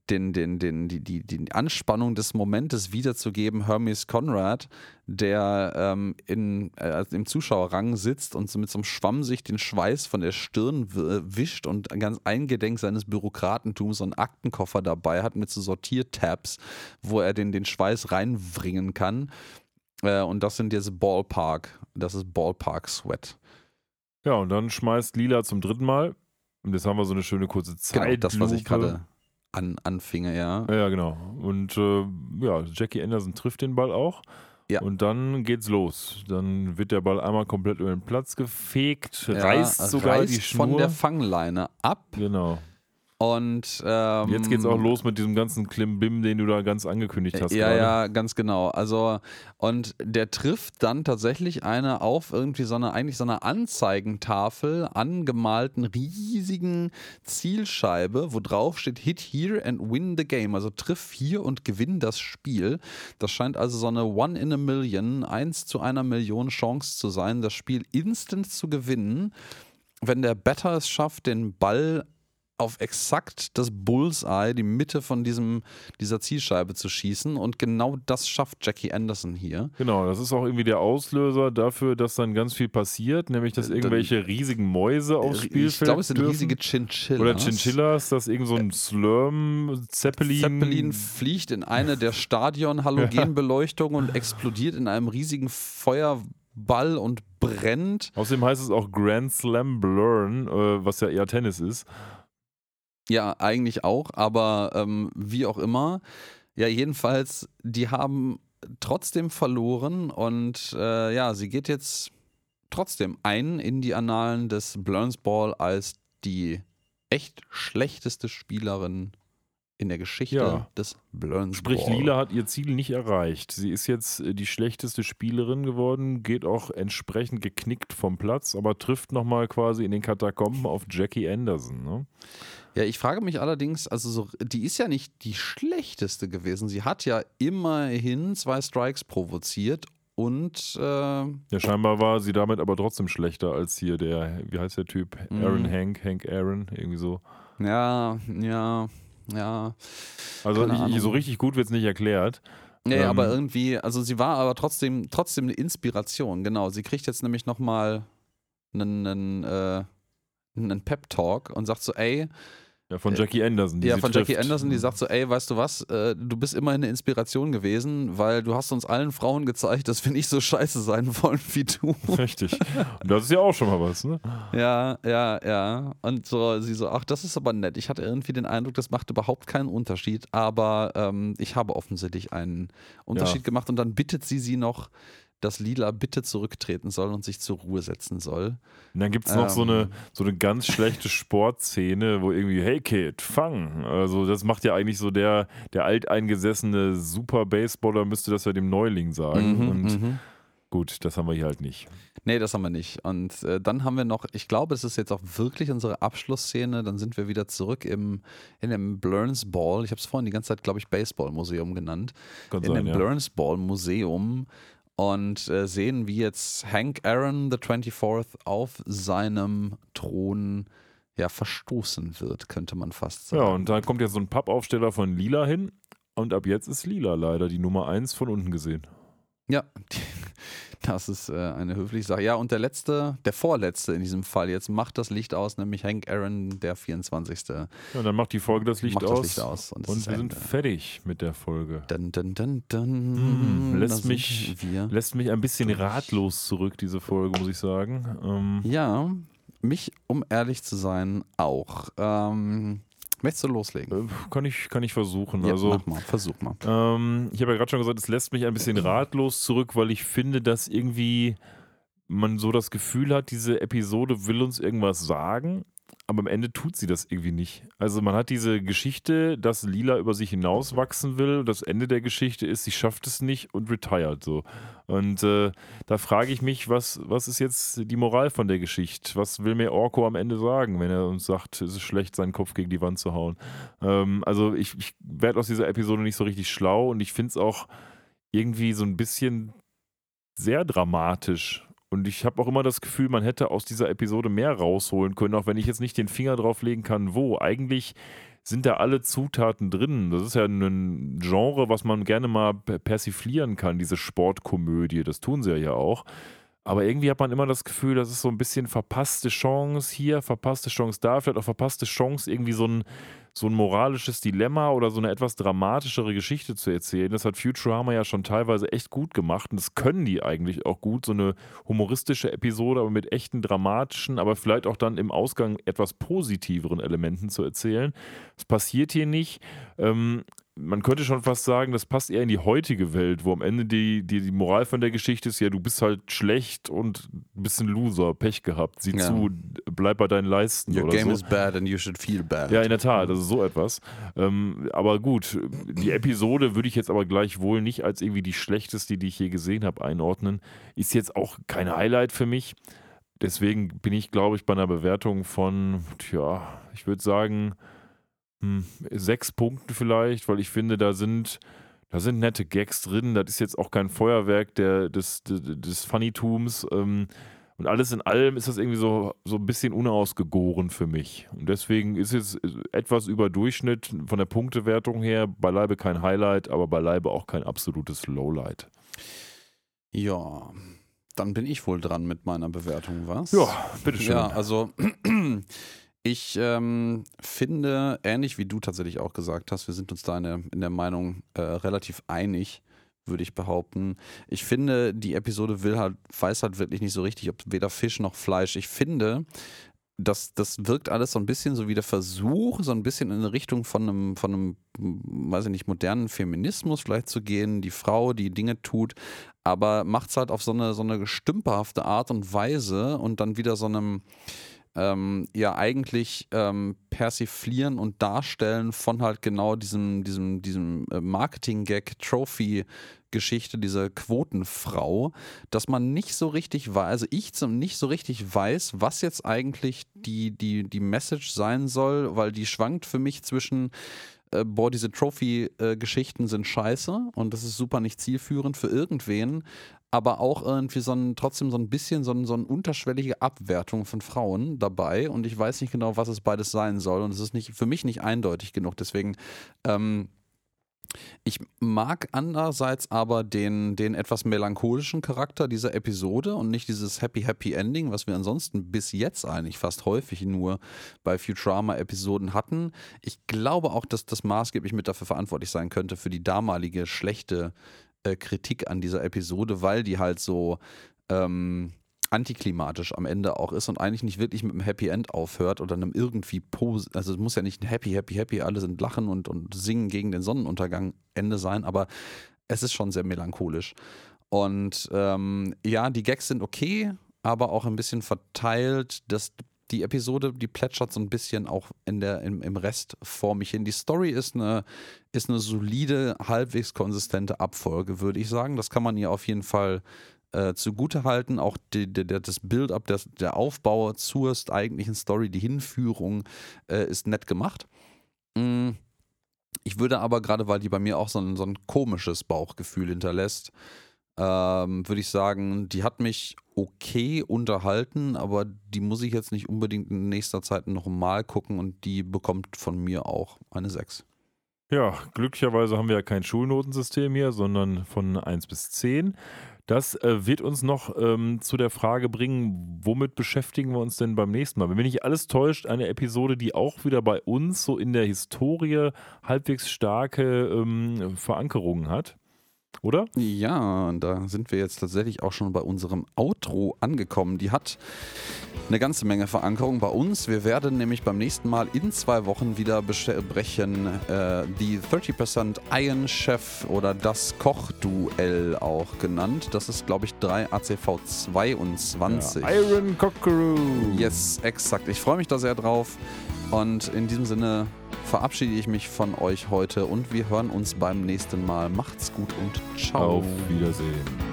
den, den, den, die, die, die Anspannung des Momentes wiederzugeben. Hermes Conrad, der ähm, in, äh, im Zuschauerrang sitzt und so mit so einem Schwamm sich den Schweiß von der Stirn w- wischt und ganz eingedenk seines Bürokratentums so einen Aktenkoffer dabei hat mit so Sortiertabs, wo er den, den Schweiß reinbringen kann. Äh, und das sind jetzt Ballpark. Das ist Ballpark Sweat. Ja, und dann schmeißt Lila zum dritten Mal. Und jetzt haben wir so eine schöne kurze Zeit. Genau, das, was ich gerade an, anfinge, ja. Ja, genau. Und äh, ja, Jackie Anderson trifft den Ball auch. Ja. Und dann geht's los. Dann wird der Ball einmal komplett über den Platz gefegt, Ja, reißt sogar reißt die Schnur. von der Fangleine ab. Genau. Und ähm, Jetzt geht's auch los mit diesem ganzen Klimbim, den du da ganz angekündigt hast. Ja, gerade. ja, ganz genau. Also, und der trifft dann tatsächlich eine auf irgendwie so eine, eigentlich so eine Anzeigentafel angemalten riesigen Zielscheibe, wo drauf steht Hit here and win the game. Also triff hier und gewinn das Spiel. Das scheint also so eine One in a Million, eins zu einer Million Chance zu sein, das Spiel instant zu gewinnen, wenn der Batter es schafft, den Ball auf exakt das Bullseye, die Mitte von diesem, dieser Zielscheibe zu schießen. Und genau das schafft Jackie Anderson hier. Genau, das ist auch irgendwie der Auslöser dafür, dass dann ganz viel passiert, nämlich dass irgendwelche riesigen Mäuse aufs Spielfeld Ich glaube, es sind dürfen. riesige Chinchillas. Oder Chinchillas, dass irgend so ein Slurm-Zeppelin... Zeppelin fliegt in eine der Stadion-Halogenbeleuchtungen und explodiert in einem riesigen Feuerball und brennt. Außerdem heißt es auch Grand Slam Blurn, äh, was ja eher Tennis ist. Ja, eigentlich auch, aber ähm, wie auch immer. Ja, jedenfalls, die haben trotzdem verloren und äh, ja, sie geht jetzt trotzdem ein in die Annalen des Blurns Ball als die echt schlechteste Spielerin in der Geschichte Ja. des Blurns Sprich, Ball. Lila hat ihr Ziel nicht erreicht. Sie ist jetzt äh, die schlechteste Spielerin geworden, geht auch entsprechend geknickt vom Platz, aber trifft nochmal quasi in den Katakomben auf Jackie Anderson. Ne? Ja, ich frage mich allerdings, also so, die ist ja nicht die schlechteste gewesen. Sie hat ja immerhin zwei Strikes provoziert und äh, Ja, scheinbar war sie damit aber trotzdem schlechter als hier der, wie heißt der Typ? Aaron Mhm. Hank, Hank Aaron, irgendwie so. ja, ja, ja. Also Keine ich, Ahnung. so richtig gut wird es nicht erklärt. Nee, Ähm, aber irgendwie, also sie war aber trotzdem, trotzdem eine Inspiration, genau. Sie kriegt jetzt nämlich nochmal einen, einen, äh, einen Pep-Talk und sagt so, ey, Ja, von Jackie Anderson. Die ja, sie von Jackie trifft. Anderson, die sagt so, ey, weißt du was, äh, du bist immerhin eine Inspiration gewesen, weil du hast uns allen Frauen gezeigt, dass wir nicht so scheiße sein wollen wie du. Richtig. Und das ist ja auch schon mal was, ne? Ja, ja, ja. Und so, sie so, ach, das ist aber nett. Ich hatte irgendwie den Eindruck, das macht überhaupt keinen Unterschied, aber ähm, ich habe offensichtlich einen Unterschied Ja. gemacht und dann bittet sie sie noch, dass Lila bitte zurücktreten soll und sich zur Ruhe setzen soll. Und dann gibt es noch so, eine, Ähm. so eine ganz schlechte Sportszene, wo irgendwie, hey Kid, fang. Also das macht ja eigentlich so der, der alteingesessene Super-Baseballer, müsste das ja dem Neuling sagen. Mhm, Und mhm. gut, das haben wir hier halt nicht. Nee, das haben wir nicht. Und äh, dann haben wir noch, ich glaube, es ist jetzt auch wirklich unsere Abschlussszene. Dann sind wir wieder zurück im, in dem Blurns Ball. Ich habe es vorhin die ganze Zeit, glaube ich, Baseball-Museum genannt. Kann in sein, dem ja. Blurns Ball Museum und äh, sehen, wie jetzt Hank Aaron, the twenty-fourth, auf seinem Thron ja verstoßen wird, könnte man fast sagen. Ja, und da kommt jetzt so ein Pappaufsteller von Lila hin. Und ab jetzt ist Lila leider die Nummer eins von unten gesehen. Ja, das ist äh, eine höfliche Sache. Ja, und der letzte, der vorletzte in diesem Fall jetzt macht das Licht aus, nämlich Hank Aaron, der vierundzwanzigste. Ja, und dann macht die Folge das Licht macht aus. das Licht aus. Und, es Und ist wir sind Ende. fertig mit der Folge. Dun, dun, dun, dun. Hm, lässt Da sind mich- wir. Lässt mich ein bisschen ratlos zurück, diese Folge, muss ich sagen. Ähm, Ja, mich, um ehrlich zu sein, auch. Ähm, möchtest du loslegen? äh, kann, ich, kann ich versuchen. Ja, also, mach mal, versuch mal. ähm, ich habe ja gerade schon gesagt, es lässt mich ein bisschen ratlos zurück, weil ich finde, dass irgendwie man so das Gefühl hat, diese Episode will uns irgendwas sagen, aber am Ende tut sie das irgendwie nicht. Also man hat diese Geschichte, dass Lila über sich hinauswachsen will. Das Ende der Geschichte ist, sie schafft es nicht und retired so. Und äh, da frage ich mich, was, was ist jetzt die Moral von der Geschichte? Was will mir Orko am Ende sagen, wenn er uns sagt, es ist schlecht, seinen Kopf gegen die Wand zu hauen? Ähm, also ich, ich werde aus dieser Episode nicht so richtig schlau und ich finde es auch irgendwie so ein bisschen sehr dramatisch. Und ich habe auch immer das Gefühl, man hätte aus dieser Episode mehr rausholen können, auch wenn ich jetzt nicht den Finger drauf legen kann, wo. Eigentlich sind da alle Zutaten drin. Das ist ja ein Genre, was man gerne mal persiflieren kann, diese Sportkomödie. Das tun sie ja hier auch. Aber irgendwie hat man immer das Gefühl, das ist so ein bisschen verpasste Chance hier, verpasste Chance da, vielleicht auch verpasste Chance, irgendwie so ein, so ein moralisches Dilemma oder so eine etwas dramatischere Geschichte zu erzählen. Das hat Futurama ja schon teilweise echt gut gemacht und das können die eigentlich auch gut, so eine humoristische Episode, aber mit echten dramatischen, aber vielleicht auch dann im Ausgang etwas positiveren Elementen zu erzählen. Das passiert hier nicht. Ähm, Man könnte schon fast sagen, das passt eher in die heutige Welt, wo am Ende die, die, die Moral von der Geschichte ist, ja, du bist halt schlecht und ein bisschen Loser, Pech gehabt. Sieh Ja. zu, bleib bei deinen Leisten Your oder game so. is bad and you should feel bad. Ja, in der Tat, also so etwas. Ähm, aber gut, die Episode würde ich jetzt aber gleichwohl nicht als irgendwie die schlechteste, die ich je gesehen habe, einordnen. Ist jetzt auch kein Highlight für mich. Deswegen bin ich, glaube ich, bei einer Bewertung von, tja, ich würde sagen, hm, sechs Punkten vielleicht, weil ich finde, da sind, da sind nette Gags drin. Das ist jetzt auch kein Feuerwerk der, des, des, des Funnytums. Ähm, und alles in allem ist das irgendwie so, so ein bisschen unausgegoren für mich. Und deswegen ist es etwas über Durchschnitt von der Punktewertung her. Beileibe kein Highlight, aber beileibe auch kein absolutes Lowlight. Ja, dann bin ich wohl dran mit meiner Bewertung, was? Ja, bitteschön. Ja, also ich ähm, finde, ähnlich wie du tatsächlich auch gesagt hast, wir sind uns da in der, in der Meinung äh, relativ einig, würde ich behaupten. Ich finde, die Episode will halt, weiß halt wirklich nicht so richtig, ob weder Fisch noch Fleisch. Ich finde, das, das wirkt alles so ein bisschen so wie der Versuch, so ein bisschen in eine Richtung von einem, von einem, weiß ich nicht, modernen Feminismus vielleicht zu gehen, die Frau, die Dinge tut, aber macht es halt auf so eine, so eine stümperhafte Art und Weise und dann wieder so einem Ähm, ja eigentlich ähm, persiflieren und darstellen von halt genau diesem, diesem, diesem Marketing-Gag-Trophy-Geschichte, dieser Quotenfrau, dass man nicht so richtig weiß, also ich zum nicht so richtig weiß, was jetzt eigentlich die, die, die Message sein soll, weil die schwankt für mich zwischen äh, boah, diese Trophy-Geschichten sind scheiße und das ist super nicht zielführend für irgendwen, aber auch irgendwie so ein, trotzdem so ein bisschen so, ein, so eine unterschwellige Abwertung von Frauen dabei und ich weiß nicht genau, was es beides sein soll und es ist nicht, für mich nicht eindeutig genug, deswegen ähm, ich mag andererseits aber den, den etwas melancholischen Charakter dieser Episode und nicht dieses Happy Happy Ending, was wir ansonsten bis jetzt eigentlich fast häufig nur bei Futurama-Episoden hatten. Ich glaube auch, dass das maßgeblich mit dafür verantwortlich sein könnte für die damalige schlechte äh, Kritik an dieser Episode, weil die halt so ähm, antiklimatisch am Ende auch ist und eigentlich nicht wirklich mit einem Happy End aufhört oder einem irgendwie Pose, also es muss ja nicht ein Happy, Happy, Happy, alle sind lachen und, und singen gegen den Sonnenuntergang Ende sein, aber es ist schon sehr melancholisch. Und ähm, ja, die Gags sind okay, aber auch ein bisschen verteilt. Das, die Episode, die plätschert so ein bisschen auch in der, im, im Rest vor mich hin. Die Story ist eine, ist eine solide, halbwegs konsistente Abfolge, würde ich sagen. Das kann man ihr auf jeden Fall Äh, zugute halten, auch die, die, das Build-up, der, der Aufbau zur eigentlichen Story, die Hinführung äh, ist nett gemacht. Mm. Ich würde aber, gerade weil die bei mir auch so ein, so ein komisches Bauchgefühl hinterlässt, ähm, würde ich sagen, die hat mich okay unterhalten, aber die muss ich jetzt nicht unbedingt in nächster Zeit nochmal gucken und die bekommt von mir auch eine sechs. Ja, glücklicherweise haben wir ja kein Schulnotensystem hier, sondern von eins bis zehn. Das äh, wird uns noch ähm, zu der Frage bringen, womit beschäftigen wir uns denn beim nächsten Mal? Wenn mich nicht alles täuscht, eine Episode, die auch wieder bei uns so in der Historie halbwegs starke ähm, Verankerungen hat. Oder? Ja, da sind wir jetzt tatsächlich auch schon bei unserem Outro angekommen. Die hat eine ganze Menge Verankerung bei uns. Wir werden nämlich beim nächsten Mal in zwei Wochen wieder besprechen äh, die dreißig Prozent Iron Chef oder das Kochduell auch genannt. Das ist, glaube ich, drei A C V zweiundzwanzig. Ja, Iron Cockeroo. Yes, exakt. Ich freue mich da sehr drauf. Und in diesem Sinne verabschiede ich mich von euch heute und wir hören uns beim nächsten Mal. Macht's gut und ciao. Auf Wiedersehen.